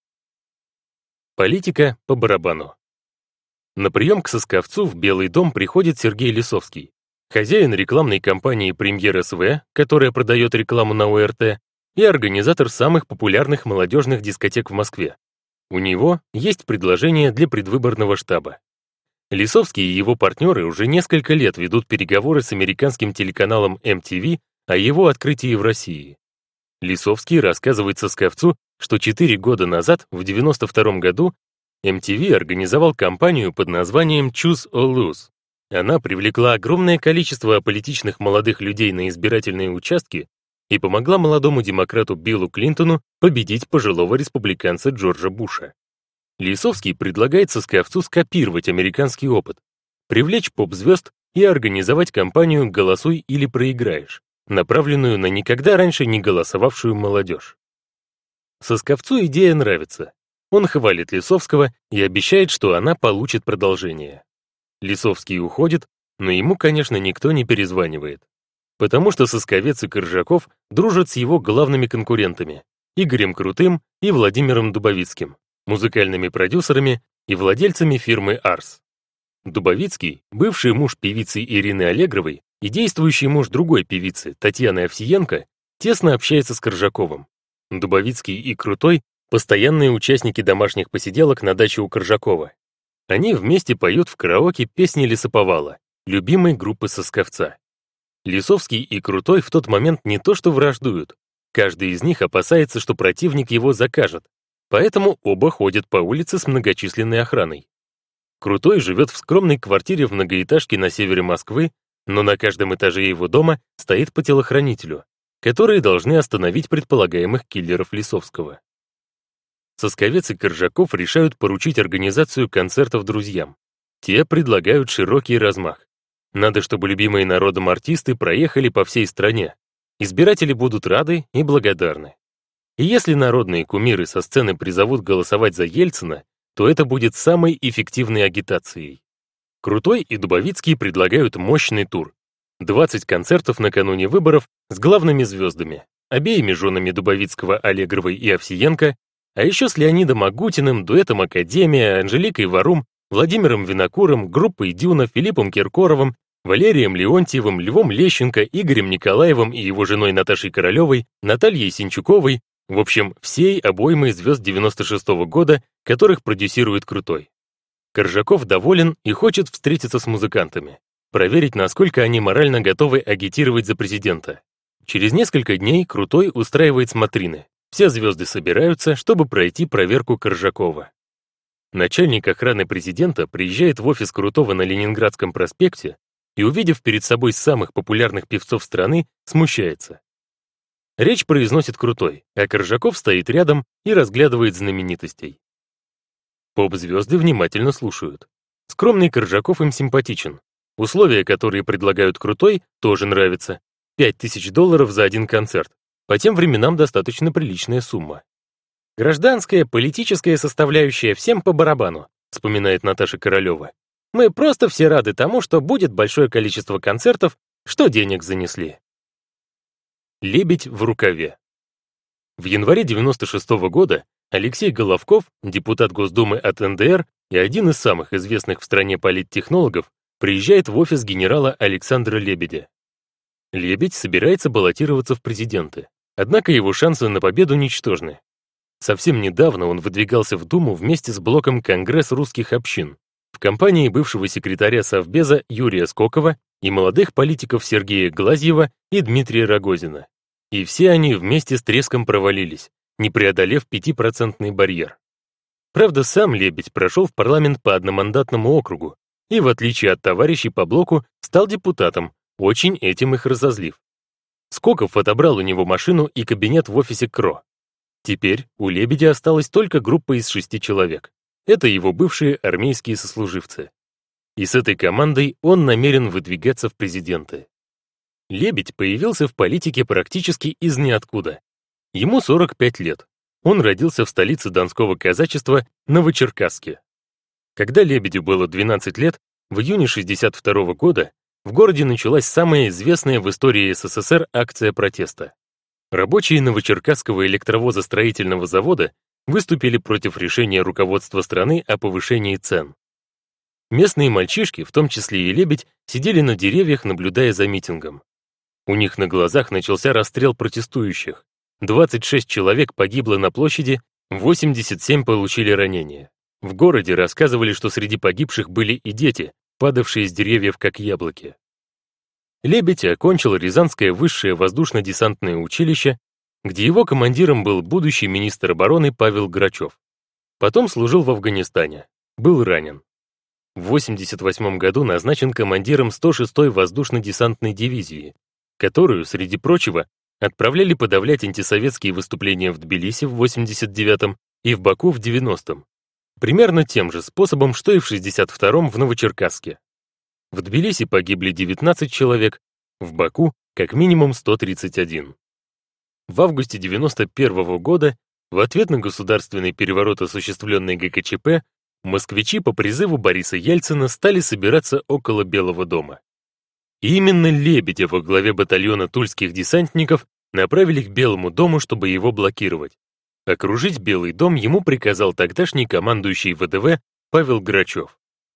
Политика по барабану. На прием к Сосковцу в Белый дом приходит Сергей Лисовский, хозяин рекламной кампании «Премьер СВ», которая продает рекламу на ОРТ, и организатор самых популярных молодежных дискотек в Москве. У него есть предложение для предвыборного штаба. Лисовский и его партнеры уже несколько лет ведут переговоры с американским телеканалом MTV о его открытии в России. Лисовский рассказывает Сосковцу, что 4 года назад, в 92 году, MTV организовал кампанию под названием «Choose or Lose». Она привлекла огромное количество аполитичных молодых людей на избирательные участки и помогла молодому демократу Биллу Клинтону победить пожилого республиканца Джорджа Буша. Лисовский предлагает Сосковцу скопировать американский опыт, привлечь поп-звезд и организовать кампанию «Голосуй или проиграешь», направленную на никогда раньше не голосовавшую молодежь. Сосковцу идея нравится. Он хвалит Лисовского и обещает, что она получит продолжение. Лисовский уходит, но ему, конечно, никто не перезванивает. Потому что Сосковец и Коржаков дружат с его главными конкурентами — Игорем Крутым и Владимиром Дубовицким, музыкальными продюсерами и владельцами фирмы «Арс». Дубовицкий, бывший муж певицы Ирины Аллегровой и действующий муж другой певицы Татьяны Овсиенко, тесно общается с Коржаковым. Дубовицкий и Крутой — постоянные участники домашних посиделок на даче у Коржакова. Они вместе поют в караоке песни Лесоповала, любимой группы Сосковца. Лисовский и Крутой в тот момент не то что враждуют, каждый из них опасается, что противник его закажет, поэтому оба ходят по улице с многочисленной охраной. Крутой живет в скромной квартире в многоэтажке на севере Москвы, но на каждом этаже его дома стоит по телохранителю, которые должны остановить предполагаемых киллеров Лисовского. Сосковец и Коржаков решают поручить организацию концертов друзьям. Те предлагают широкий размах. Надо, чтобы любимые народом артисты проехали по всей стране. Избиратели будут рады и благодарны. И если народные кумиры со сцены призовут голосовать за Ельцина, то это будет самой эффективной агитацией. Крутой и Дубовицкий предлагают мощный тур. 20 концертов накануне выборов с главными звездами, обеими женами Дубовицкого, Аллегровой и Овсиенко, а еще с Леонидом Агутиным, дуэтом «Академия», Анжеликой Варум, Владимиром Винокуром, группой «Дюна», Филиппом Киркоровым, Валерием Леонтьевым, Львом Лещенко, Игорем Николаевым и его женой Наташей Королевой, Натальей Синчуковой, в общем, всей обоймой звезд 96-го года, которых продюсирует Крутой. Коржаков доволен и хочет встретиться с музыкантами, проверить, насколько они морально готовы агитировать за президента. Через несколько дней Крутой устраивает смотрины. Все звезды собираются, чтобы пройти проверку Коржакова. Начальник охраны президента приезжает в офис Крутого на Ленинградском проспекте и, увидев перед собой самых популярных певцов страны, смущается. Речь произносит Крутой, а Коржаков стоит рядом и разглядывает знаменитостей. Поп-звезды внимательно слушают. Скромный Коржаков им симпатичен. Условия, которые предлагают Крутой, тоже нравятся. $5000 за один концерт. По тем временам достаточно приличная сумма. «Гражданская, политическая составляющая всем по барабану», вспоминает Наташа Королева. «Мы просто все рады тому, что будет большое количество концертов, что денег занесли». Лебедь в рукаве. В январе 96-го года Алексей Головков, депутат Госдумы от НДР и один из самых известных в стране политтехнологов, приезжает в офис генерала Александра Лебедя. Лебедь собирается баллотироваться в президенты, однако его шансы на победу ничтожны. Совсем недавно он выдвигался в Думу вместе с блоком «Конгресс русских общин» в компании бывшего секретаря Совбеза Юрия Скокова и молодых политиков Сергея Глазьева и Дмитрия Рогозина. И все они вместе с треском провалились, не преодолев 5% барьер. Правда, сам Лебедь прошел в парламент по одномандатному округу и, в отличие от товарищей по блоку, стал депутатом, очень этим их разозлив. Скоков отобрал у него машину и кабинет в офисе КРО. Теперь у Лебедя осталась только группа из 6 человек. Это его бывшие армейские сослуживцы. И с этой командой он намерен выдвигаться в президенты. Лебедь появился в политике практически из ниоткуда. Ему 45 лет. Он родился в столице донского казачества Новочеркасске. Когда Лебедю было 12 лет, в июне 1962 года в городе началась самая известная в истории СССР акция протеста. Рабочие Новочеркасского электровозостроительного завода выступили против решения руководства страны о повышении цен. Местные мальчишки, в том числе и Лебедь, сидели на деревьях, наблюдая за митингом. У них на глазах начался расстрел протестующих. 26 человек погибло на площади, 87 получили ранения. В городе рассказывали, что среди погибших были и дети, падавшие с деревьев как яблоки. Лебедь окончил Рязанское высшее воздушно-десантное училище, где его командиром был будущий министр обороны Павел Грачев. Потом служил в Афганистане, был ранен. В 1988 году назначен командиром 106-й воздушно-десантной дивизии, которую, среди прочего, отправляли подавлять антисоветские выступления в Тбилиси в 1989-м и в Баку в 1990-м. Примерно тем же способом, что и в 1962-м в Новочеркасске. В Тбилиси погибли 19 человек, в Баку как минимум 131. В августе 91 года, в ответ на государственный переворот, осуществленный ГКЧП, москвичи по призыву Бориса Ельцина стали собираться около Белого дома. И именно Лебедя во главе батальона тульских десантников направили к Белому дому, чтобы его блокировать. Окружить Белый дом ему приказал тогдашний командующий ВДВ Павел Грачев.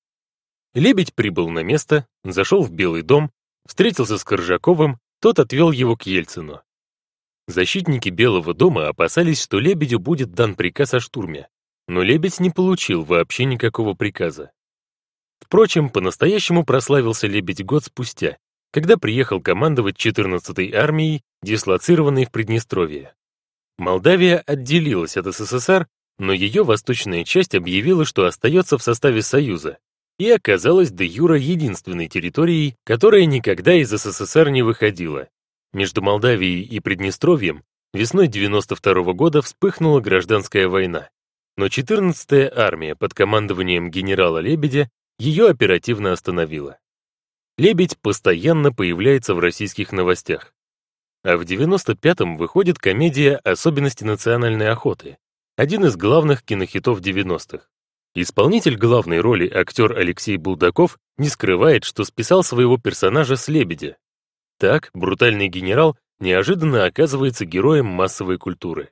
Лебедь прибыл на место, зашел в Белый дом, встретился с Коржаковым, тот отвел его к Ельцину. Защитники Белого дома опасались, что Лебедю будет дан приказ о штурме, но Лебедь не получил вообще никакого приказа. Впрочем, по-настоящему прославился Лебедь год спустя, когда приехал командовать 14-й армией, дислоцированной в Приднестровье. Молдавия отделилась от СССР, но ее восточная часть объявила, что остается в составе Союза, и оказалась де-юре единственной территорией, которая никогда из СССР не выходила. Между Молдавией и Приднестровьем весной 92 года вспыхнула гражданская война, но 14-я армия под командованием генерала Лебедя ее оперативно остановила. Лебедь постоянно появляется в российских новостях. А в 95-м выходит комедия «Особенности национальной охоты», один из главных кинохитов 90-х. Исполнитель главной роли, актер Алексей Булдаков, не скрывает, что списал своего персонажа с Лебедя. Так, брутальный генерал неожиданно оказывается героем массовой культуры.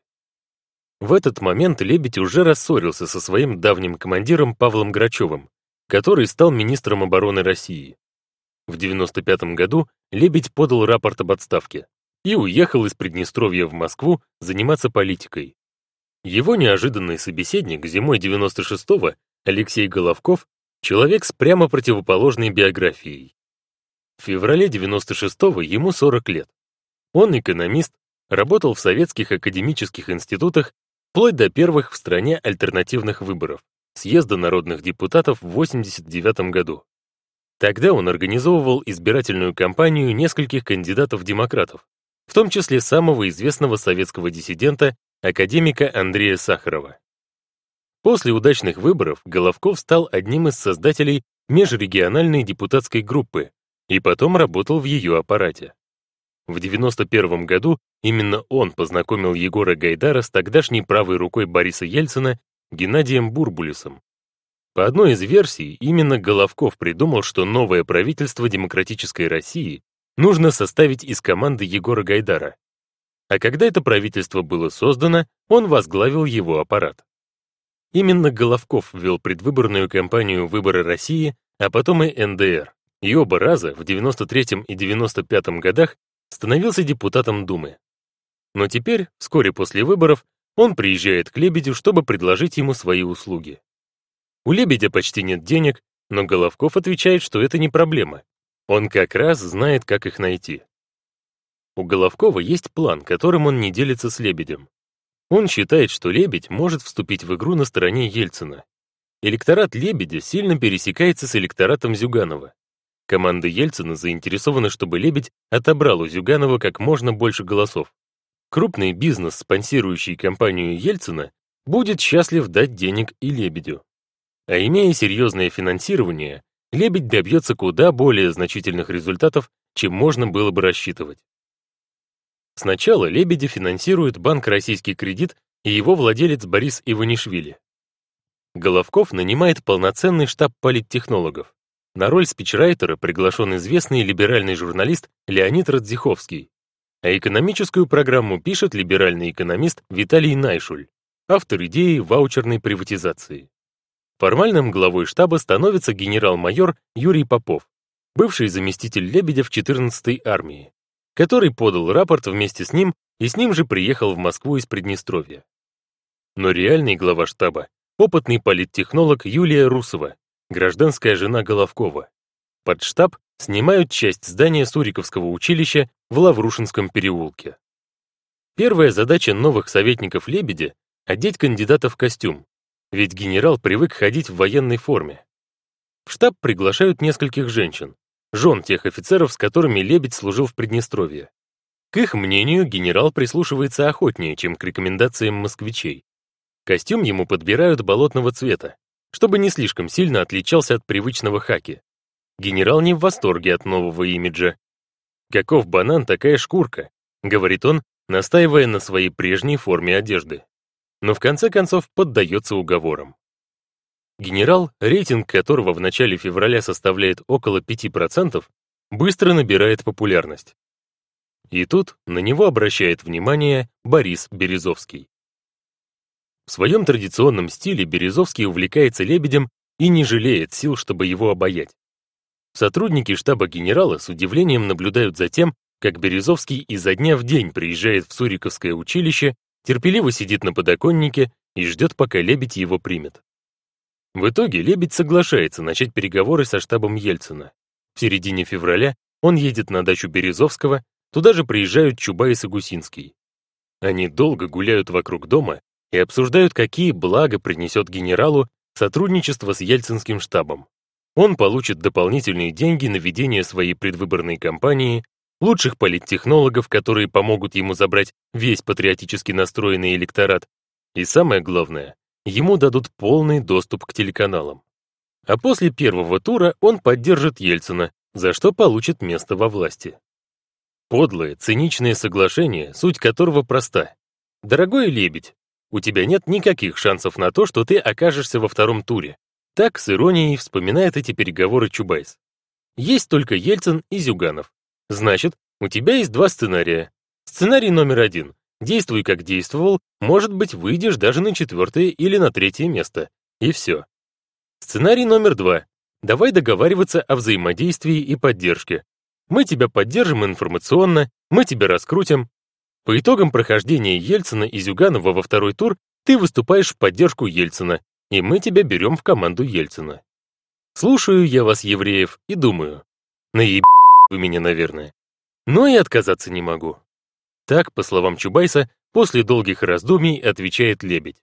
В этот момент Лебедь уже рассорился со своим давним командиром Павлом Грачевым, который стал министром обороны России. В 95 году Лебедь подал рапорт об отставке и уехал из Приднестровья в Москву заниматься политикой. Его неожиданный собеседник зимой 96-го, Алексей Головков, человек с прямо противоположной биографией. В феврале 96-го ему 40 лет. Он экономист, работал в советских академических институтах вплоть до первых в стране альтернативных выборов, съезда народных депутатов в 89 году. Тогда он организовывал избирательную кампанию нескольких кандидатов-демократов, в том числе самого известного советского диссидента, академика Андрея Сахарова. После удачных выборов Головков стал одним из создателей межрегиональной депутатской группы и потом работал в ее аппарате. В 91 году именно он познакомил Егора Гайдара с тогдашней правой рукой Бориса Ельцина Геннадием Бурбулисом. По одной из версий, именно Головков придумал, что новое правительство демократической России нужно составить из команды Егора Гайдара. А когда это правительство было создано, он возглавил его аппарат. Именно Головков вел предвыборную кампанию «Выборы России», а потом и НДР, и оба раза, в 93-м и 95-м годах, становился депутатом Думы. Но теперь, вскоре после выборов, он приезжает к Лебедю, чтобы предложить ему свои услуги. У Лебедя почти нет денег, но Головков отвечает, что это не проблема. Он как раз знает, как их найти. У Головкова есть план, которым он не делится с Лебедем. Он считает, что Лебедь может вступить в игру на стороне Ельцина. Электорат Лебедя сильно пересекается с электоратом Зюганова. Команда Ельцина заинтересована, чтобы Лебедь отобрал у Зюганова как можно больше голосов. Крупный бизнес, спонсирующий кампанию Ельцина, будет счастлив дать денег и Лебедю. А имея серьезное финансирование, Лебедь добьется куда более значительных результатов, чем можно было бы рассчитывать. Сначала Лебедя финансирует банк «Российский кредит» и его владелец Борис Иванишвили. Головков нанимает полноценный штаб политтехнологов. На роль спичрайтера приглашен известный либеральный журналист Леонид Радзиховский, а экономическую программу пишет либеральный экономист Виталий Найшуль, автор идеи ваучерной приватизации. Формальным главой штаба становится генерал-майор Юрий Попов, бывший заместитель Лебедя в 14-й армии, который подал рапорт вместе с ним и с ним же приехал в Москву из Приднестровья. Но реальный глава штаба — опытный политтехнолог Юлия Русова, гражданская жена Головкова. Под штаб снимают часть здания Суриковского училища в Лаврушинском переулке. Первая задача новых советников Лебедя — одеть кандидата в костюм, ведь генерал привык ходить в военной форме. В штаб приглашают нескольких женщин, жен тех офицеров, с которыми Лебедь служил в Приднестровье. К их мнению генерал прислушивается охотнее, чем к рекомендациям москвичей. Костюм ему подбирают болотного цвета, чтобы не слишком сильно отличался от привычного хаки. Генерал не в восторге от нового имиджа. «Каков банан, такая шкурка», — говорит он, настаивая на своей прежней форме одежды. Но в конце концов поддается уговорам. Генерал, рейтинг которого в начале февраля составляет около 5%, быстро набирает популярность. И тут на него обращает внимание Борис Березовский. В своем традиционном стиле Березовский увлекается Лебедем и не жалеет сил, чтобы его обаять. Сотрудники штаба генерала с удивлением наблюдают за тем, как Березовский изо дня в день приезжает в Суриковское училище, терпеливо сидит на подоконнике и ждет, пока Лебедь его примет. В итоге Лебедь соглашается начать переговоры со штабом Ельцина. В середине февраля он едет на дачу Березовского, туда же приезжают Чубайс и Гусинский. Они долго гуляют вокруг дома и обсуждают, какие блага принесет генералу сотрудничество с Ельцинским штабом. Он получит дополнительные деньги на ведение своей предвыборной кампании, лучших политтехнологов, которые помогут ему забрать весь патриотически настроенный электорат, и самое главное, ему дадут полный доступ к телеканалам. А после первого тура он поддержит Ельцина, за что получит место во власти. Подлое, циничное соглашение, суть которого проста. Дорогой Лебедь, у тебя нет никаких шансов на то, что ты окажешься во втором туре. Так с иронией вспоминает эти переговоры Чубайс. Есть только Ельцин и Зюганов. Значит, у тебя есть два сценария. Сценарий номер 1. Действуй, как действовал, может быть, выйдешь даже на 4-е или на 3-е место. И все. Сценарий номер 2. Давай договариваться о взаимодействии и поддержке. Мы тебя поддержим информационно, мы тебя раскрутим. По итогам прохождения Ельцина и Зюганова во второй тур ты выступаешь в поддержку Ельцина, и мы тебя берем в команду Ельцина. Слушаю я вас, евреев, и думаю, наеб вы меня, наверное. Но и отказаться не могу. Так, по словам Чубайса, после долгих раздумий отвечает Лебедь.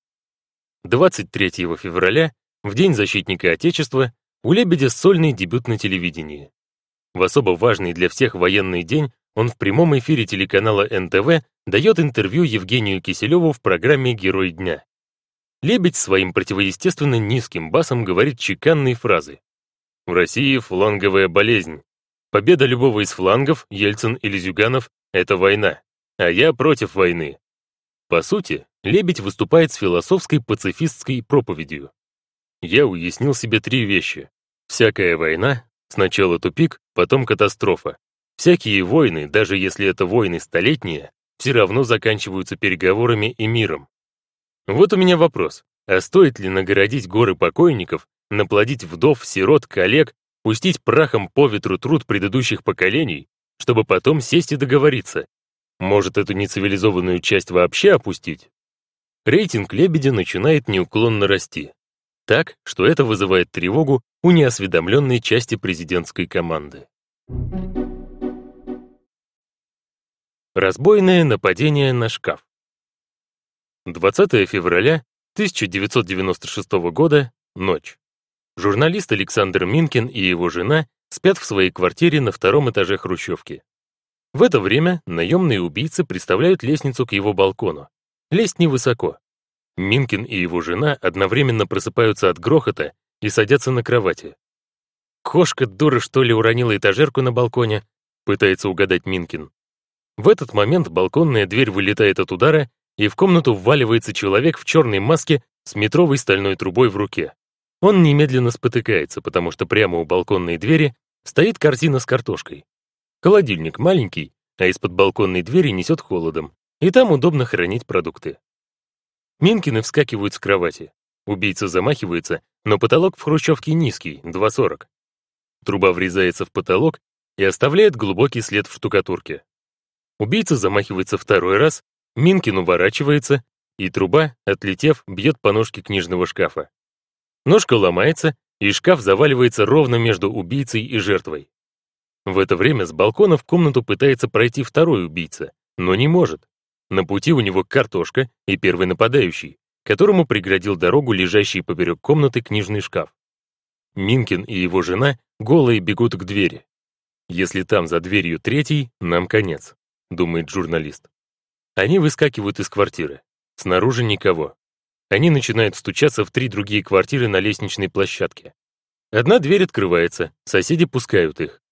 23 февраля, в День защитника Отечества, у Лебедя сольный дебют на телевидении. В особо важный для всех военный день он в прямом эфире телеканала НТВ дает интервью Евгению Киселеву в программе «Герой дня». Лебедь своим противоестественно низким басом говорит чеканные фразы. В России фланговая болезнь. Победа любого из флангов, Ельцин или Зюганов, это война, а я против войны. По сути, Лебедь выступает с философской пацифистской проповедью. Я уяснил себе 3 вещи. Всякая война, сначала тупик, потом катастрофа. Всякие войны, даже если это войны столетние, все равно заканчиваются переговорами и миром. Вот у меня вопрос, а стоит ли нагородить горы покойников, наплодить вдов, сирот, коллег, пустить прахом по ветру труд предыдущих поколений, чтобы потом сесть и договориться? Может, эту нецивилизованную часть вообще опустить? Рейтинг Лебедя начинает неуклонно расти. Так, что это вызывает тревогу у неосведомленной части президентской команды. Разбойное нападение на шкаф. 20 февраля 1996 года, ночь. Журналист Александр Минкин и его жена спят в своей квартире на 2-м этаже хрущевки. В это время наемные убийцы приставляют лестницу к его балкону. Лезть невысоко. Минкин и его жена одновременно просыпаются от грохота и садятся на кровати. «Кошка, дура, что ли, уронила этажерку на балконе?» — пытается угадать Минкин. В этот момент балконная дверь вылетает от удара, и в комнату вваливается человек в черной маске с метровой стальной трубой в руке. Он немедленно спотыкается, потому что прямо у балконной двери стоит корзина с картошкой. Холодильник маленький, а из-под балконной двери несет холодом, и там удобно хранить продукты. Минкины вскакивают с кровати. Убийца замахивается, но потолок в хрущевке низкий, 2,40. Труба врезается в потолок и оставляет глубокий след в штукатурке. Убийца замахивается 2-й раз, Минкин уворачивается, и труба, отлетев, бьет по ножке книжного шкафа. Ножка ломается, и шкаф заваливается ровно между убийцей и жертвой. В это время с балкона в комнату пытается пройти 2-й убийца, но не может. На пути у него картошка и первый нападающий, которому преградил дорогу лежащий поперек комнаты книжный шкаф. Минкин и его жена голые бегут к двери. «Если там за дверью 3-й, нам конец», — думает журналист. Они выскакивают из квартиры. Снаружи никого. Они начинают стучаться в 3 другие квартиры на лестничной площадке. Одна дверь открывается, соседи пускают их.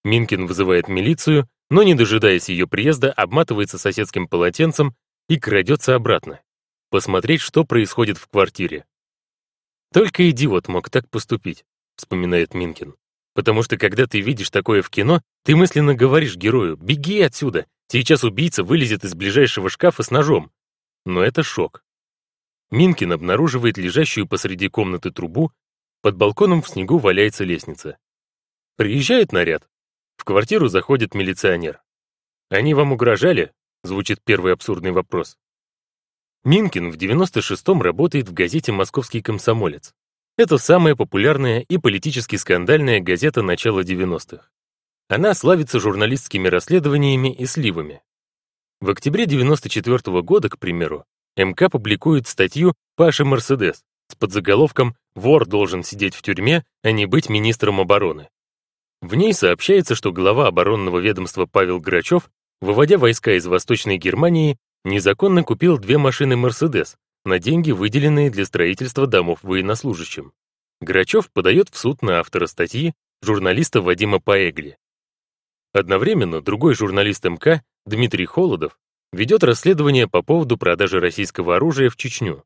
Минкин вызывает милицию, но, не дожидаясь ее приезда, обматывается соседским полотенцем и крадется обратно. Посмотреть, что происходит в квартире. «Только идиот мог так поступить», — вспоминает Минкин. «Потому что, когда ты видишь такое в кино, ты мысленно говоришь герою: «Беги отсюда! Сейчас убийца вылезет из ближайшего шкафа с ножом». Но это шок. Минкин обнаруживает лежащую посреди комнаты трубу, под балконом в снегу валяется лестница. Приезжает наряд. В квартиру заходит милиционер. «Они вам угрожали?» — звучит первый абсурдный вопрос. Минкин в 96-м работает в газете «Московский комсомолец». Это самая популярная и политически скандальная газета начала 90-х. Она славится журналистскими расследованиями и сливами. В октябре 94-го года, к примеру, МК публикует статью «Паши Мерседес» с подзаголовком «Вор должен сидеть в тюрьме, а не быть министром обороны». В ней сообщается, что глава оборонного ведомства Павел Грачев, выводя войска из Восточной Германии, незаконно купил 2 машины «Мерседес» на деньги, выделенные для строительства домов военнослужащим. Грачев подает в суд на автора статьи, журналиста Вадима Поэгли. Одновременно другой журналист МК, Дмитрий Холодов, ведет расследование по поводу продажи российского оружия в Чечню.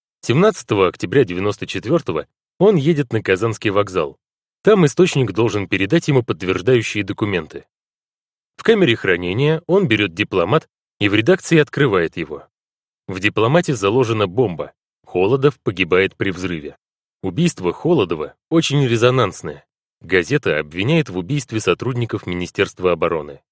17 октября 94-го он едет на Казанский вокзал. Там источник должен передать ему подтверждающие документы. В камере хранения он берет дипломат и в редакции открывает его. В дипломате заложена бомба. Холодов погибает при взрыве. Убийство Холодова очень резонансное. Газета обвиняет в убийстве сотрудников Министерства обороны.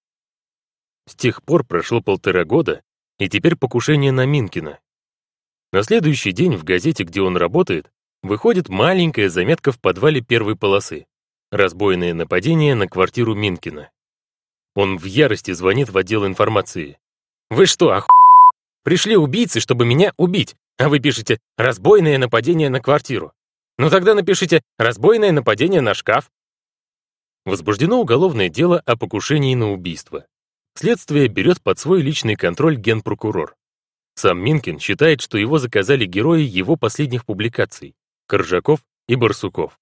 С тех пор прошло 1,5 года, и теперь покушение на Минкина. На следующий день в газете, где он работает, выходит маленькая заметка в подвале первой полосы. Разбойное нападение на квартиру Минкина. Он в ярости звонит в отдел информации. «Вы что, Пришли убийцы, чтобы меня убить, а вы пишете «разбойное нападение на квартиру». Ну тогда напишите «разбойное нападение на шкаф». Возбуждено уголовное дело о покушении на убийство. Следствие берет под свой личный контроль генпрокурор. Сам Минкин считает, что его заказали герои его последних публикаций — Коржаков и Барсуков.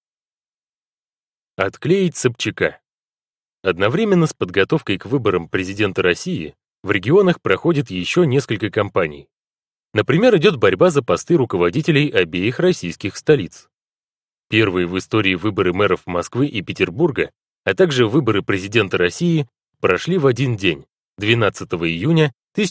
Отклеить Собчака. Одновременно с подготовкой к выборам президента России в регионах проходит еще несколько кампаний. Например, идет борьба за посты руководителей обеих российских столиц. Первые в истории выборы мэров Москвы и Петербурга, а также выборы президента России прошли в один день, 12 июня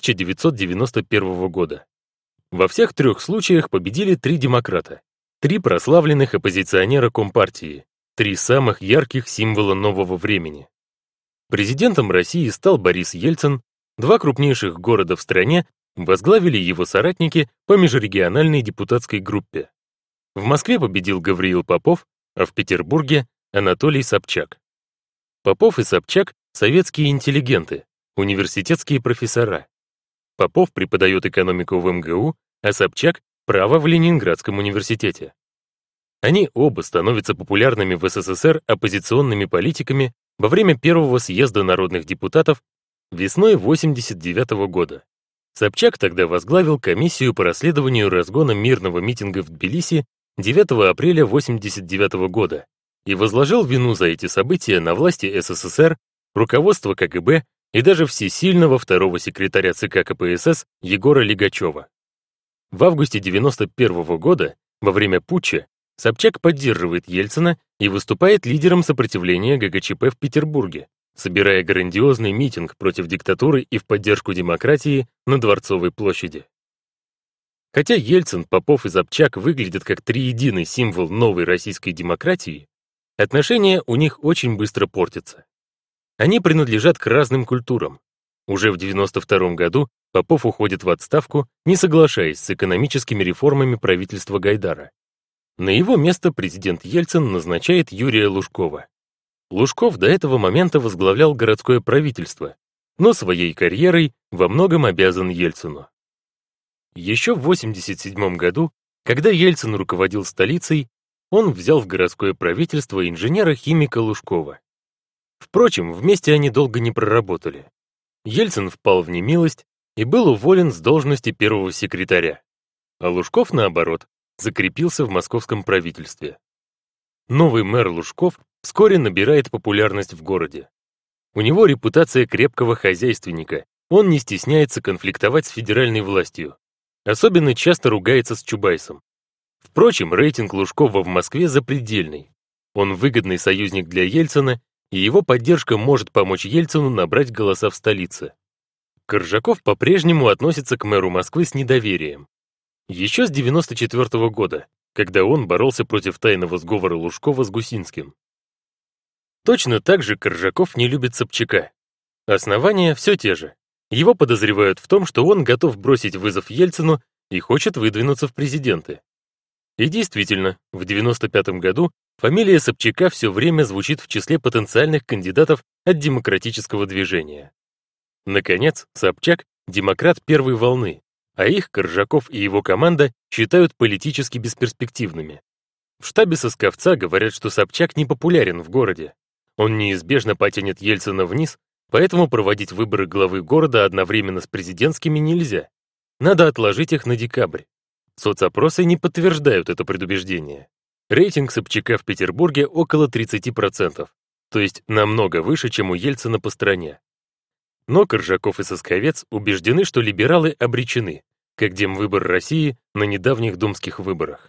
1991 года. Во всех 3 случаях победили 3 демократа, 3 прославленных оппозиционера Компартии, 3 самых ярких символа нового времени. Президентом России стал Борис Ельцин, 2 крупнейших города в стране возглавили его соратники по межрегиональной депутатской группе. В Москве победил Гавриил Попов, а в Петербурге — Анатолий Собчак. Попов и Собчак — советские интеллигенты, университетские профессора. Попов преподает экономику в МГУ, а Собчак — право в Ленинградском университете. Они оба становятся популярными в СССР оппозиционными политиками во время первого съезда народных депутатов весной 1989 года. Собчак тогда возглавил комиссию по расследованию разгона мирного митинга в Тбилиси 9 апреля 1989 года и возложил вину за эти события на власти СССР, руководство КГБ и даже всесильного второго секретаря ЦК КПСС Егора Лигачева. В августе 1991 года, во время путча, Собчак поддерживает Ельцина и выступает лидером сопротивления ГКЧП в Петербурге, собирая грандиозный митинг против диктатуры и в поддержку демократии на Дворцовой площади. Хотя Ельцин, Попов и Собчак выглядят как триединый символ новой российской демократии, отношения у них очень быстро портятся. Они принадлежат к разным культурам. Уже в 1992 году Попов уходит в отставку, не соглашаясь с экономическими реформами правительства Гайдара. На его место президент Ельцин назначает Юрия Лужкова. Лужков до этого момента возглавлял городское правительство, но своей карьерой во многом обязан Ельцину. Еще в 1987 году, когда Ельцин руководил столицей, он взял в городское правительство инженера-химика Лужкова. Впрочем, вместе они долго не проработали. Ельцин впал в немилость и был уволен с должности первого секретаря, а Лужков, наоборот, закрепился в московском правительстве. Новый мэр Лужков вскоре набирает популярность в городе. У него репутация крепкого хозяйственника. Он не стесняется конфликтовать с федеральной властью. Особенно часто ругается с Чубайсом. Впрочем, рейтинг Лужкова в Москве запредельный. Он выгодный союзник для Ельцина, и его поддержка может помочь Ельцину набрать голоса в столице. Коржаков по-прежнему относится к мэру Москвы с недоверием. Еще с 1994 года, когда он боролся против тайного сговора Лужкова с Гусинским. Точно так же Коржаков не любит Собчака. Основания все те же. Его подозревают в том, что он готов бросить вызов Ельцину и хочет выдвинуться в президенты. И действительно, в 1995 году фамилия Собчака все время звучит в числе потенциальных кандидатов от демократического движения. Наконец, Собчак – демократ первой волны, а их Коржаков и его команда считают политически бесперспективными. В штабе Сосковца говорят, что Собчак не популярен в городе. Он неизбежно потянет Ельцина вниз, поэтому проводить выборы главы города одновременно с президентскими нельзя. Надо отложить их на декабрь. Соцопросы не подтверждают это предубеждение. Рейтинг Собчака в Петербурге около 30%, то есть намного выше, чем у Ельцина по стране. Но Коржаков и Сосковец убеждены, что либералы обречены, как Демвыбор России на недавних думских выборах.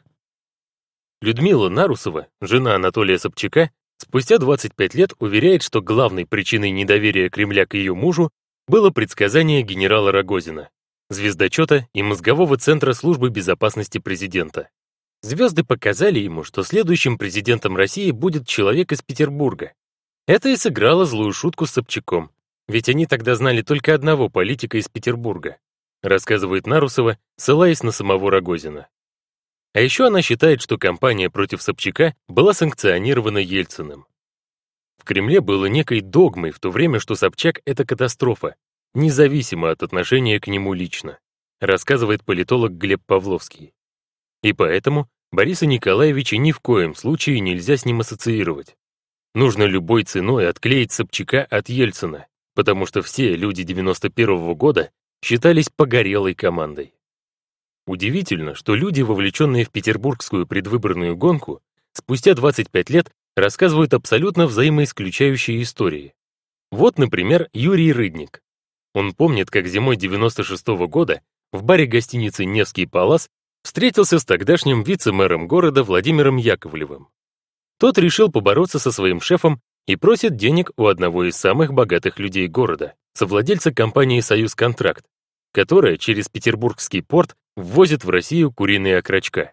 Людмила Нарусова, жена Анатолия Собчака, спустя 25 лет уверяет, что главной причиной недоверия Кремля к ее мужу было предсказание генерала Рогозина, звездочета и мозгового центра службы безопасности президента. Звезды показали ему, что следующим президентом России будет человек из Петербурга. Это и сыграло злую шутку с Собчаком, ведь они тогда знали только одного политика из Петербурга, рассказывает Нарусова, ссылаясь на самого Рогозина. А еще она считает, что кампания против Собчака была санкционирована Ельциным. В Кремле было некой догмой в то время, что Собчак — это катастрофа, независимо от отношения к нему лично, рассказывает политолог Глеб Павловский. И поэтому Бориса Николаевича ни в коем случае нельзя с ним ассоциировать. Нужно любой ценой отклеить Собчака от Ельцина, потому что все люди 91-го года считались погорелой командой. Удивительно, что люди, вовлеченные в петербургскую предвыборную гонку, спустя 25 лет рассказывают абсолютно взаимоисключающие истории. Вот, например, Юрий Рыдник. Он помнит, как зимой 96-го года в баре гостиницы «Невский Палас» встретился с тогдашним вице-мэром города Владимиром Яковлевым. Тот решил побороться со своим шефом и просит денег у одного из самых богатых людей города, совладельца компании «Союзконтракт», которая через Петербургский порт ввозит в Россию куриные окорочка.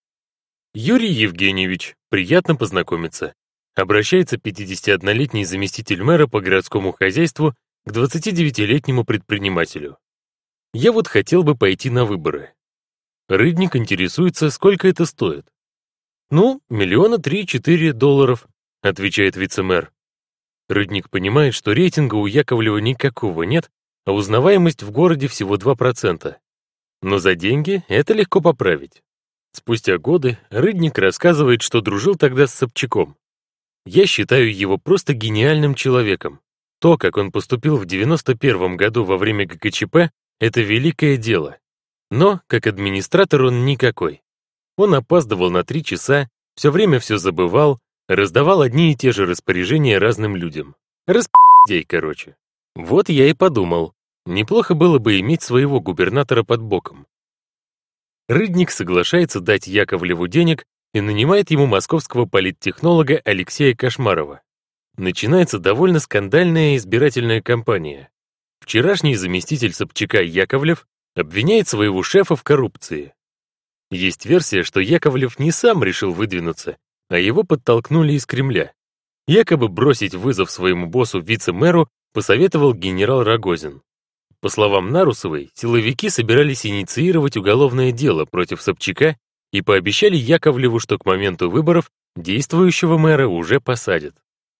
Юрий Евгеньевич, приятно познакомиться. Обращается 51-летний заместитель мэра по городскому хозяйству к 29-летнему предпринимателю. Я вот хотел бы пойти на выборы. Рыдник интересуется, сколько это стоит. Ну, $3-4 миллиона, отвечает вице-мэр. Рыдник понимает, что рейтинга у Яковлева никакого нет, а узнаваемость в городе всего 2%. Но за деньги это легко поправить. Спустя годы Рыдник рассказывает, что дружил тогда с Собчаком. Я считаю его просто гениальным человеком. То, как он поступил в 91 году во время ГКЧП, это великое дело. Но, как администратор, он никакой. Он опаздывал на 3 часа, все время все забывал, раздавал одни и те же распоряжения разным людям. Распи***дей, короче. Вот я и подумал, неплохо было бы иметь своего губернатора под боком. Рыдник соглашается дать Яковлеву денег и нанимает ему московского политтехнолога Алексея Кошмарова. Начинается довольно скандальная избирательная кампания. Вчерашний заместитель Собчака Яковлев обвиняет своего шефа в коррупции. Есть версия, что Яковлев не сам решил выдвинуться, а его подтолкнули из Кремля. Якобы бросить вызов своему боссу вице-мэру посоветовал генерал Рогозин. По словам Нарусовой, силовики собирались инициировать уголовное дело против Собчака и пообещали Яковлеву, что к моменту выборов действующего мэра уже посадят.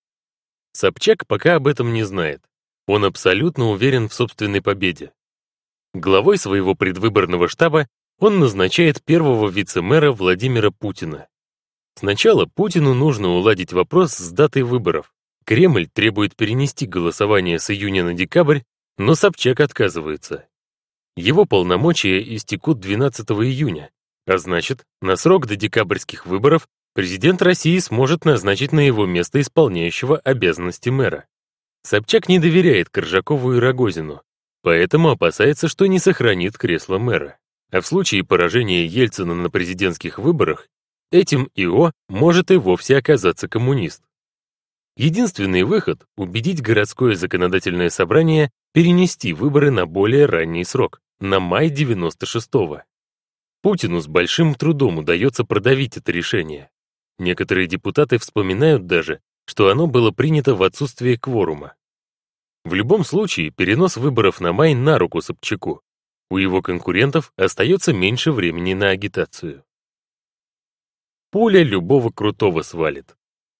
Собчак пока об этом не знает. Он абсолютно уверен в собственной победе. Главой своего предвыборного штаба он назначает первого вице-мэра Владимира Путина. Сначала Путину нужно уладить вопрос с датой выборов. Кремль требует перенести голосование с июня на декабрь, но Собчак отказывается. Его полномочия истекут 12 июня, а значит, на срок до декабрьских выборов президент России сможет назначить на его место исполняющего обязанности мэра. Собчак не доверяет Коржакову и Рогозину, поэтому опасается, что не сохранит кресло мэра. А в случае поражения Ельцина на президентских выборах, этим ИО может и вовсе оказаться коммунист. Единственный выход — убедить городское законодательное собрание перенести выборы на более ранний срок, на май 96-го. Путину с большим трудом удается продавить это решение. Некоторые депутаты вспоминают даже, что оно было принято в отсутствие кворума. В любом случае, перенос выборов на май на руку Собчаку. У его конкурентов остается меньше времени на агитацию. Пуля любого крутого свалит.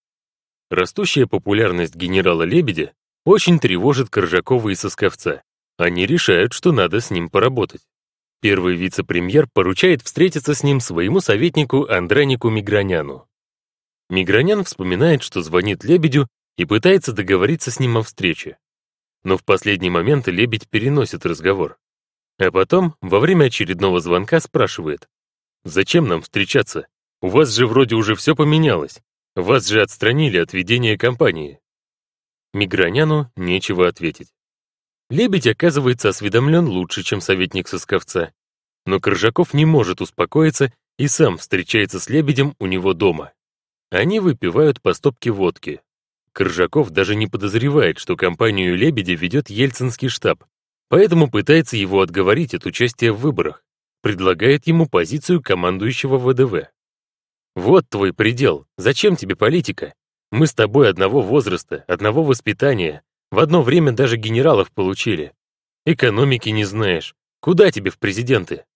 Растущая популярность генерала Лебедя очень тревожит Коржакова и Сосковца. Они решают, что надо с ним поработать. Первый вице-премьер поручает встретиться с ним своему советнику Андранику Миграняну. Мигранян вспоминает, что звонит Лебедю и пытается договориться с ним о встрече. Но в последний момент Лебедь переносит разговор. А потом, во время очередного звонка, спрашивает: «Зачем нам встречаться? У вас же вроде уже все поменялось. Вас же отстранили от ведения кампании». Миграняну нечего ответить. Лебедь оказывается осведомлен лучше, чем советник Сосковца. Но Коржаков не может успокоиться и сам встречается с Лебедем у него дома. Они выпивают по стопке водки. Коржаков даже не подозревает, что кампанию Лебедя ведет Ельцинский штаб, поэтому пытается его отговорить от участия в выборах, предлагает ему позицию командующего ВДВ. «Вот твой предел. Зачем тебе политика? Мы с тобой одного возраста, одного воспитания, в одно время даже генералов получили. Экономики не знаешь. Куда тебе в президенты?»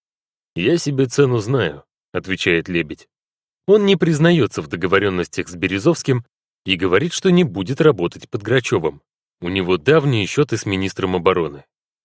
«Я себе цену знаю», — отвечает Лебедь. Он не признается в договоренностях с Березовским и говорит, что не будет работать под Грачевым. У него давние счеты с министром обороны.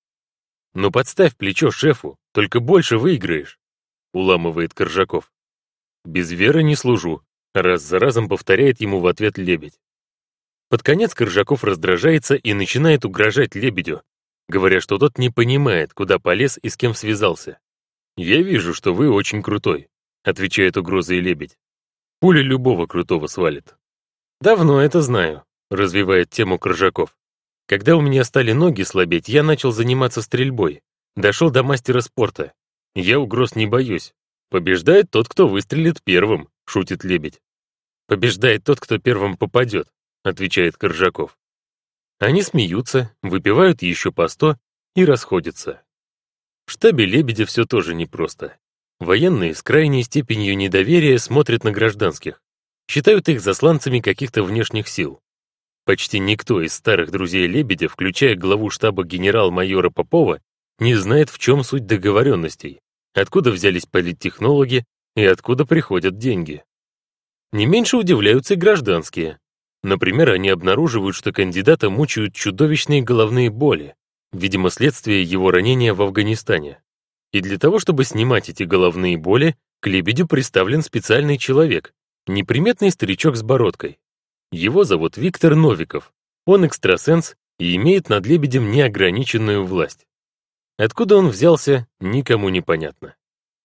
«Но подставь плечо шефу, только больше выиграешь», — уламывает Коржаков. «Без веры не служу», — раз за разом повторяет ему в ответ Лебедь. Под конец Коржаков раздражается и начинает угрожать Лебедю, говоря, что тот не понимает, куда полез и с кем связался. «Я вижу, что вы очень крутой», — отвечает угрозой Лебедь. «Пуля любого крутого свалит». «Давно это знаю», — развивает тему Коржаков. «Когда у меня стали ноги слабеть, я начал заниматься стрельбой. Дошел до мастера спорта. Я угроз не боюсь. Побеждает тот, кто выстрелит первым», — шутит Лебедь. «Побеждает тот, кто первым попадет», — отвечает Коржаков. Они смеются, выпивают еще по 100 и расходятся. В штабе Лебедя все тоже непросто. Военные с крайней степенью недоверия смотрят на гражданских, считают их засланцами каких-то внешних сил. Почти никто из старых друзей Лебедя, включая главу штаба генерал-майора Попова, не знает, в чем суть договоренностей, откуда взялись политтехнологи и откуда приходят деньги. Не меньше удивляются и гражданские. Например, они обнаруживают, что кандидата мучают чудовищные головные боли, видимо, следствие его ранения в Афганистане. И для того, чтобы снимать эти головные боли, к Лебедю приставлен специальный человек, неприметный старичок с бородкой. Его зовут Виктор Новиков. Он экстрасенс и имеет над Лебедем неограниченную власть. Откуда он взялся, никому не понятно.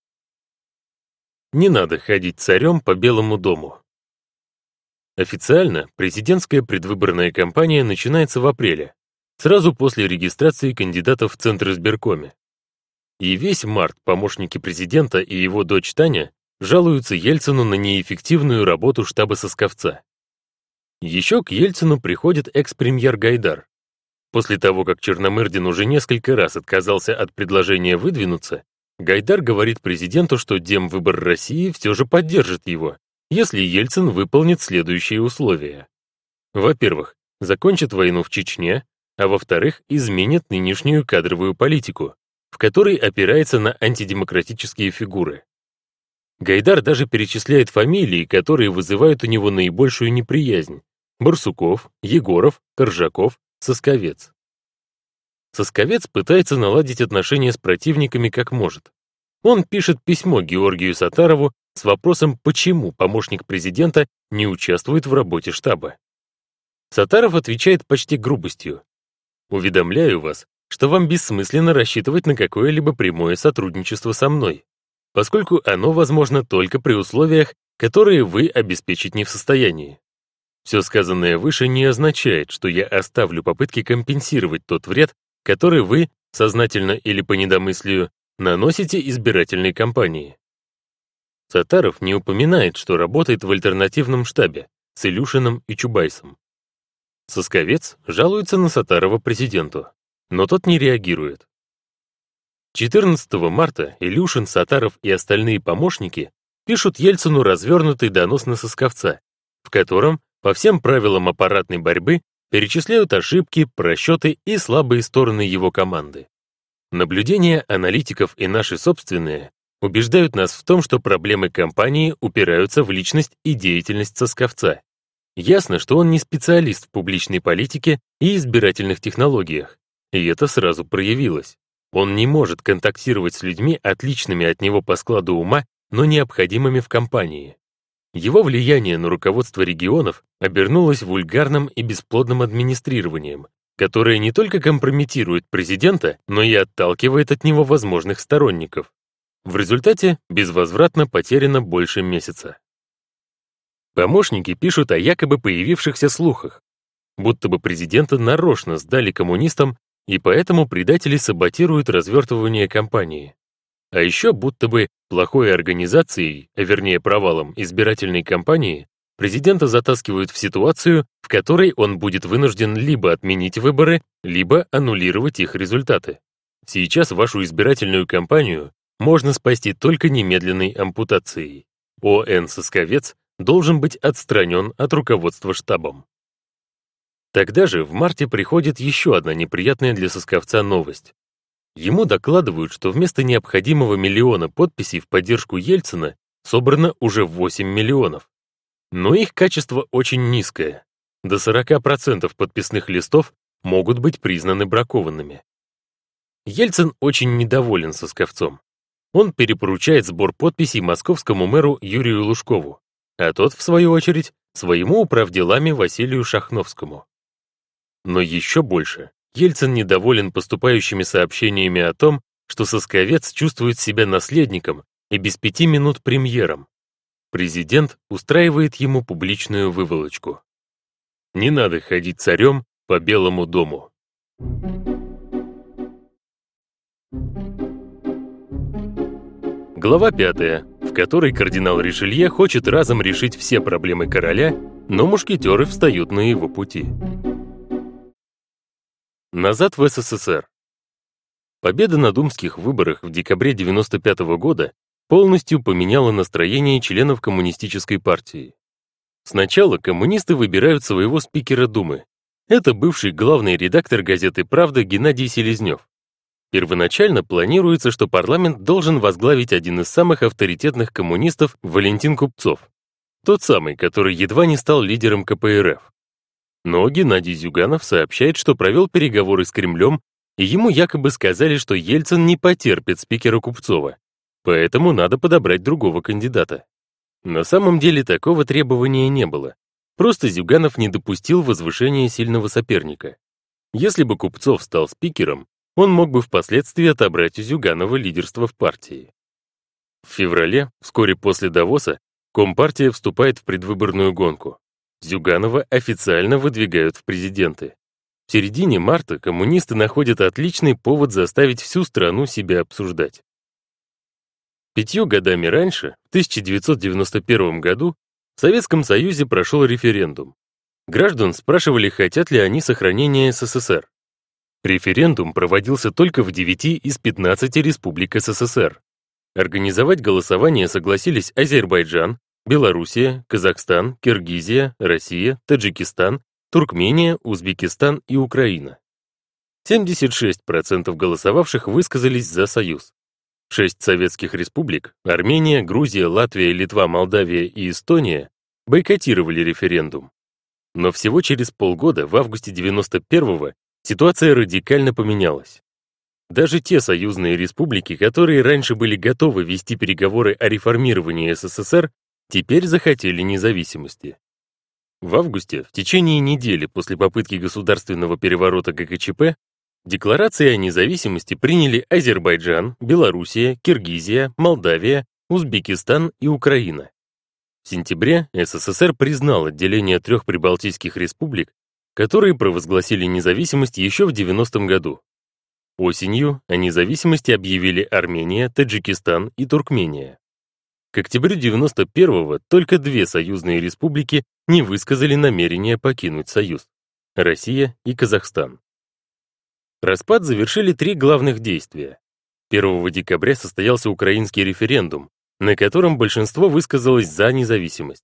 Не надо ходить царем по Белому дому. Официально президентская предвыборная кампания начинается в апреле, сразу после регистрации кандидатов в Центризбиркоме. И весь март помощники президента и его дочь Таня жалуются Ельцину на неэффективную работу штаба Сосковца. Еще к Ельцину приходит экс-премьер Гайдар. После того, как Черномырдин уже несколько раз отказался от предложения выдвинуться, Гайдар говорит президенту, что Демвыбор России все же поддержит его, если Ельцин выполнит следующие условия. Во-первых, закончит войну в Чечне, а во-вторых, изменит нынешнюю кадровую политику, в которой опирается на антидемократические фигуры. Гайдар даже перечисляет фамилии, которые вызывают у него наибольшую неприязнь: Барсуков, Егоров, Коржаков, Сосковец. Сосковец пытается наладить отношения с противниками как может. Он пишет письмо Георгию Саттарову с вопросом, почему помощник президента не участвует в работе штаба. Саттаров отвечает почти грубостью: «Уведомляю вас, что вам бессмысленно рассчитывать на какое-либо прямое сотрудничество со мной, поскольку оно возможно только при условиях, которые вы обеспечить не в состоянии». Все сказанное выше не означает, что я оставлю попытки компенсировать тот вред, который вы, сознательно или по недомыслию, наносите избирательной кампании. Саттаров не упоминает, что работает в альтернативном штабе с Илюшиным и Чубайсом. Сосковец жалуется на Саттарова президенту, но тот не реагирует. 14 марта Илюшин, Саттаров и остальные помощники пишут Ельцину развернутый донос на Сосковца, в котором по всем правилам аппаратной борьбы перечисляют ошибки, просчеты и слабые стороны его команды. Наблюдения аналитиков и наши собственные убеждают нас в том, что проблемы компании упираются в личность и деятельность Сосковца. Ясно, что он не специалист в публичной политике и избирательных технологиях, и это сразу проявилось. Он не может контактировать с людьми, отличными от него по складу ума, но необходимыми в компании. Его влияние на руководство регионов обернулось вульгарным и бесплодным администрированием, которое не только компрометирует президента, но и отталкивает от него возможных сторонников. В результате безвозвратно потеряно больше месяца. Помощники пишут о якобы появившихся слухах, будто бы президента нарочно сдали коммунистам, и поэтому предатели саботируют развертывание кампании. А еще будто бы плохой организацией, а вернее провалом избирательной кампании, президента затаскивают в ситуацию, в которой он будет вынужден либо отменить выборы, либо аннулировать их результаты. Сейчас вашу избирательную кампанию можно спасти только немедленной ампутацией. О.Н. Сосковец должен быть отстранен от руководства штабом. Тогда же в марте приходит еще одна неприятная для Сосковца новость. Ему докладывают, что вместо необходимого 1 миллиона подписей в поддержку Ельцина собрано уже 8 миллионов. Но их качество очень низкое. До 40% подписных листов могут быть признаны бракованными. Ельцин очень недоволен Сосковцом. Он перепоручает сбор подписей московскому мэру Юрию Лужкову, а тот, в свою очередь, своему управделами Василию Шахновскому. Но еще больше Ельцин недоволен поступающими сообщениями о том, что Сосковец чувствует себя наследником и без 5 минут премьером. Президент устраивает ему публичную выволочку. Не надо ходить царем по Белому дому. Глава 5, в которой кардинал Ришелье хочет разом решить все проблемы короля, но мушкетеры встают на его пути. Назад в СССР. Победа на думских выборах в декабре 1995 года полностью поменяла настроение членов коммунистической партии. Сначала коммунисты выбирают своего спикера Думы. Это бывший главный редактор газеты «Правда» Геннадий Селезнев. Первоначально планируется, что парламент должен возглавить один из самых авторитетных коммунистов Валентин Купцов, тот самый, который едва не стал лидером КПРФ. Но Геннадий Зюганов сообщает, что провел переговоры с Кремлем, и ему якобы сказали, что Ельцин не потерпит спикера Купцова, поэтому надо подобрать другого кандидата. На самом деле такого требования не было. Просто Зюганов не допустил возвышения сильного соперника. Если бы Купцов стал спикером, он мог бы впоследствии отобрать у Зюганова лидерство в партии. В феврале, вскоре после Давоса, Компартия вступает в предвыборную гонку. Зюганова официально выдвигают в президенты. В середине марта коммунисты находят отличный повод заставить всю страну себя обсуждать. 5 годами раньше, в 1991 году, в Советском Союзе прошел референдум. Граждан спрашивали, хотят ли они сохранения СССР. Референдум проводился только в 9 из 15 республик СССР. Организовать голосование согласились Азербайджан, Белоруссия, Казахстан, Киргизия, Россия, Таджикистан, Туркмения, Узбекистан и Украина. 76% голосовавших высказались за Союз. 6 советских республик — Армения, Грузия, Латвия, Литва, Молдавия и Эстония — бойкотировали референдум. Но всего через полгода, в августе 91-го, ситуация радикально поменялась. Даже те союзные республики, которые раньше были готовы вести переговоры о реформировании СССР, теперь захотели независимости. В августе, в течение недели после попытки государственного переворота ГКЧП, декларации о независимости приняли Азербайджан, Белоруссия, Киргизия, Молдавия, Узбекистан и Украина. В сентябре СССР признал отделение 3 прибалтийских республик, которые провозгласили независимость еще в 90-м году. Осенью о независимости объявили Армения, Таджикистан и Туркмения. К октябрю 91-го только 2 союзные республики не высказали намерения покинуть Союз — Россия и Казахстан. Распад завершили 3 главных действия. 1 декабря состоялся украинский референдум, на котором большинство высказалось за независимость.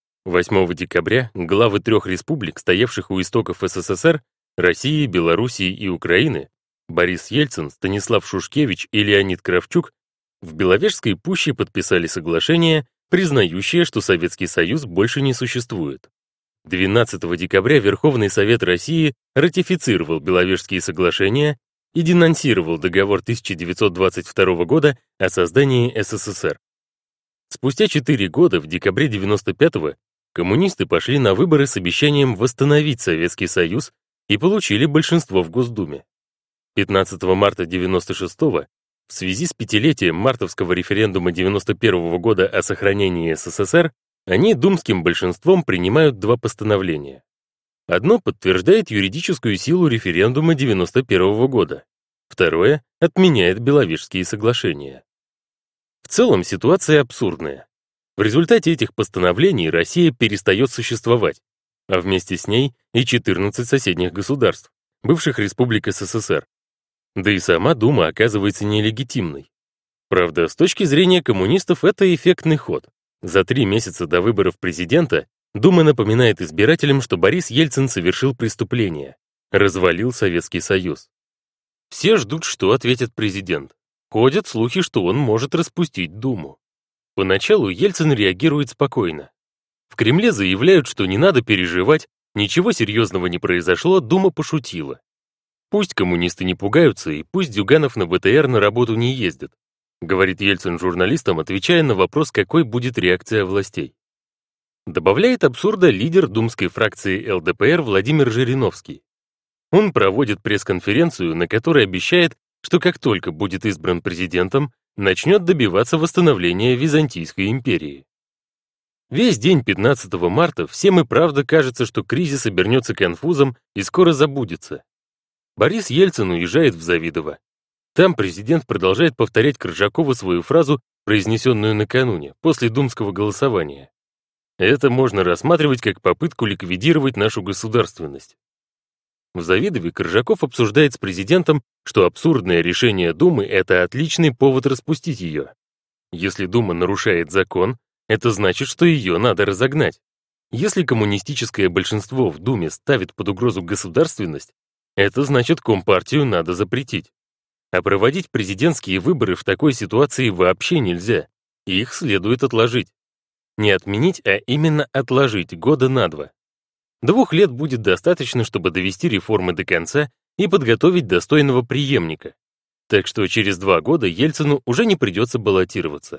8 декабря главы 3 республик, стоявших у истоков СССР, России, Белоруссии и Украины, Борис Ельцин, Станислав Шушкевич и Леонид Кравчук, в Беловежской пуще подписали соглашение, признающее, что Советский Союз больше не существует. 12 декабря Верховный Совет России ратифицировал Беловежские соглашения и денонсировал договор 1922 года о создании СССР. Спустя 4 года, в декабре 95-го, коммунисты пошли на выборы с обещанием восстановить Советский Союз и получили большинство в Госдуме. 15 марта 96-го, в связи с 5-летием мартовского референдума 91-го года о сохранении СССР, они думским большинством принимают 2 постановления. Одно подтверждает юридическую силу референдума 91-го года, второе отменяет Беловежские соглашения. В целом ситуация абсурдная. В результате этих постановлений Россия перестает существовать, а вместе с ней и 14 соседних государств, бывших республик СССР. Да и сама Дума оказывается нелегитимной. Правда, с точки зрения коммунистов это эффектный ход. За 3 месяца до выборов президента Дума напоминает избирателям, что Борис Ельцин совершил преступление, развалил Советский Союз. Все ждут, что ответит президент. Ходят слухи, что он может распустить Думу. Поначалу Ельцин реагирует спокойно. В Кремле заявляют, что не надо переживать, ничего серьезного не произошло, Дума пошутила. Пусть коммунисты не пугаются, и пусть Зюганов на БТР на работу не ездит, говорит Ельцин журналистам, отвечая на вопрос, какой будет реакция властей. Добавляет абсурда лидер думской фракции ЛДПР Владимир Жириновский. Он проводит пресс-конференцию, на которой обещает, что как только будет избран президентом, начнет добиваться восстановления Византийской империи. Весь день 15 марта всем и правда кажется, что кризис обернется конфузом и скоро забудется. Борис Ельцин уезжает в Завидово. Там президент продолжает повторять Коржакову свою фразу, произнесенную накануне, после думского голосования. Это можно рассматривать как попытку ликвидировать нашу государственность. В Завидове Коржаков обсуждает с президентом, что абсурдное решение Думы — это отличный повод распустить ее. Если Дума нарушает закон, это значит, что ее надо разогнать. Если коммунистическое большинство в Думе ставит под угрозу государственность, это значит, Компартию надо запретить. А проводить президентские выборы в такой ситуации вообще нельзя. Их следует отложить. Не отменить, а именно отложить года на 2. 2 лет будет достаточно, чтобы довести реформы до конца и подготовить достойного преемника. Так что через 2 года Ельцину уже не придется баллотироваться.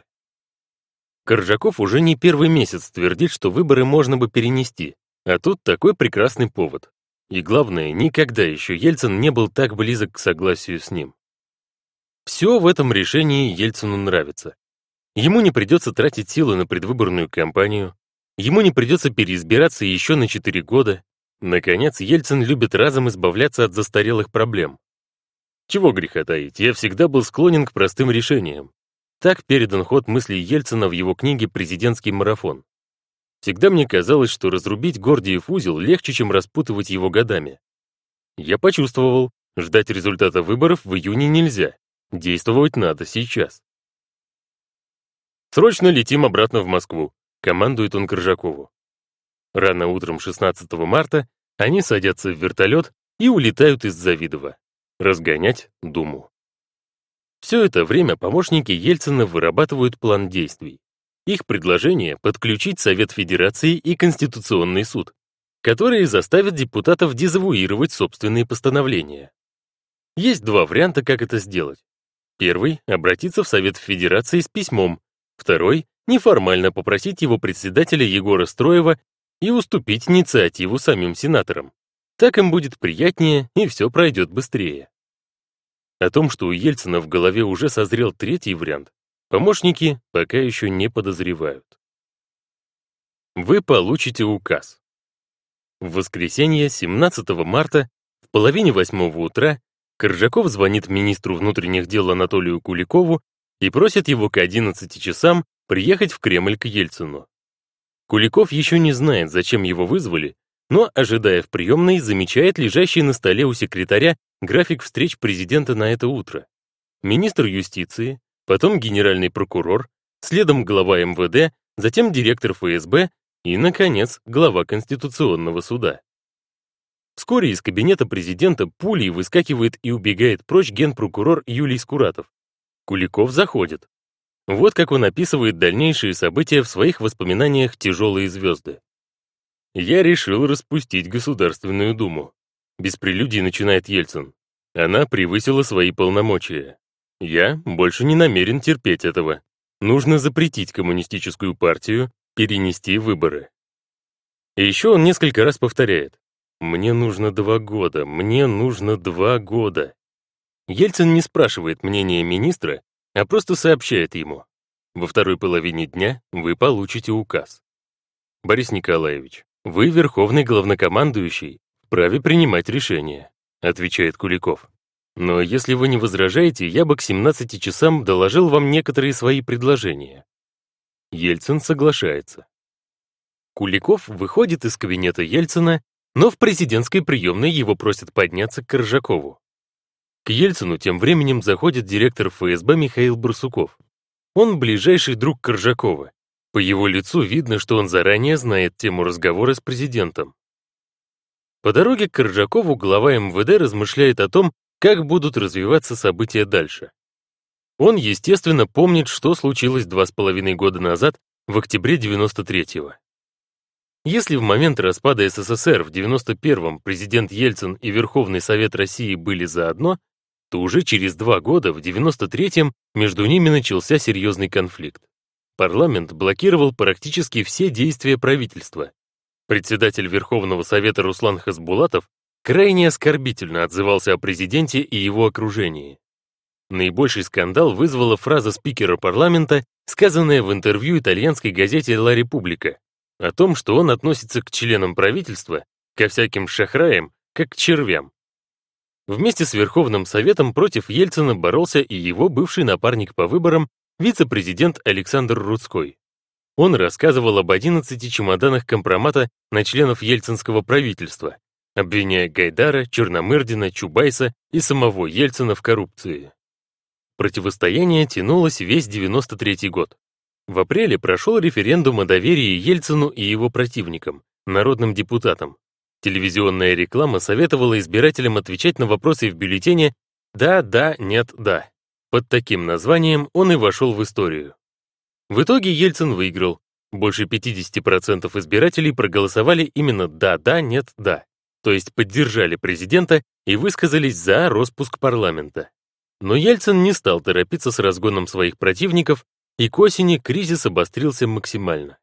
Коржаков уже не 1-й месяц твердит, что выборы можно бы перенести, а тут такой прекрасный повод. И главное, никогда еще Ельцин не был так близок к согласию с ним. Все в этом решении Ельцину нравится. Ему не придется тратить силы на предвыборную кампанию, ему не придется переизбираться еще на 4 года. Наконец, Ельцин любит разом избавляться от застарелых проблем. Чего греха таить, я всегда был склонен к простым решениям. Так передан ход мыслей Ельцина в его книге «Президентский марафон». Всегда мне казалось, что разрубить Гордиев узел легче, чем распутывать его годами. Я почувствовал, ждать результата выборов в июне нельзя, действовать надо сейчас. «Срочно летим обратно в Москву», — командует он Коржакову. Рано утром 16 марта они садятся в вертолет и улетают из Завидова. Разгонять Думу. Все это время помощники Ельцина вырабатывают план действий. Их предложение — подключить Совет Федерации и Конституционный суд, которые заставят депутатов дезавуировать собственные постановления. Есть 2 варианта, как это сделать. Первый — обратиться в Совет Федерации с письмом. Второй — неформально попросить его председателя Егора Строева и уступить инициативу самим сенаторам. Так им будет приятнее и все пройдет быстрее. О том, что у Ельцина в голове уже созрел 3-й вариант, помощники пока еще не подозревают. Вы получите указ. В воскресенье, 17 марта, в половине 8 утра, Коржаков звонит министру внутренних дел Анатолию Куликову и просит его к 11 часам приехать в Кремль к Ельцину. Куликов еще не знает, зачем его вызвали, но, ожидая в приемной, замечает лежащий на столе у секретаря график встреч президента на это утро. Министр юстиции, потом генеральный прокурор, следом глава МВД, затем директор ФСБ и, наконец, глава Конституционного суда. Вскоре из кабинета президента пулей выскакивает и убегает прочь генпрокурор Юлий Скуратов. Куликов заходит. Вот как он описывает дальнейшие события в своих воспоминаниях «Тяжелые звезды». «Я решил распустить Государственную Думу». Без прелюдий начинает Ельцин. Она превысила свои полномочия. Я больше не намерен терпеть этого. Нужно запретить коммунистическую партию, перенести выборы. И еще он несколько раз повторяет: «Мне нужно 2 года, мне нужно 2 года». Ельцин не спрашивает мнения министра, а просто сообщает ему: во второй половине дня вы получите указ. Борис Николаевич, вы верховный главнокомандующий, вправе принимать решения, отвечает Куликов. Но если вы не возражаете, я бы к 17 часам доложил вам некоторые свои предложения. Ельцин соглашается. Куликов выходит из кабинета Ельцина, но в президентской приемной его просят подняться к Коржакову. К Ельцину тем временем заходит директор ФСБ Михаил Барсуков. Он ближайший друг Коржакова. По его лицу видно, что он заранее знает тему разговора с президентом. По дороге к Коржакову глава МВД размышляет о том, как будут развиваться события дальше. Он, естественно, помнит, что случилось 2,5 года назад, в октябре 93-го. Если в момент распада СССР в 91-м президент Ельцин и Верховный Совет России были заодно, то уже через 2 года, в 93-м, между ними начался серьезный конфликт. Парламент блокировал практически все действия правительства. Председатель Верховного Совета Руслан Хасбулатов крайне оскорбительно отзывался о президенте и его окружении. Наибольший скандал вызвала фраза спикера парламента, сказанная в интервью итальянской газете «Ла Република», о том, что он относится к членам правительства, ко всяким шахраям, как к червям. Вместе с Верховным Советом против Ельцина боролся и его бывший напарник по выборам, вице-президент Александр Рудской. Он рассказывал об 11 чемоданах компромата на членов ельцинского правительства, обвиняя Гайдара, Черномырдина, Чубайса и самого Ельцина в коррупции. Противостояние тянулось весь 93-й год. В апреле прошел референдум о доверии Ельцину и его противникам, народным депутатам. Телевизионная реклама советовала избирателям отвечать на вопросы в бюллетене «да, да, нет, да». Под таким названием он и вошел в историю. В итоге Ельцин выиграл. Больше 50% избирателей проголосовали именно «да, да, нет, да», то есть поддержали президента и высказались за распуск парламента. Но Ельцин не стал торопиться с разгоном своих противников, и к осени кризис обострился максимально.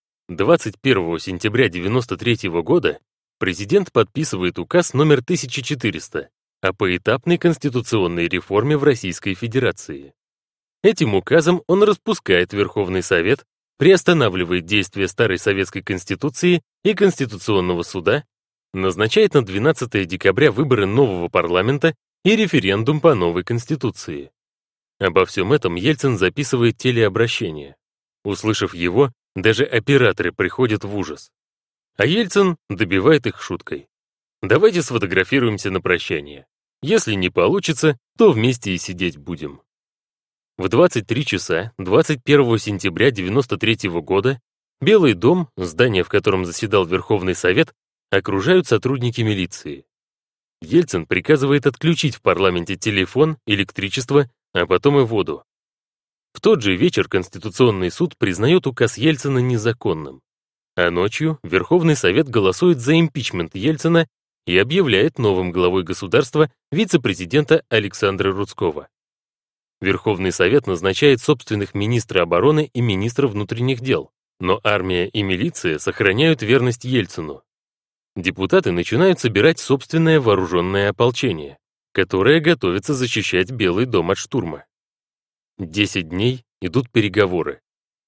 21 сентября 1993 года президент подписывает указ номер 1400 о поэтапной конституционной реформе в Российской Федерации. Этим указом он распускает Верховный Совет, приостанавливает действие старой Советской Конституции и Конституционного суда, назначает на 12 декабря выборы нового парламента и референдум по новой Конституции. Обо всем этом Ельцин записывает телеобращение. Услышав его, даже операторы приходят в ужас. А Ельцин добивает их шуткой. «Давайте сфотографируемся на прощание. Если не получится, то вместе и сидеть будем». В 23 часа 21 сентября 1993 года Белый дом, здание, в котором заседал Верховный Совет, окружают сотрудники милиции. Ельцин приказывает отключить в парламенте телефон, электричество, а потом и воду. В тот же вечер Конституционный суд признает указ Ельцина незаконным. А ночью Верховный Совет голосует за импичмент Ельцина и объявляет новым главой государства вице-президента Александра Рудского. Верховный Совет назначает собственных министра обороны и министра внутренних дел, но армия и милиция сохраняют верность Ельцину. Депутаты начинают собирать собственное вооруженное ополчение, которое готовится защищать Белый дом от штурма. 10 дней идут переговоры.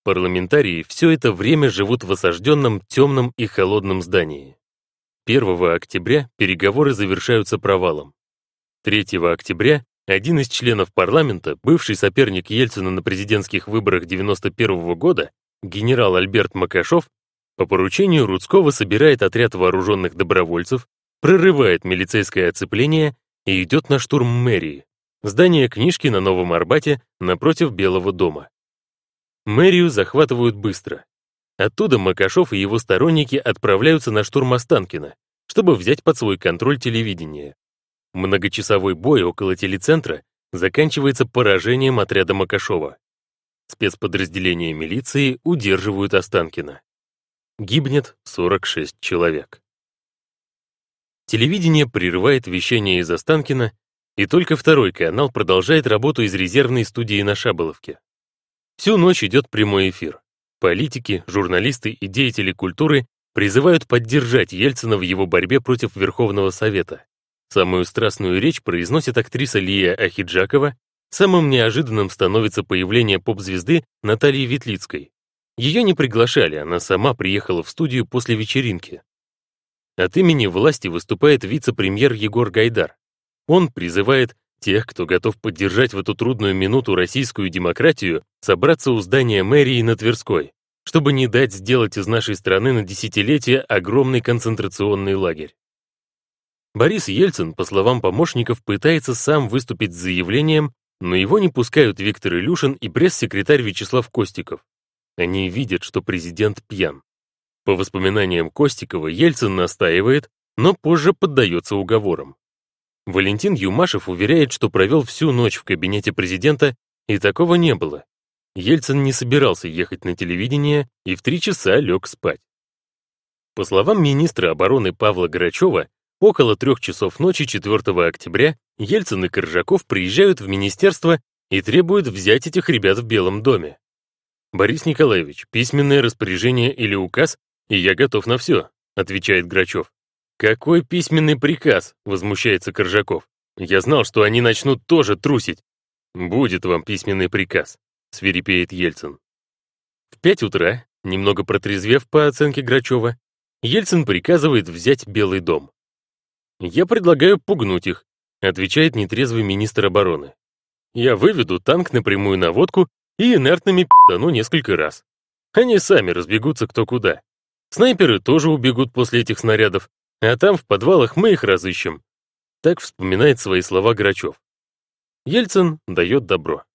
Парламентарии все это время живут в осажденном, темном и холодном здании. 1 октября переговоры завершаются провалом. 3 октября один из членов парламента, бывший соперник Ельцина на президентских выборах 91 года, генерал Альберт Макашов, по поручению Рудского собирает отряд вооруженных добровольцев, прорывает милицейское оцепление и идет на штурм мэрии, здание книжки на Новом Арбате напротив Белого дома. Мэрию захватывают быстро. Оттуда Макашов и его сторонники отправляются на штурм Останкино, чтобы взять под свой контроль телевидение. Многочасовой бой около телецентра заканчивается поражением отряда Макашова. Спецподразделения милиции удерживают Останкино. Гибнет 46 человек. Телевидение прерывает вещание из Останкино, и только второй канал продолжает работу из резервной студии на Шаболовке. Всю ночь идет прямой эфир. Политики, журналисты и деятели культуры призывают поддержать Ельцина в его борьбе против Верховного Совета. Самую страстную речь произносит актриса Лия Ахиджакова, самым неожиданным становится появление поп-звезды Натальи Ветлицкой. Ее не приглашали, она сама приехала в студию после вечеринки. От имени власти выступает вице-премьер Егор Гайдар. Он призывает тех, кто готов поддержать в эту трудную минуту российскую демократию, собраться у здания мэрии на Тверской, чтобы не дать сделать из нашей страны на десятилетия огромный концентрационный лагерь. Борис Ельцин, по словам помощников, пытается сам выступить с заявлением, но его не пускают Виктор Илюшин и пресс-секретарь Вячеслав Костиков. Они видят, что президент пьян. По воспоминаниям Костикова, Ельцин настаивает, но позже поддается уговорам. Валентин Юмашев уверяет, что провел всю ночь в кабинете президента, и такого не было. Ельцин не собирался ехать на телевидение и в 3 часа лег спать. По словам министра обороны Павла Грачева, около 3 часов ночи 4 октября Ельцин и Коржаков приезжают в министерство и требуют взять этих ребят в Белом доме. «Борис Николаевич, письменное распоряжение или указ, и я готов на все», отвечает Грачев. «Какой письменный приказ?» — возмущается Коржаков. «Я знал, что они начнут тоже трусить». «Будет вам письменный приказ», — свирепеет Ельцин. В 5 утра, немного протрезвев по оценке Грачева, Ельцин приказывает взять Белый дом. «Я предлагаю пугнуть их», — отвечает нетрезвый министр обороны. «Я выведу танк на прямую наводку и инертными пи***ну несколько раз. Они сами разбегутся кто куда. Снайперы тоже убегут после этих снарядов, а там в подвалах мы их разыщем». Так вспоминает свои слова Грачев. Ельцин дает добро.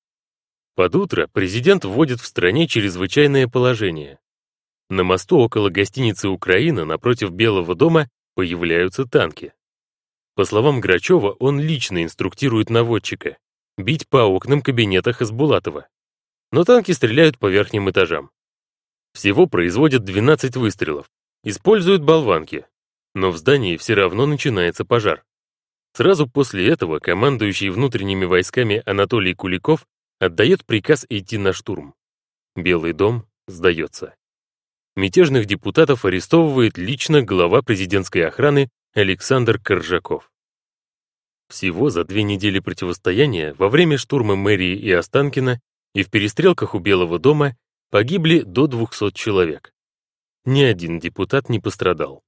Под утро президент вводит в стране чрезвычайное положение. На мосту около гостиницы «Украина» напротив Белого дома появляются танки. По словам Грачева, он лично инструктирует наводчика бить по окнам кабинета Хасбулатова. Но танки стреляют по верхним этажам. Всего производят 12 выстрелов, используют болванки, но в здании все равно начинается пожар. Сразу после этого командующий внутренними войсками Анатолий Куликов отдает приказ идти на штурм. Белый дом сдается. Мятежных депутатов арестовывает лично глава президентской охраны Александр Коржаков. Всего за 2 недели противостояния во время штурма мэрии и Останкино и в перестрелках у Белого дома погибли до 200 человек. Ни один депутат не пострадал.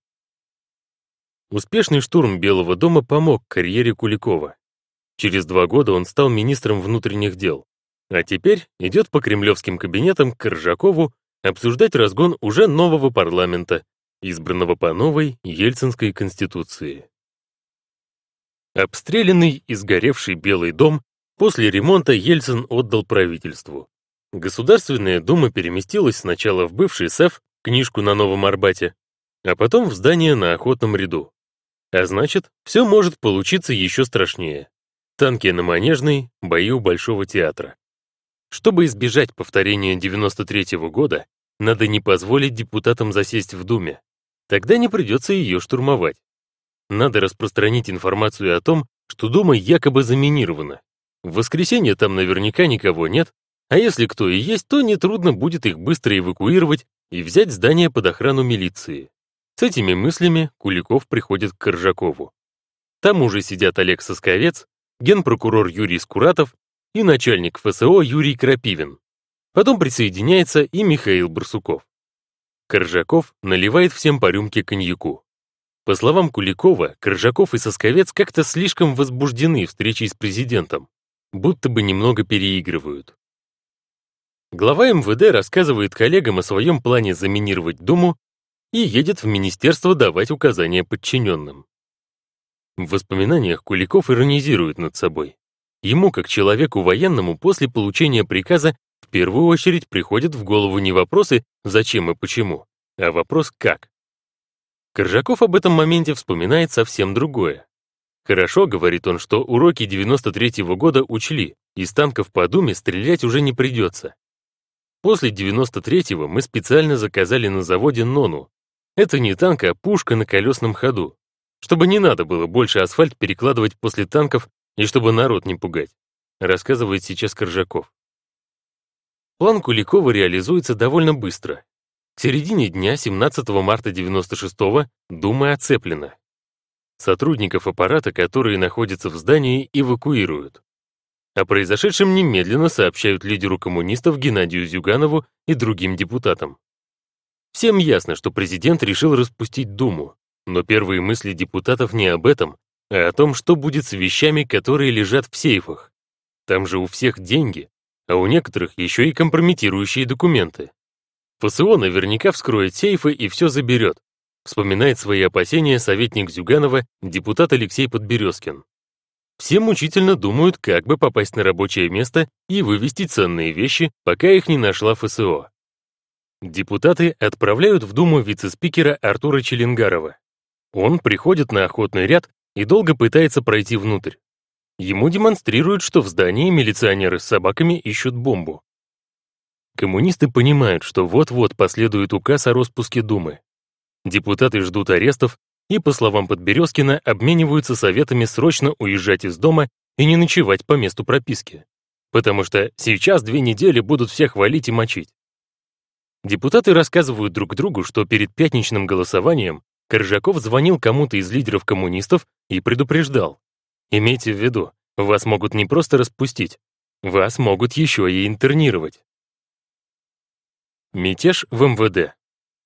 Успешный штурм Белого дома помог карьере Куликова. Через 2 года он стал министром внутренних дел, а теперь идет по кремлевским кабинетам к Коржакову обсуждать разгон уже нового парламента, избранного по новой Ельцинской конституции. Обстрелянный и сгоревший Белый дом после ремонта Ельцин отдал правительству. Государственная дума переместилась сначала в бывший СЭФ, книжку на Новом Арбате, а потом в здание на Охотном ряду. А значит, все может получиться еще страшнее. Танки на Манежной, бои у Большого театра. Чтобы избежать повторения 93-го года, надо не позволить депутатам засесть в Думе. Тогда не придется ее штурмовать. Надо распространить информацию о том, что Дума якобы заминирована. В воскресенье там наверняка никого нет, а если кто и есть, то нетрудно будет их быстро эвакуировать и взять здание под охрану милиции. С этими мыслями Куликов приходит к Коржакову. Там уже сидят Олег Сосковец, генпрокурор Юрий Скуратов и начальник ФСО Юрий Крапивин. Потом присоединяется и Михаил Барсуков. Коржаков наливает всем по рюмке коньяку. По словам Куликова, Коржаков и Сосковец как-то слишком возбуждены встречей с президентом, будто бы немного переигрывают. Глава МВД рассказывает коллегам о своем плане заминировать Думу и едет в министерство давать указания подчиненным. В воспоминаниях Куликов иронизирует над собой. Ему, как человеку военному, после получения приказа в первую очередь приходят в голову не вопросы «зачем» и «почему», а вопрос «как?». Коржаков об этом моменте вспоминает совсем другое. «Хорошо, — говорит он, — что уроки 93-го года учли, из танков по Думе стрелять уже не придется. После 93-го мы специально заказали на заводе Нону. Это не танк, а пушка на колесном ходу, чтобы не надо было больше асфальт перекладывать после танков и чтобы народ не пугать», рассказывает сейчас Коржаков. План Куликова реализуется довольно быстро. К середине дня 17 марта 96-го Дума оцеплена. Сотрудников аппарата, которые находятся в здании, эвакуируют. О произошедшем немедленно сообщают лидеру коммунистов Геннадию Зюганову и другим депутатам. Всем ясно, что президент решил распустить Думу, но первые мысли депутатов не об этом, а о том, что будет с вещами, которые лежат в сейфах. Там же у всех деньги, а у некоторых еще и компрометирующие документы. ФСО наверняка вскроет сейфы и все заберет, вспоминает свои опасения советник Зюганова, депутат Алексей Подберезкин. Все мучительно думают, как бы попасть на рабочее место и вывести ценные вещи, пока их не нашла ФСО. Депутаты отправляют в Думу вице-спикера Артура Челенгарова. Он приходит на охотный ряд и долго пытается пройти внутрь. Ему демонстрируют, что в здании милиционеры с собаками ищут бомбу. Коммунисты понимают, что вот-вот последует указ о распуске Думы. Депутаты ждут арестов и, по словам Подберезкина, обмениваются советами срочно уезжать из дома и не ночевать по месту прописки, потому что сейчас 2 недели будут всех валить и мочить. Депутаты рассказывают друг другу, что перед пятничным голосованием Коржаков звонил кому-то из лидеров коммунистов и предупреждал: «Имейте в виду, вас могут не просто распустить, вас могут еще и интернировать». Мятеж в МВД.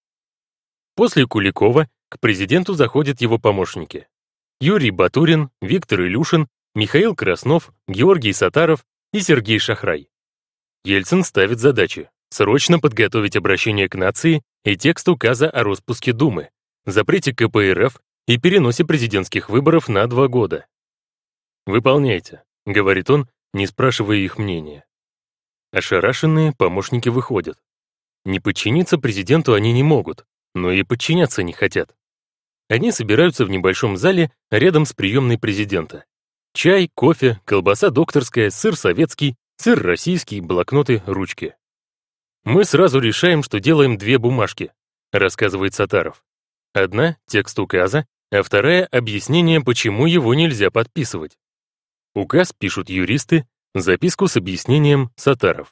После Куликова к президенту заходят его помощники. Юрий Батурин, Виктор Илюшин, Михаил Краснов, Георгий Сатаров и Сергей Шахрай. Ельцин ставит задачи: срочно подготовить обращение к нации и текст указа о распуске Думы, запрете КПРФ и переносе президентских выборов на 2 года. «Выполняйте», — говорит он, не спрашивая их мнения. Ошарашенные помощники выходят. Не подчиниться президенту они не могут, но и подчиняться не хотят. Они собираются в небольшом зале рядом с приемной президента. Чай, кофе, колбаса докторская, сыр советский, сыр российский, блокноты, ручки. «Мы сразу решаем, что делаем 2 бумажки», рассказывает Сатаров. Одна — текст указа, а вторая — объяснение, почему его нельзя подписывать. Указ пишут юристы, записку с объяснением — Сатаров.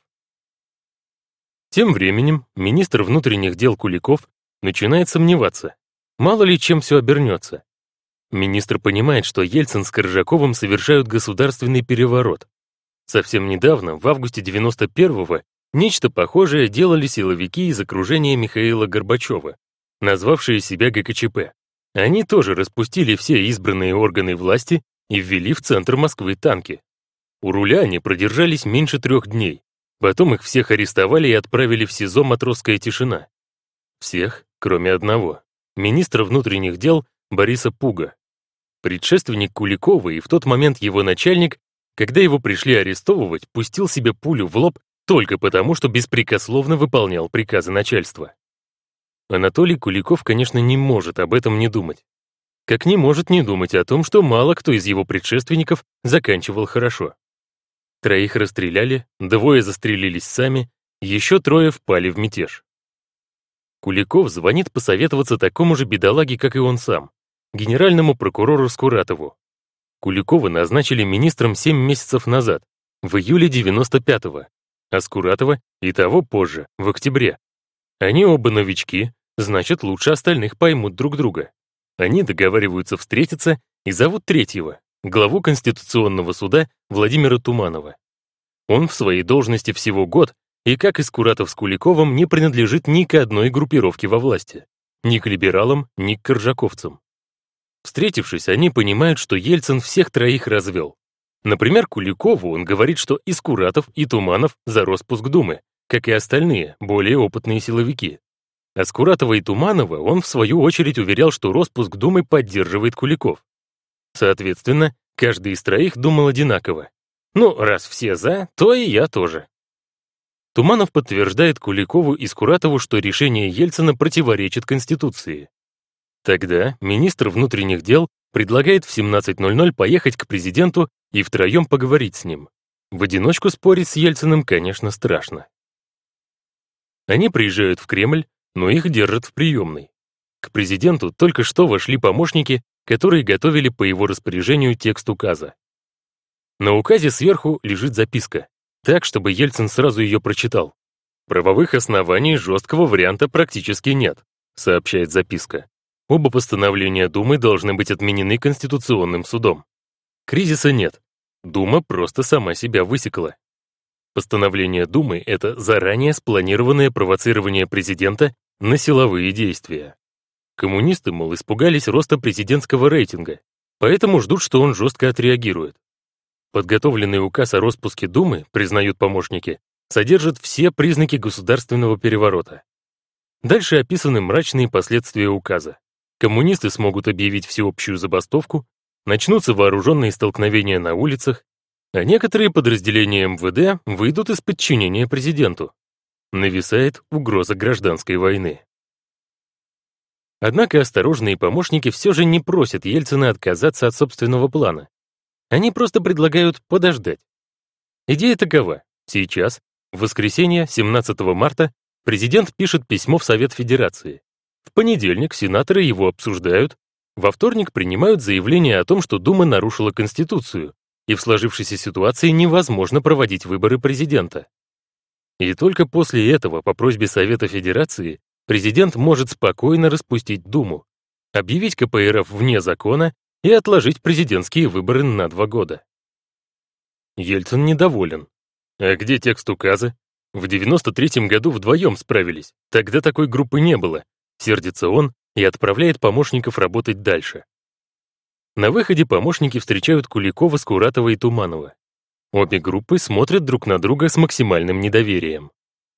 Тем временем министр внутренних дел Куликов начинает сомневаться, мало ли чем все обернется. Министр понимает, что Ельцин с Коржаковым совершают государственный переворот. Совсем недавно, в августе 91-го, нечто похожее делали силовики из окружения Михаила Горбачева, назвавшие себя ГКЧП. Они тоже распустили все избранные органы власти и ввели в центр Москвы танки. У руля они продержались меньше 3 дней. Потом их всех арестовали и отправили в СИЗО «Матросская тишина». Всех, кроме одного, министра внутренних дел Бориса Пуга. Предшественник Куликова и в тот момент его начальник, когда его пришли арестовывать, пустил себе пулю в лоб только потому, что беспрекословно выполнял приказы начальства. Анатолий Куликов, конечно, не может об этом не думать. Как не может не думать о том, что мало кто из его предшественников заканчивал хорошо. 3 расстреляли, 2 застрелились сами, еще 3 впали в мятеж. Куликов звонит посоветоваться такому же бедолаге, как и он сам, генеральному прокурору Скуратову. Куликова назначили министром 7 месяцев назад, в июле 95-го, а Скуратова и того позже, в октябре. Они оба новички, значит, лучше остальных поймут друг друга. Они договариваются встретиться и зовут 3-го, главу Конституционного суда Владимира Туманова. Он в своей должности всего год И как Искуратов с Куликовым не принадлежит ни к одной группировке во власти, ни к либералам, ни к коржаковцам. Встретившись, они понимают, что Ельцин всех троих развел. Например, Куликову он говорит, что Искуратов и Туманов за распуск Думы, как и остальные, более опытные силовики. А Скуратова и Туманова он, в свою очередь, уверял, что распуск Думы поддерживает Куликов. Соответственно, каждый из троих думал одинаково. Ну, раз все за, то и я тоже. Туманов подтверждает Куликову и Скуратову, что решение Ельцина противоречит Конституции. Тогда министр внутренних дел предлагает в 17:00 поехать к президенту и втроем поговорить с ним. В одиночку спорить с Ельциным, конечно, страшно. Они приезжают в Кремль, но их держат в приемной. К президенту только что вошли помощники, которые готовили по его распоряжению текст указа. На указе сверху лежит записка, так, чтобы Ельцин сразу ее прочитал. «Правовых оснований жесткого варианта практически нет», сообщает записка. Оба постановления Думы должны быть отменены Конституционным судом. Кризиса нет. Дума просто сама себя высекла. Постановление Думы — это заранее спланированное провоцирование президента на силовые действия. Коммунисты, мол, испугались роста президентского рейтинга, поэтому ждут, что он жестко отреагирует. Подготовленный указ о распуске Думы, признают помощники, содержит все признаки государственного переворота. Дальше описаны мрачные последствия указа. Коммунисты смогут объявить всеобщую забастовку, начнутся вооруженные столкновения на улицах, а некоторые подразделения МВД выйдут из подчинения президенту. Нависает угроза гражданской войны. Однако осторожные помощники все же не просят Ельцина отказаться от собственного плана. Они просто предлагают подождать. Идея такова. Сейчас, в воскресенье, 17 марта, президент пишет письмо в Совет Федерации. В понедельник сенаторы его обсуждают, во вторник принимают заявление о том, что Дума нарушила Конституцию, и в сложившейся ситуации невозможно проводить выборы президента. И только после этого, по просьбе Совета Федерации, президент может спокойно распустить Думу, объявить КПРФ вне закона и отложить президентские выборы на 2 года. Ельцин недоволен. А где текст указа? В 93-м году вдвоем справились, тогда такой группы не было. Сердится он и отправляет помощников работать дальше. На выходе помощники встречают Куликова, Скуратова и Туманова. Обе группы смотрят друг на друга с максимальным недоверием.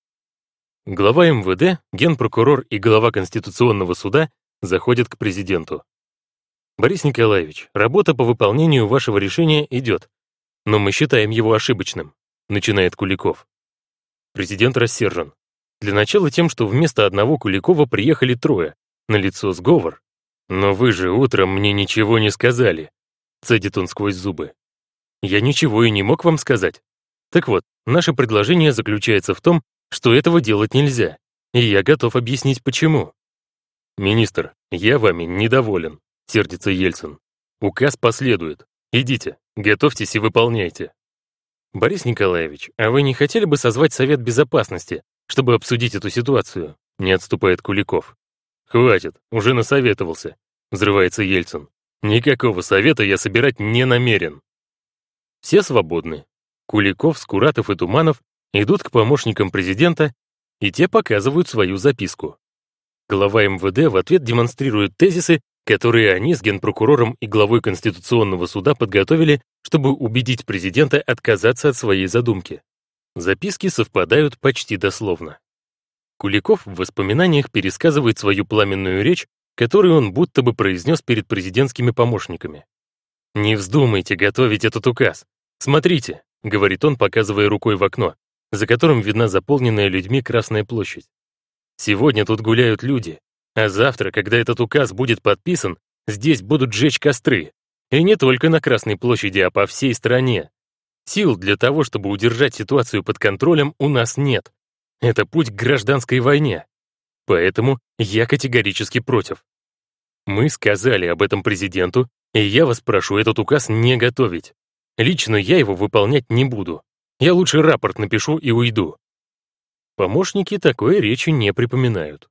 Глава МВД, генпрокурор и глава Конституционного суда заходят к президенту. «Борис Николаевич, работа по выполнению вашего решения идет, но мы считаем его ошибочным», начинает Куликов. Президент рассержен. Для начала тем, что вместо одного Куликова приехали 3, налицо сговор. «Но вы же утром мне ничего не сказали», цедит он сквозь зубы. «Я ничего и не мог вам сказать. Так вот, наше предложение заключается в том, что этого делать нельзя, и я готов объяснить, почему». «Министр, я вами недоволен», сердится Ельцин. «Указ последует. Идите, готовьтесь и выполняйте». «Борис Николаевич, а вы не хотели бы созвать Совет Безопасности, чтобы обсудить эту ситуацию?» Не отступает Куликов. «Хватит, уже насоветовался», взрывается Ельцин. «Никакого совета я собирать не намерен». Все свободны. Куликов, Скуратов и Туманов идут к помощникам президента, и те показывают свою записку. Глава МВД в ответ демонстрирует тезисы, которые они с генпрокурором и главой Конституционного суда подготовили, чтобы убедить президента отказаться от своей задумки. Записки совпадают почти дословно. Куликов в воспоминаниях пересказывает свою пламенную речь, которую он будто бы произнес перед президентскими помощниками. «Не вздумайте готовить этот указ. Смотрите», — говорит он, показывая рукой в окно, за которым видна заполненная людьми Красная площадь. «Сегодня тут гуляют люди, а завтра, когда этот указ будет подписан, здесь будут жечь костры. И не только на Красной площади, а по всей стране. Сил для того, чтобы удержать ситуацию под контролем, у нас нет. Это путь к гражданской войне. Поэтому я категорически против. Мы сказали об этом президенту, и я вас прошу этот указ не готовить. Лично я его выполнять не буду. Я лучше рапорт напишу и уйду». Помощники такой речи не припоминают.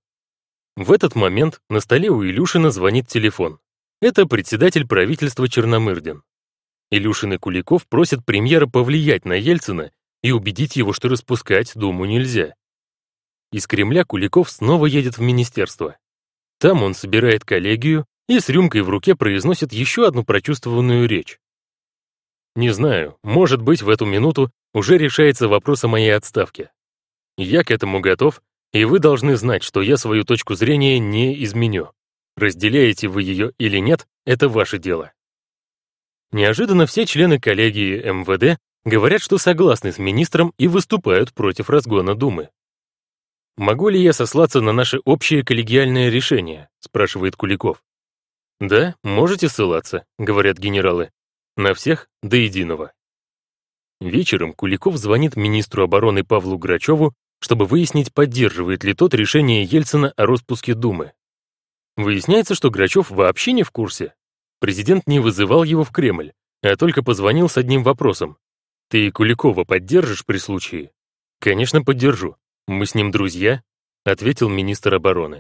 В этот момент на столе у Илюшина звонит телефон. Это председатель правительства Черномырдин. Илюшин и Куликов просят премьера повлиять на Ельцина и убедить его, что распускать Думу нельзя. Из Кремля Куликов снова едет в министерство. Там он собирает коллегию и с рюмкой в руке произносит еще одну прочувствованную речь. Не знаю, может быть, в эту минуту уже решается вопрос о моей отставке. Я к этому готов, и вы должны знать, что я свою точку зрения не изменю. Разделяете вы ее или нет, это ваше дело. Неожиданно все члены коллегии МВД говорят, что согласны с министром и выступают против разгона Думы. «Могу ли я сослаться на наше общее коллегиальное решение?» — спрашивает Куликов. «Да, можете ссылаться», — говорят генералы. «На всех до единого». Вечером Куликов звонит министру обороны Павлу Грачеву, чтобы выяснить, поддерживает ли тот решение Ельцина о распуске Думы. Выясняется, что Грачев вообще не в курсе. Президент не вызывал его в Кремль, а только позвонил с одним вопросом. «Ты Куликова поддержишь при случае?» «Конечно, поддержу. Мы с ним друзья», — ответил министр обороны.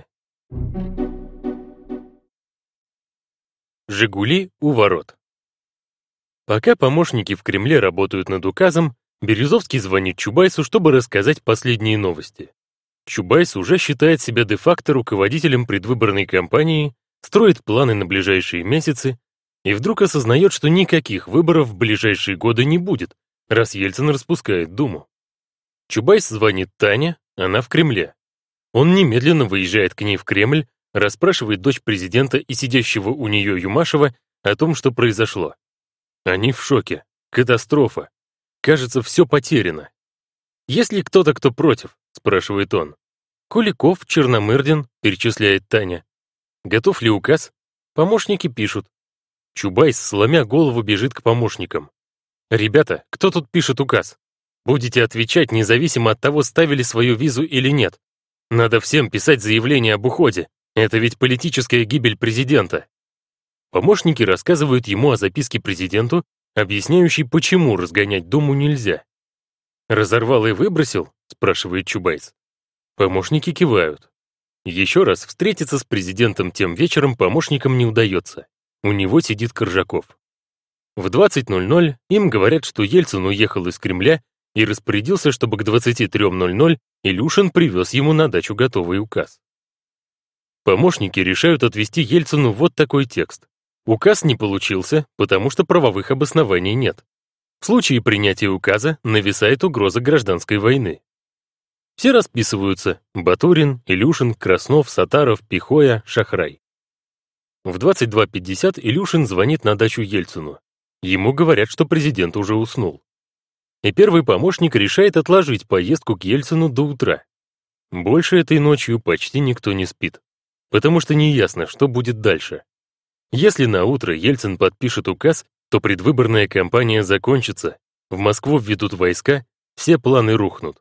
«Жигули» у ворот. Пока помощники в Кремле работают над указом, Березовский звонит Чубайсу, чтобы рассказать последние новости. Чубайс уже считает себя де-факто руководителем предвыборной кампании, строит планы на ближайшие месяцы и вдруг осознает, что никаких выборов в ближайшие годы не будет, раз Ельцин распускает Думу. Чубайс звонит Тане, она в Кремле. Он немедленно выезжает к ней в Кремль, расспрашивает дочь президента и сидящего у нее Юмашева о том, что произошло. Они в шоке. Катастрофа. Кажется, все потеряно. «Есть ли кто-то, кто против?» — спрашивает он. «Куликов, Черномырдин», — перечисляет Таня. «Готов ли указ?» Помощники пишут. Чубайс, сломя голову, бежит к помощникам. «Ребята, кто тут пишет указ? Будете отвечать, независимо от того, ставили свою визу или нет. Надо всем писать заявление об уходе. Это ведь политическая гибель президента». Помощники рассказывают ему о записке президенту, объясняющей, почему разгонять Думу нельзя. «Разорвал и выбросил?» — спрашивает Чубайс. Помощники кивают. Еще раз встретиться с президентом тем вечером помощникам не удается. У него сидит Коржаков. В 20:00 им говорят, что Ельцин уехал из Кремля и распорядился, чтобы к 23:00 Илюшин привез ему на дачу готовый указ. Помощники решают отвести Ельцину вот такой текст. Указ не получился, потому что правовых обоснований нет. В случае принятия указа нависает угроза гражданской войны. Все расписываются: Батурин, Илюшин, Краснов, Сатаров, Пихоя, Шахрай. В 22:50 Илюшин звонит на дачу Ельцину. Ему говорят, что президент уже уснул. И первый помощник решает отложить поездку к Ельцину до утра. Больше этой ночью почти никто не спит, потому что неясно, что будет дальше. Если на утро Ельцин подпишет указ, то предвыборная кампания закончится, в Москву введут войска, все планы рухнут.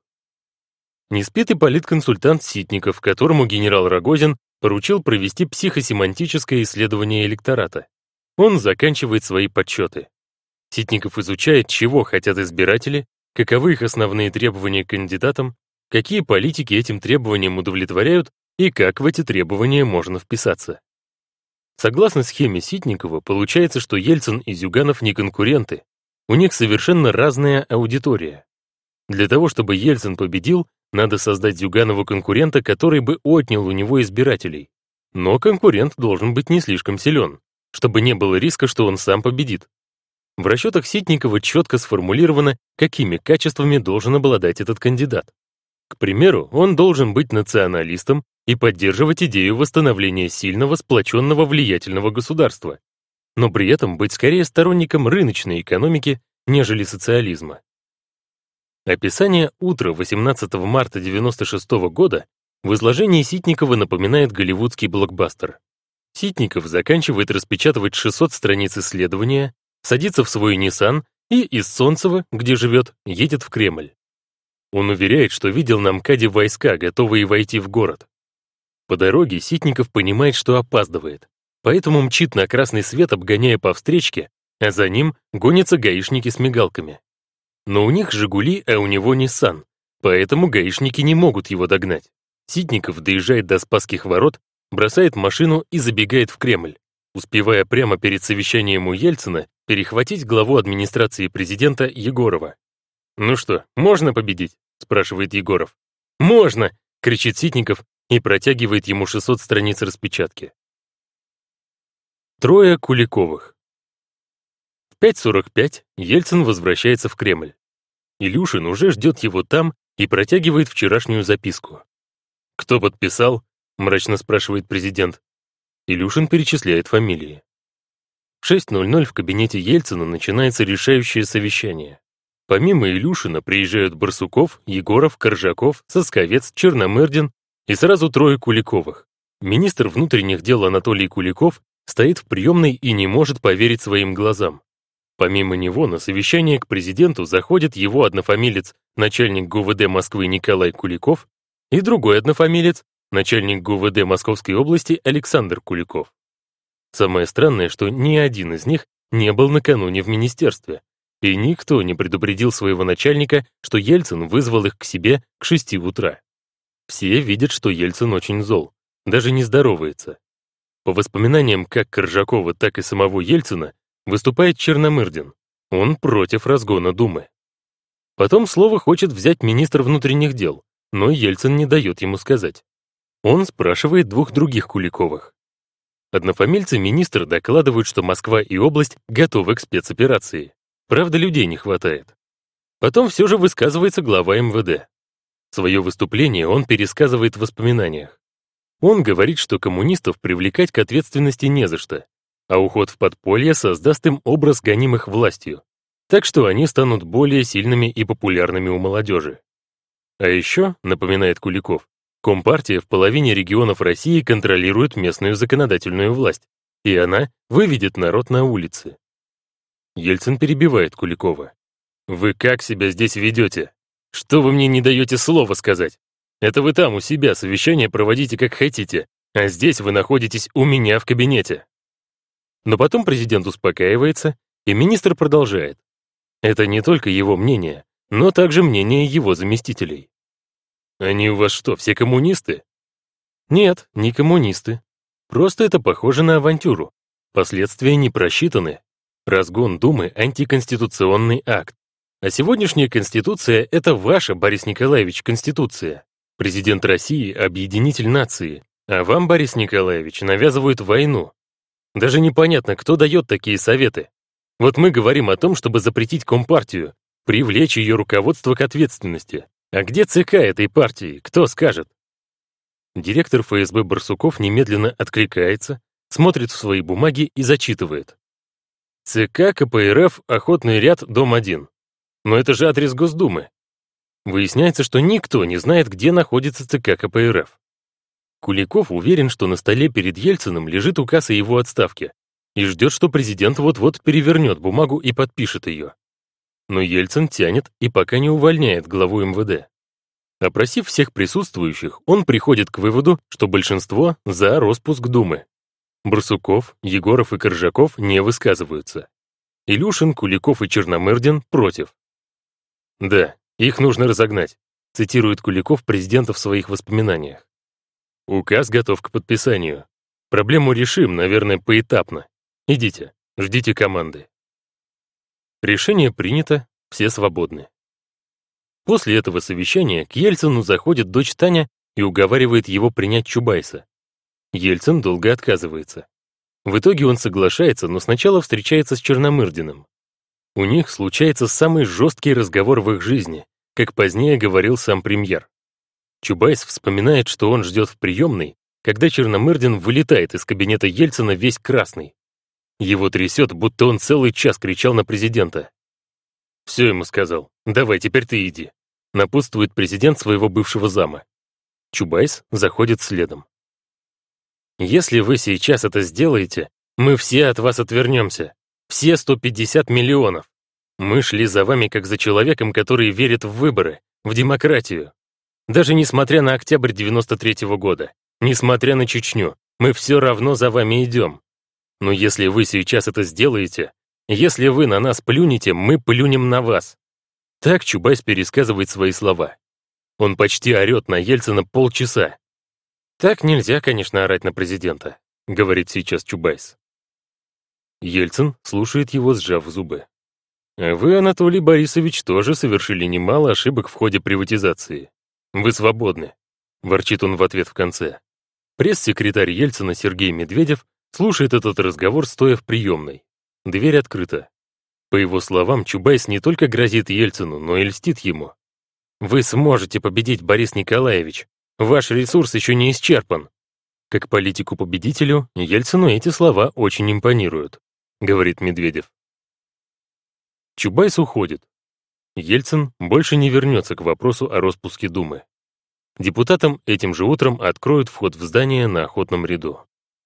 Не спит и политконсультант Ситников, которому генерал Рогозин поручил провести психосемантическое исследование электората. Он заканчивает свои подсчеты. Ситников изучает, чего хотят избиратели, каковы их основные требования к кандидатам, какие политики этим требованиям удовлетворяют и как в эти требования можно вписаться. Согласно схеме Ситникова, получается, что Ельцин и Зюганов не конкуренты, у них совершенно разная аудитория. Для того, чтобы Ельцин победил, надо создать Зюганову конкурента, который бы отнял у него избирателей. Но конкурент должен быть не слишком силен, чтобы не было риска, что он сам победит. В расчетах Ситникова четко сформулировано, какими качествами должен обладать этот кандидат. К примеру, он должен быть националистом и поддерживать идею восстановления сильного, сплоченного, влиятельного государства, но при этом быть скорее сторонником рыночной экономики, нежели социализма. Описание утра 18 марта 1996 года в изложении Ситникова напоминает голливудский блокбастер. Ситников заканчивает распечатывать 600 страниц исследования, садится в свой Nissan и из Солнцева, где живет, едет в Кремль. Он уверяет, что видел на МКАДе войска, готовые войти в город. По дороге Ситников понимает, что опаздывает, поэтому мчит на красный свет, обгоняя по встречке, а за ним гонятся гаишники с мигалками. Но у них «Жигули», а у него Nissan, поэтому гаишники не могут его догнать. Ситников доезжает до Спасских ворот, бросает машину и забегает в Кремль, успевая прямо перед совещанием у Ельцина перехватить главу администрации президента Егорова. «Ну что, можно победить?» — спрашивает Егоров. «Можно!» — кричит Ситников и протягивает ему 600 страниц распечатки. Трое Куликовых. В 5:45 Ельцин возвращается в Кремль. Илюшин уже ждет его там и протягивает вчерашнюю записку. «Кто подписал?» — мрачно спрашивает президент. Илюшин перечисляет фамилии. В 6:00 в кабинете Ельцина начинается решающее совещание. Помимо Илюшина приезжают Барсуков, Егоров, Коржаков, Сосковец, Черномырдин и сразу трое Куликовых. Министр внутренних дел Анатолий Куликов стоит в приемной и не может поверить своим глазам. Помимо него на совещание к президенту заходит его однофамилец, начальник ГУВД Москвы Николай Куликов, и другой однофамилец, начальник ГУВД Московской области Александр Куликов. Самое странное, что ни один из них не был накануне в министерстве, и никто не предупредил своего начальника, что Ельцин вызвал их к себе к 6 утра. Все видят, что Ельцин очень зол, даже не здоровается. По воспоминаниям как Коржакова, так и самого Ельцина, выступает Черномырдин. Он против разгона Думы. Потом слово хочет взять министр внутренних дел, но Ельцин не дает ему сказать. Он спрашивает двух других Куликовых. Однофамильцы министра докладывают, что Москва и область готовы к спецоперации. Правда, людей не хватает. Потом все же высказывается глава МВД. Свое выступление он пересказывает в воспоминаниях. Он говорит, что коммунистов привлекать к ответственности не за что, а уход в подполье создаст им образ гонимых властью, так что они станут более сильными и популярными у молодежи. А еще, напоминает Куликов, Компартия в половине регионов России контролирует местную законодательную власть, и она выведет народ на улицы. Ельцин перебивает Куликова. «Вы как себя здесь ведете? Что вы мне не даете слова сказать? Это вы там у себя совещание проводите как хотите, а здесь вы находитесь у меня в кабинете». Но потом президент успокаивается, и министр продолжает. Это не только его мнение, но также мнение его заместителей. «Они у вас что, все коммунисты?» Нет, не коммунисты. Просто это похоже на авантюру. Последствия не просчитаны. Разгон Думы — антиконституционный акт. А сегодняшняя Конституция — это ваша, Борис Николаевич, Конституция. Президент России — объединитель нации, а вам, Борис Николаевич, навязывают войну. Даже непонятно, кто дает такие советы. Вот мы говорим о том, чтобы запретить Компартию, привлечь ее руководство к ответственности. А где ЦК этой партии, кто скажет? Директор ФСБ Барсуков немедленно откликается, смотрит в свои бумаги и зачитывает. ЦК КПРФ, Охотный ряд, дом 1. Но это же адрес Госдумы. Выясняется, что никто не знает, где находится ЦК КПРФ. Куликов уверен, что на столе перед Ельциным лежит указ о его отставке и ждет, что президент вот-вот перевернет бумагу и подпишет ее. Но Ельцин тянет и пока не увольняет главу МВД. Опросив всех присутствующих, он приходит к выводу, что большинство за распуск Думы. Барсуков, Егоров и Коржаков не высказываются. Илюшин, Куликов и Черномырдин против. «Да, их нужно разогнать», цитирует Куликов президента в своих воспоминаниях. «Указ готов к подписанию. Проблему решим, наверное, поэтапно. Идите, ждите команды». Решение принято, все свободны. После этого совещания к Ельцину заходит дочь Таня и уговаривает его принять Чубайса. Ельцин долго отказывается. В итоге он соглашается, но сначала встречается с Черномырдиным. У них случается самый жесткий разговор в их жизни, как позднее говорил сам премьер. Чубайс вспоминает, что он ждет в приемной, когда Черномырдин вылетает из кабинета Ельцина весь красный. Его трясет, будто он целый час кричал на президента. «Все ему сказал, давай, теперь ты иди», напутствует президент своего бывшего зама. Чубайс заходит следом. «Если вы сейчас это сделаете, мы все от вас отвернемся. Все 150 миллионов. Мы шли за вами как за человеком, который верит в выборы, в демократию. Даже несмотря на октябрь 93-го года, несмотря на Чечню, мы все равно за вами идем. Но если вы сейчас это сделаете, если вы на нас плюнете, мы плюнем на вас». Так Чубайс пересказывает свои слова. Он почти орет на Ельцина полчаса. «Так нельзя, конечно, орать на президента», — говорит сейчас Чубайс. Ельцин слушает его, сжав зубы. А вы, Анатолий Борисович, тоже совершили немало ошибок в ходе приватизации. Вы свободны, ворчит он в ответ в конце. Пресс-секретарь Ельцина Сергей Медведев слушает этот разговор, стоя в приемной. Дверь открыта. По его словам, Чубайс не только грозит Ельцину, но и льстит ему. «Вы сможете победить, Борис Николаевич. Ваш ресурс еще не исчерпан». Как политику-победителю, Ельцину эти слова очень импонируют, говорит Медведев. Чубайс уходит. Ельцин больше не вернется к вопросу о распуске Думы. Депутатам этим же утром откроют вход в здание на Охотном ряду.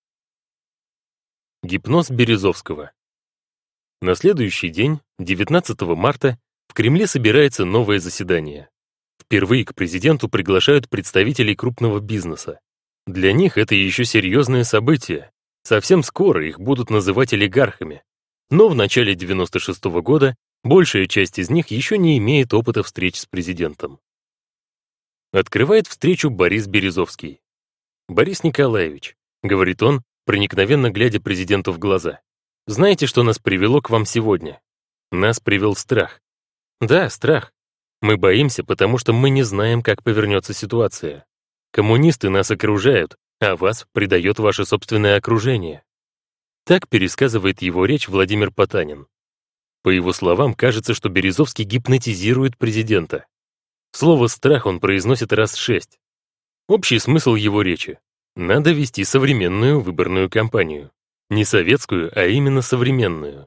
Гипноз Березовского. На следующий день, 19 марта, в Кремле собирается новое заседание. Впервые к президенту приглашают представителей крупного бизнеса. Для них это еще серьезное событие. Совсем скоро их будут называть олигархами. Но в начале 96-го года большая часть из них еще не имеет опыта встреч с президентом. Открывает встречу Борис Березовский. «Борис Николаевич», — говорит он, проникновенно глядя президенту в глаза, «знаете, что нас привело к вам сегодня? Нас привел страх». «Да, страх. Мы боимся, потому что мы не знаем, как повернется ситуация. Коммунисты нас окружают, а вас предает ваше собственное окружение». Так пересказывает его речь Владимир Потанин. По его словам, кажется, что Березовский гипнотизирует президента. Слово «страх» он произносит раз 6. Общий смысл его речи: надо вести современную выборную кампанию. Не советскую, а именно современную.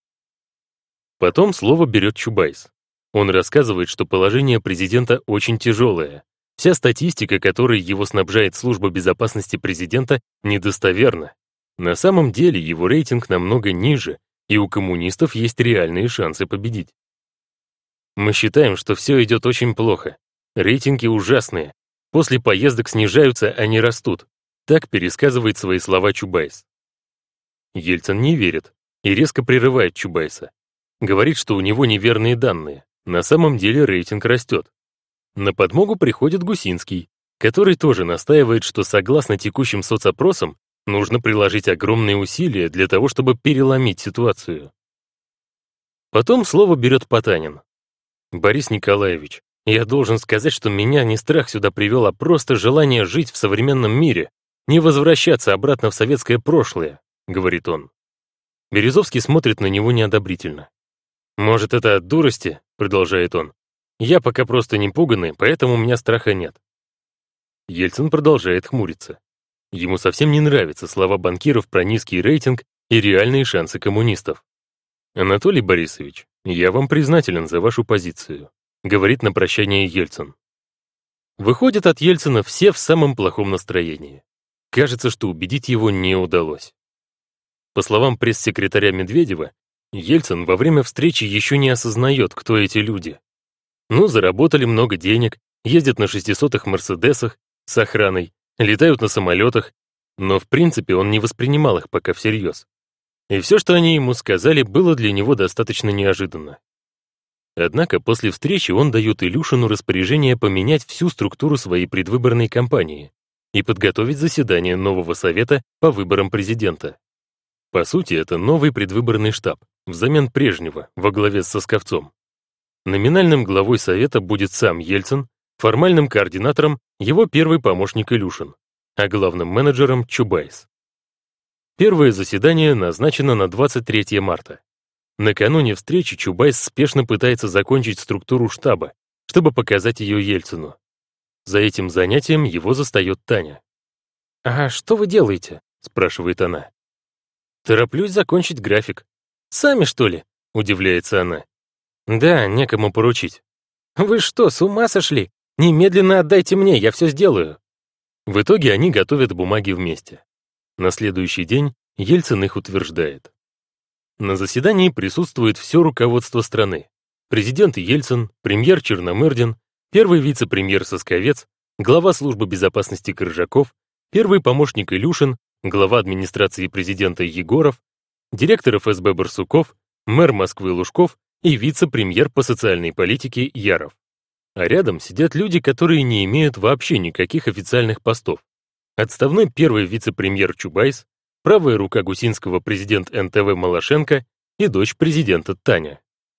Потом слово берет Чубайс. Он рассказывает, что положение президента очень тяжелое. Вся статистика, которой его снабжает Служба безопасности президента, недостоверна. На самом деле его рейтинг намного ниже, и у коммунистов есть реальные шансы победить. Мы считаем, что все идет очень плохо. Рейтинги ужасные. После поездок снижаются, а не растут. Так пересказывает свои слова Чубайс. Ельцин не верит и резко прерывает Чубайса. Говорит, что у него неверные данные. На самом деле рейтинг растет. На подмогу приходит Гусинский, который тоже настаивает, что согласно текущим соцопросам нужно приложить огромные усилия для того, чтобы переломить ситуацию. Потом слово берет Потанин. «Борис Николаевич, я должен сказать, что меня не страх сюда привел, а просто желание жить в современном мире, не возвращаться обратно в советское прошлое», — говорит он. Березовский смотрит на него неодобрительно. «Может, это от дурости?» — продолжает он. «Я пока просто не пуганный, поэтому у меня страха нет». Ельцин продолжает хмуриться. Ему совсем не нравятся слова банкиров про низкий рейтинг и реальные шансы коммунистов. «Анатолий Борисович, я вам признателен за вашу позицию», — говорит на прощание Ельцин. Выходят от Ельцина все в самом плохом настроении. Кажется, что убедить его не удалось. По словам пресс-секретаря Медведева, Ельцин во время встречи еще не осознает, кто эти люди. Ну, заработали много денег, ездят на 600-х Мерседесах с охраной, летают на самолетах, но в принципе он не воспринимал их пока всерьез. И все, что они ему сказали, было для него достаточно неожиданно. Однако после встречи он дает Илюшину распоряжение поменять всю структуру своей предвыборной кампании и подготовить заседание нового совета по выборам президента. По сути, это новый предвыборный штаб, взамен прежнего, во главе с Сосковцом. Номинальным главой совета будет сам Ельцин, формальным координатором его первый помощник Илюшин, а главным менеджером Чубайс. Первое заседание назначено на 23 марта. Накануне встречи Чубайс спешно пытается закончить структуру штаба, чтобы показать ее Ельцину. За этим занятием его застает Таня. «А что вы делаете?» — спрашивает она. «Тороплюсь закончить график». «Сами, что ли?» — удивляется она. «Да, некому поручить». «Вы что, с ума сошли? Немедленно отдайте мне, я все сделаю». В итоге они готовят бумаги вместе. На следующий день Ельцин их утверждает. На заседании присутствует все руководство страны. Президент Ельцин, премьер Черномырдин, первый вице-премьер Сосковец, глава службы безопасности Коржаков, первый помощник Илюшин, глава администрации президента Егоров, директор ФСБ Барсуков, мэр Москвы Лужков и вице-премьер по социальной политике Яров. А рядом сидят люди, которые не имеют вообще никаких официальных постов. Отставной первый вице-премьер Чубайс, правая рука Гусинского президент НТВ Малашенко и дочь президента Таня.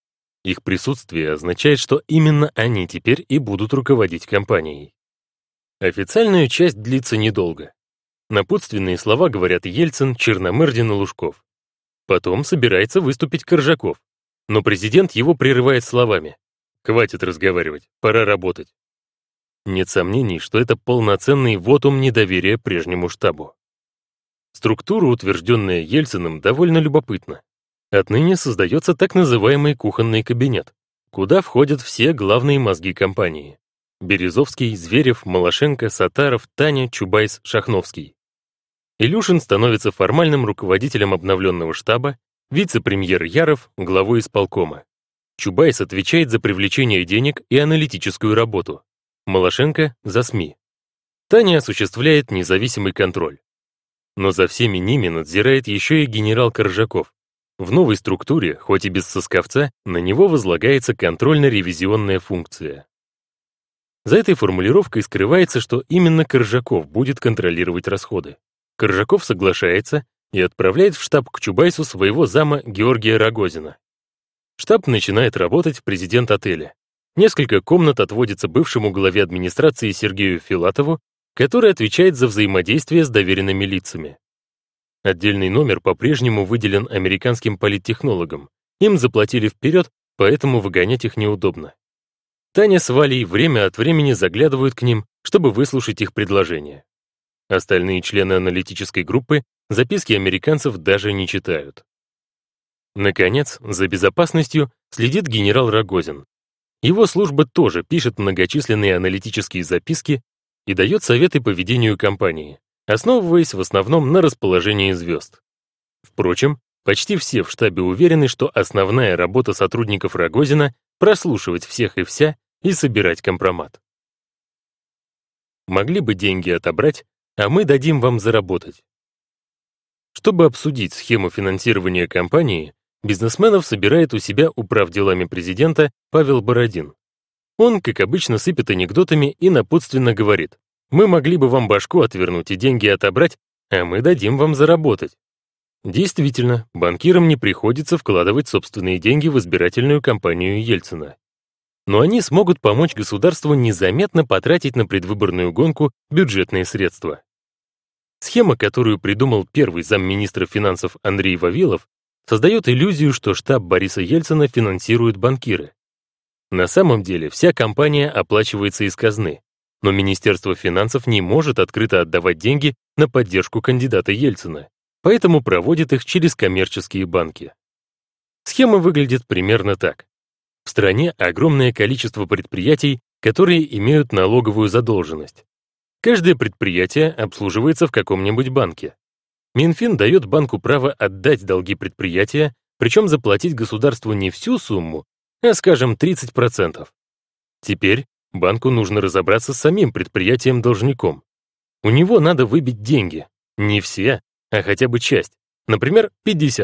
Их присутствие означает, что именно они теперь и будут руководить компанией. Официальная часть длится недолго. Напутственные слова говорят Ельцин, Черномырдин и Лужков. Потом собирается выступить Коржаков, но президент его прерывает словами: «Хватит разговаривать, пора работать». Нет сомнений, что это полноценный вотум недоверия прежнему штабу. Структура, утвержденная Ельциным, довольно любопытна. Отныне создается так называемый кухонный кабинет, куда входят все главные мозги компании: Березовский, Зверев, Малашенко, Сатаров, Таня, Чубайс, Шахновский. Илюшин становится формальным руководителем обновленного штаба, вице-премьер Яров — главой исполкома. Чубайс отвечает за привлечение денег и аналитическую работу, Малашенко — за СМИ. Таня осуществляет независимый контроль. Но за всеми ними надзирает еще и генерал Коржаков. В новой структуре, хоть и без соскавца, на него возлагается контрольно-ревизионная функция. За этой формулировкой скрывается, что именно Коржаков будет контролировать расходы. Коржаков соглашается и отправляет в штаб к Чубайсу своего зама Георгия Рогозина. Штаб начинает работать в президент-отеле. Несколько комнат отводится бывшему главе администрации Сергею Филатову, который отвечает за взаимодействие с доверенными лицами. Отдельный номер по-прежнему выделен американским политтехнологам. Им заплатили вперед, поэтому выгонять их неудобно. Таня с Валей время от времени заглядывают к ним, чтобы выслушать их предложения. Остальные члены аналитической группы записки американцев даже не читают. Наконец, за безопасностью следит генерал Рогозин. Его служба тоже пишет многочисленные аналитические записки и дает советы по ведению компании, основываясь в основном на расположении звезд. Впрочем, почти все в штабе уверены, что основная работа сотрудников Рогозина — прослушивать всех и вся и собирать компромат. Могли бы деньги отобрать, а мы дадим вам заработать. Чтобы обсудить схему финансирования компании, бизнесменов собирает у себя управделами президента Павел Бородин. Он, как обычно, сыпет анекдотами и напутственно говорит: «Мы могли бы вам башку отвернуть и деньги отобрать, а мы дадим вам заработать». Действительно, банкирам не приходится вкладывать собственные деньги в избирательную кампанию Ельцина. Но они смогут помочь государству незаметно потратить на предвыборную гонку бюджетные средства. Схема, которую придумал первый замминистра финансов Андрей Вавилов, создает иллюзию, что штаб Бориса Ельцина финансируют банкиры. На самом деле вся компания оплачивается из казны, но Министерство финансов не может открыто отдавать деньги на поддержку кандидата Ельцина, поэтому проводит их через коммерческие банки. Схема выглядит примерно так. В стране огромное количество предприятий, которые имеют налоговую задолженность. Каждое предприятие обслуживается в каком-нибудь банке. Минфин дает банку право отдать долги предприятия, причем заплатить государству не всю сумму, а, скажем, 30%. Теперь банку нужно разобраться с самим предприятием-должником. У него надо выбить деньги, не все, а хотя бы часть, например,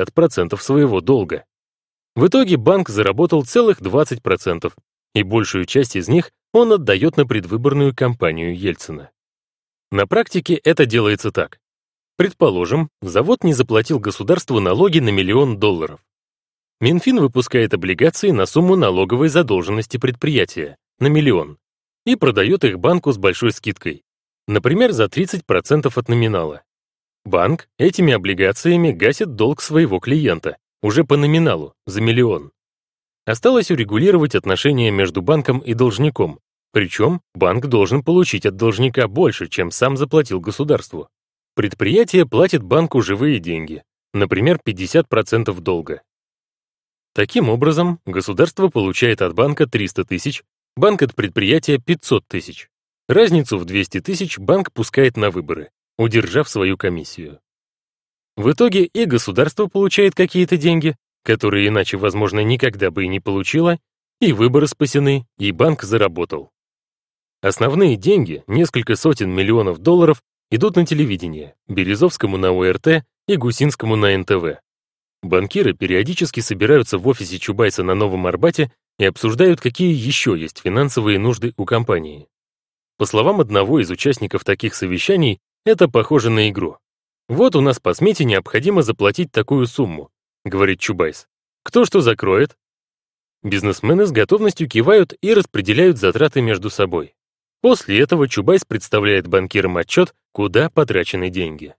50% своего долга. В итоге банк заработал целых 20%, и большую часть из них он отдает на предвыборную кампанию Ельцина. На практике это делается так. Предположим, завод не заплатил государству налоги на $1 миллион. Минфин выпускает облигации на сумму налоговой задолженности предприятия, на $1 миллион, и продает их банку с большой скидкой, например, за 30% от номинала. Банк этими облигациями гасит долг своего клиента, уже по номиналу, за $1 миллион. Осталось урегулировать отношения между банком и должником, причем банк должен получить от должника больше, чем сам заплатил государству. Предприятие платит банку живые деньги, например, 50% долга. Таким образом, государство получает от банка 300 тысяч, банк от предприятия 500 тысяч. Разницу в 200 тысяч банк пускает на выборы, удержав свою комиссию. В итоге и государство получает какие-то деньги, которые иначе, возможно, никогда бы и не получило, и выборы спасены, и банк заработал. Основные деньги, несколько сотен миллионов долларов, идут на телевидение, Березовскому на ОРТ и Гусинскому на НТВ. Банкиры периодически собираются в офисе Чубайса на Новом Арбате и обсуждают, какие еще есть финансовые нужды у компании. По словам одного из участников таких совещаний, это похоже на игру. «Вот у нас по смете необходимо заплатить такую сумму», — говорит Чубайс. «Кто что закроет?» Бизнесмены с готовностью кивают и распределяют затраты между собой. После этого Чубайс представляет банкирам отчет, куда потрачены деньги.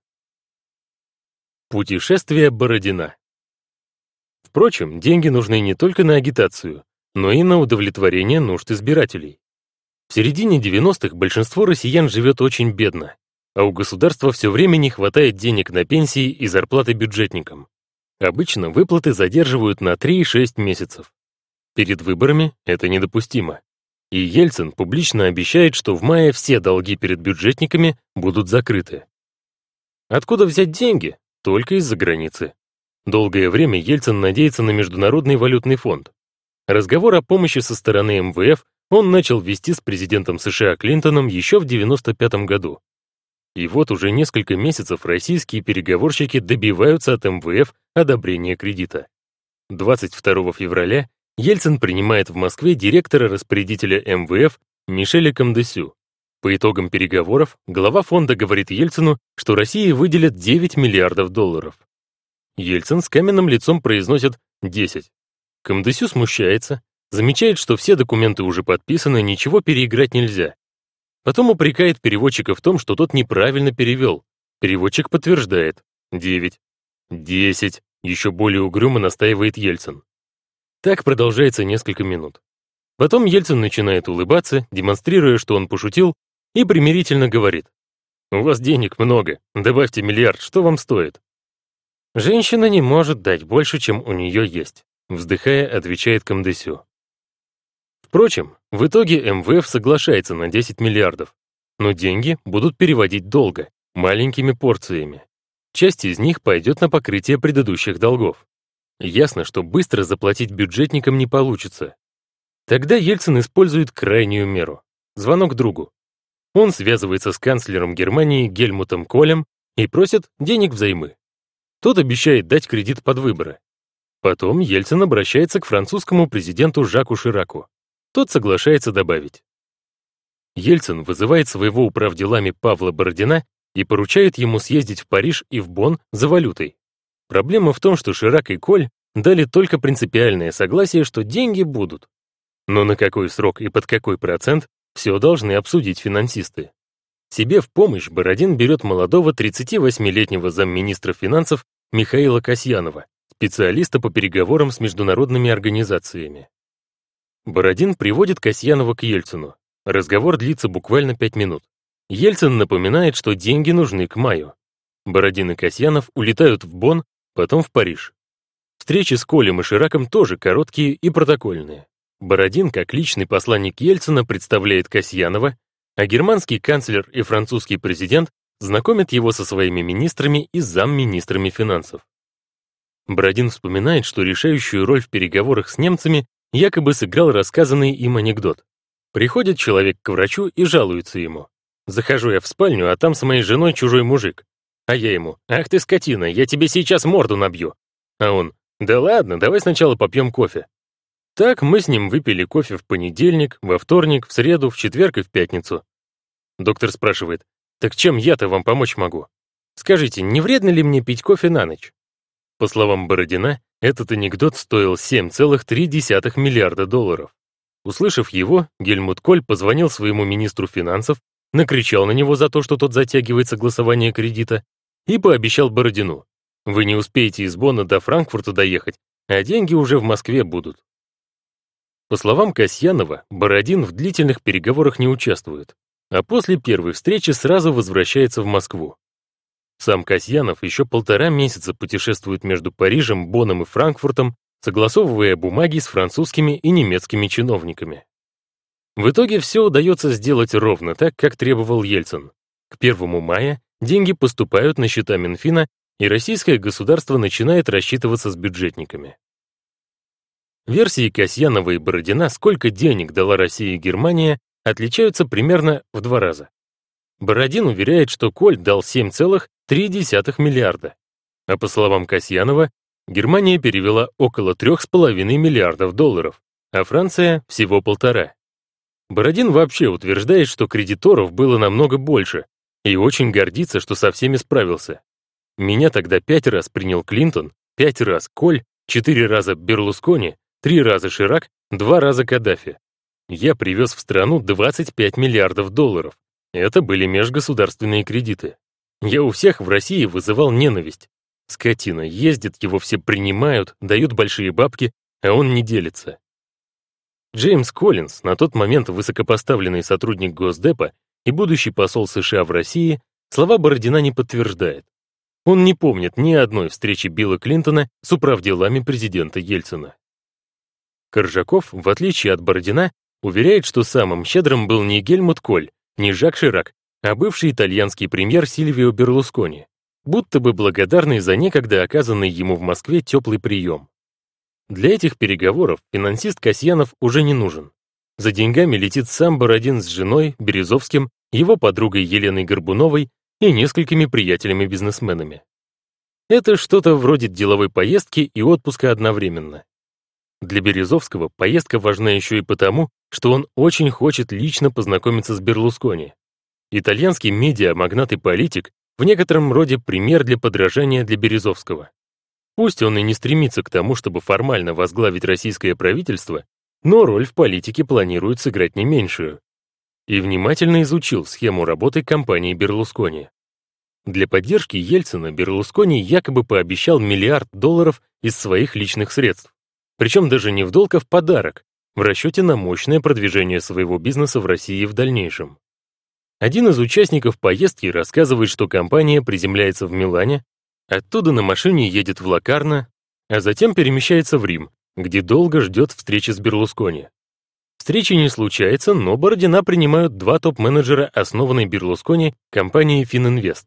Путешествие Бородина. Впрочем, деньги нужны не только на агитацию, но и на удовлетворение нужд избирателей. В середине 90-х большинство россиян живет очень бедно, а у государства все время не хватает денег на пенсии и зарплаты бюджетникам. Обычно выплаты задерживают на 3-6 месяцев. Перед выборами это недопустимо. И Ельцин публично обещает, что в мае все долги перед бюджетниками будут закрыты. Откуда взять деньги? Только из-за границы. Долгое время Ельцин надеется на Международный валютный фонд. Разговор о помощи со стороны МВФ он начал вести с президентом США Клинтоном еще в 1995 году. И вот уже несколько месяцев российские переговорщики добиваются от МВФ одобрения кредита. 22 февраля Ельцин принимает в Москве директора-распорядителя МВФ Мишеля Камдесю. По итогам переговоров глава фонда говорит Ельцину, что России выделят 9 миллиардов долларов. Ельцин с каменным лицом произносит 10. Камдесю смущается, замечает, что все документы уже подписаны, ничего переиграть нельзя. Потом упрекает переводчика в том, что тот неправильно перевел. Переводчик подтверждает 9. 10. Еще более угрюмо настаивает Ельцин. Так продолжается несколько минут. Потом Ельцин начинает улыбаться, демонстрируя, что он пошутил, и примирительно говорит: «У вас денег много, добавьте миллиард, что вам стоит?» «Женщина не может дать больше, чем у нее есть», вздыхая, отвечает Камдесю. Впрочем, в итоге МВФ соглашается на 10 миллиардов, но деньги будут переводить долго, маленькими порциями. Часть из них пойдет на покрытие предыдущих долгов. Ясно, что быстро заплатить бюджетникам не получится. Тогда Ельцин использует крайнюю меру — звонок другу. Он связывается с канцлером Германии Гельмутом Колем и просит денег взаймы. Тот обещает дать кредит под выборы. Потом Ельцин обращается к французскому президенту Жаку Шираку. Тот соглашается добавить. Ельцин вызывает своего управделами Павла Бородина и поручает ему съездить в Париж и в Бонн за валютой. Проблема в том, что Ширак и Коль дали только принципиальное согласие, что деньги будут. Но на какой срок и под какой процент все должны обсудить финансисты. Себе в помощь Бородин берет молодого 38-летнего замминистра финансов Михаила Касьянова, специалиста по переговорам с международными организациями. Бородин приводит Касьянова к Ельцину. Разговор длится буквально 5 минут. Ельцин напоминает, что деньги нужны к маю. Бородин и Касьянов улетают в Бонн, потом в Париж. Встречи с Колем и Шираком тоже короткие и протокольные. Бородин, как личный посланник Ельцина, представляет Касьянова, а германский канцлер и французский президент знакомят его со своими министрами и замминистрами финансов. Бородин вспоминает, что решающую роль в переговорах с немцами якобы сыграл рассказанный им анекдот. Приходит человек к врачу и жалуется ему. «Захожу я в спальню, а там с моей женой чужой мужик». А я ему: «Ах ты скотина, я тебе сейчас морду набью». А он: «Да ладно, давай сначала попьем кофе». Так мы с ним выпили кофе в понедельник, во вторник, в среду, в четверг и в пятницу. Доктор спрашивает: «Так чем я-то вам помочь могу? Скажите, не вредно ли мне пить кофе на ночь?» По словам Бородина, этот анекдот стоил 7,3 миллиарда долларов. Услышав его, Гельмут Коль позвонил своему министру финансов, накричал на него за то, что тот затягивает согласование кредита, и пообещал Бородину: «Вы не успеете из Бонна до Франкфурта доехать, а деньги уже в Москве будут». По словам Касьянова, Бородин в длительных переговорах не участвует, а после первой встречи сразу возвращается в Москву. Сам Касьянов еще 1,5 месяца путешествует между Парижем, Бонном и Франкфуртом, согласовывая бумаги с французскими и немецкими чиновниками. В итоге все удается сделать ровно так, как требовал Ельцин. К 1 мая деньги поступают на счета Минфина, и российское государство начинает рассчитываться с бюджетниками. Версии Касьянова и Бородина, сколько денег дала Россия и Германия, отличаются примерно в 2 раза. Бородин уверяет, что Коль дал 7,3 миллиарда, а по словам Касьянова, Германия перевела около 3,5 миллиардов долларов, а Франция всего 1,5. Бородин вообще утверждает, что кредиторов было намного больше, и очень гордится, что со всеми справился. Меня тогда 5 раз принял Клинтон, 5 раз Коль, 4 раза Берлускони, 3 раза Ширак, 2 раза Каддафи. Я привез в страну 25 миллиардов долларов. Это были межгосударственные кредиты. Я у всех в России вызывал ненависть. Скотина, ездит, его все принимают, дают большие бабки, а он не делится. Джеймс Коллинс, на тот момент высокопоставленный сотрудник Госдепа и будущий посол США в России, слова Бородина не подтверждает. Он не помнит ни одной встречи Билла Клинтона с управделами президента Ельцина. Коржаков, в отличие от Бородина, уверяет, что самым щедрым был не Гельмут Коль, не Жак Ширак, а бывший итальянский премьер Сильвио Берлускони, будто бы благодарный за некогда оказанный ему в Москве теплый прием. Для этих переговоров финансист Касьянов уже не нужен. За деньгами летит сам Бородин с женой, Березовским, его подругой Еленой Горбуновой и несколькими приятелями-бизнесменами. Это что-то вроде деловой поездки и отпуска одновременно. Для Березовского поездка важна еще и потому, что он очень хочет лично познакомиться с Берлускони. Итальянский медиа-магнат и политик в некотором роде пример для подражания для Березовского. Пусть он и не стремится к тому, чтобы формально возглавить российское правительство, но роль в политике планирует сыграть не меньшую. И внимательно изучил схему работы компании Берлускони. Для поддержки Ельцина Берлускони якобы пообещал $1 миллиард из своих личных средств. Причем даже не в долг, а в подарок, в расчете на мощное продвижение своего бизнеса в России в дальнейшем. Один из участников поездки рассказывает, что компания приземляется в Милане, оттуда на машине едет в Локарно, а затем перемещается в Рим, где долго ждет встречи с Берлускони. Встречи не случается, но Бородина принимают 2 топ-менеджера основанной Берлускони компании Фининвест.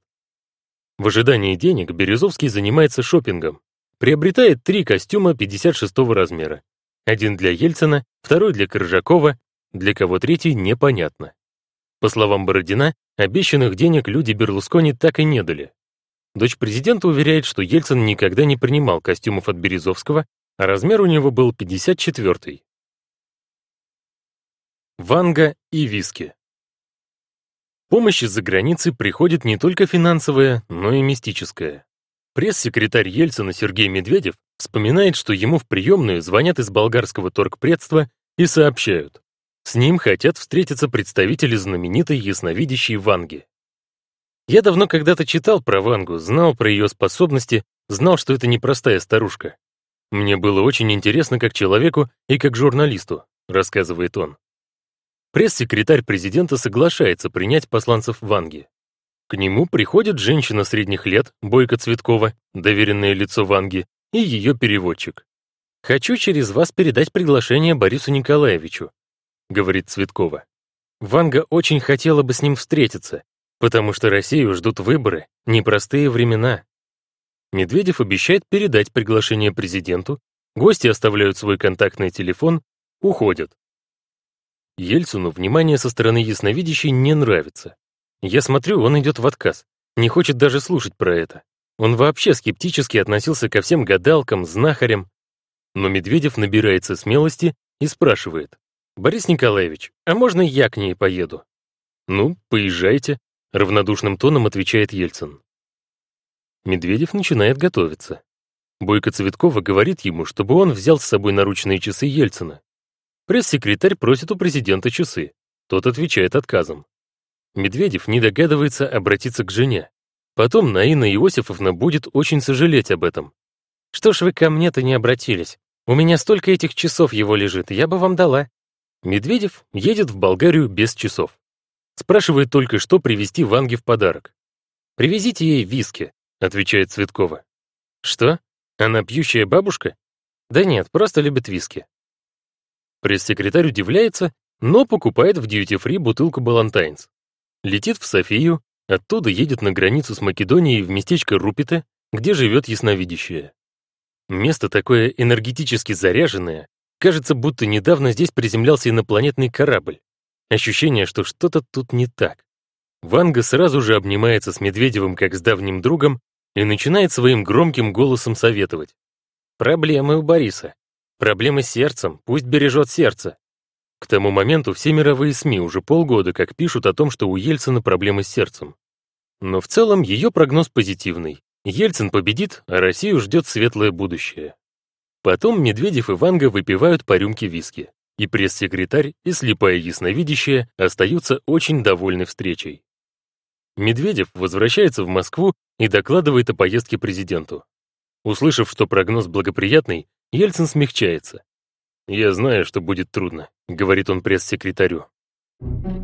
В ожидании денег Березовский занимается шопингом, приобретает 3 костюма 56-го размера. Один для Ельцина, второй для Коржакова, для кого третий непонятно. По словам Бородина, обещанных денег люди Берлускони так и не дали. Дочь президента уверяет, что Ельцин никогда не принимал костюмов от Березовского, а размер у него был 54-й. Ванга и виски. Помощь из-за границы приходит не только финансовая, но и мистическая. Пресс-секретарь Ельцина Сергей Медведев вспоминает, что ему в приемную звонят из болгарского торгпредства и сообщают: с ним хотят встретиться представители знаменитой ясновидящей Ванги. Я давно когда-то читал про Вангу, знал про ее способности, знал, что это непростая старушка. Мне было очень интересно как человеку и как журналисту, рассказывает он. Пресс-секретарь президента соглашается принять посланцев Ванги. К нему приходит женщина средних лет, Бойко Цветкова, доверенное лицо Ванги, и ее переводчик. «Хочу через вас передать приглашение Борису Николаевичу», — говорит Цветкова. Ванга очень хотела бы с ним встретиться, потому что Россию ждут выборы, непростые времена. Медведев обещает передать приглашение президенту, гости оставляют свой контактный телефон, уходят. Ельцину внимание со стороны ясновидящей не нравится. Я смотрю, он идет в отказ, не хочет даже слушать про это. Он вообще скептически относился ко всем гадалкам, знахарям. Но Медведев набирается смелости и спрашивает: «Борис Николаевич, а можно я к ней поеду?» «Ну, поезжайте», — равнодушным тоном отвечает Ельцин. Медведев начинает готовиться. Бойко Цветкова говорит ему, чтобы он взял с собой наручные часы Ельцина. Пресс-секретарь просит у президента часы. Тот отвечает отказом. Медведев не догадывается обратиться к жене. Потом Наина Иосифовна будет очень сожалеть об этом. «Что ж вы ко мне-то не обратились? У меня столько этих часов его лежит, я бы вам дала». Медведев едет в Болгарию без часов. Спрашивает только, что привезти Ванге в подарок. «Привезите ей виски», — отвечает Цветкова. «Что? Она пьющая бабушка?» «Да нет, просто любит виски». Пресс-секретарь удивляется, но покупает в дьюти-фри бутылку Балантайнс. Летит в Софию, оттуда едет на границу с Македонией в местечко Рупите, где живет ясновидящая. Место такое энергетически заряженное, кажется, будто недавно здесь приземлялся инопланетный корабль. Ощущение, что что-то тут не так. Ванга сразу же обнимается с Медведевым как с давним другом и начинает своим громким голосом советовать. «Проблемы у Бориса. Проблемы с сердцем, пусть бережет сердце». К тому моменту все мировые СМИ уже полгода как пишут о том, что у Ельцина проблемы с сердцем. Но в целом ее прогноз позитивный. Ельцин победит, а Россию ждет светлое будущее. Потом Медведев и Ванга выпивают по рюмке виски, и пресс-секретарь, и слепая ясновидящая остаются очень довольны встречей. Медведев возвращается в Москву и докладывает о поездке президенту. Услышав, что прогноз благоприятный, Ельцин смягчается. «Я знаю, что будет трудно», — говорит он пресс-секретарю.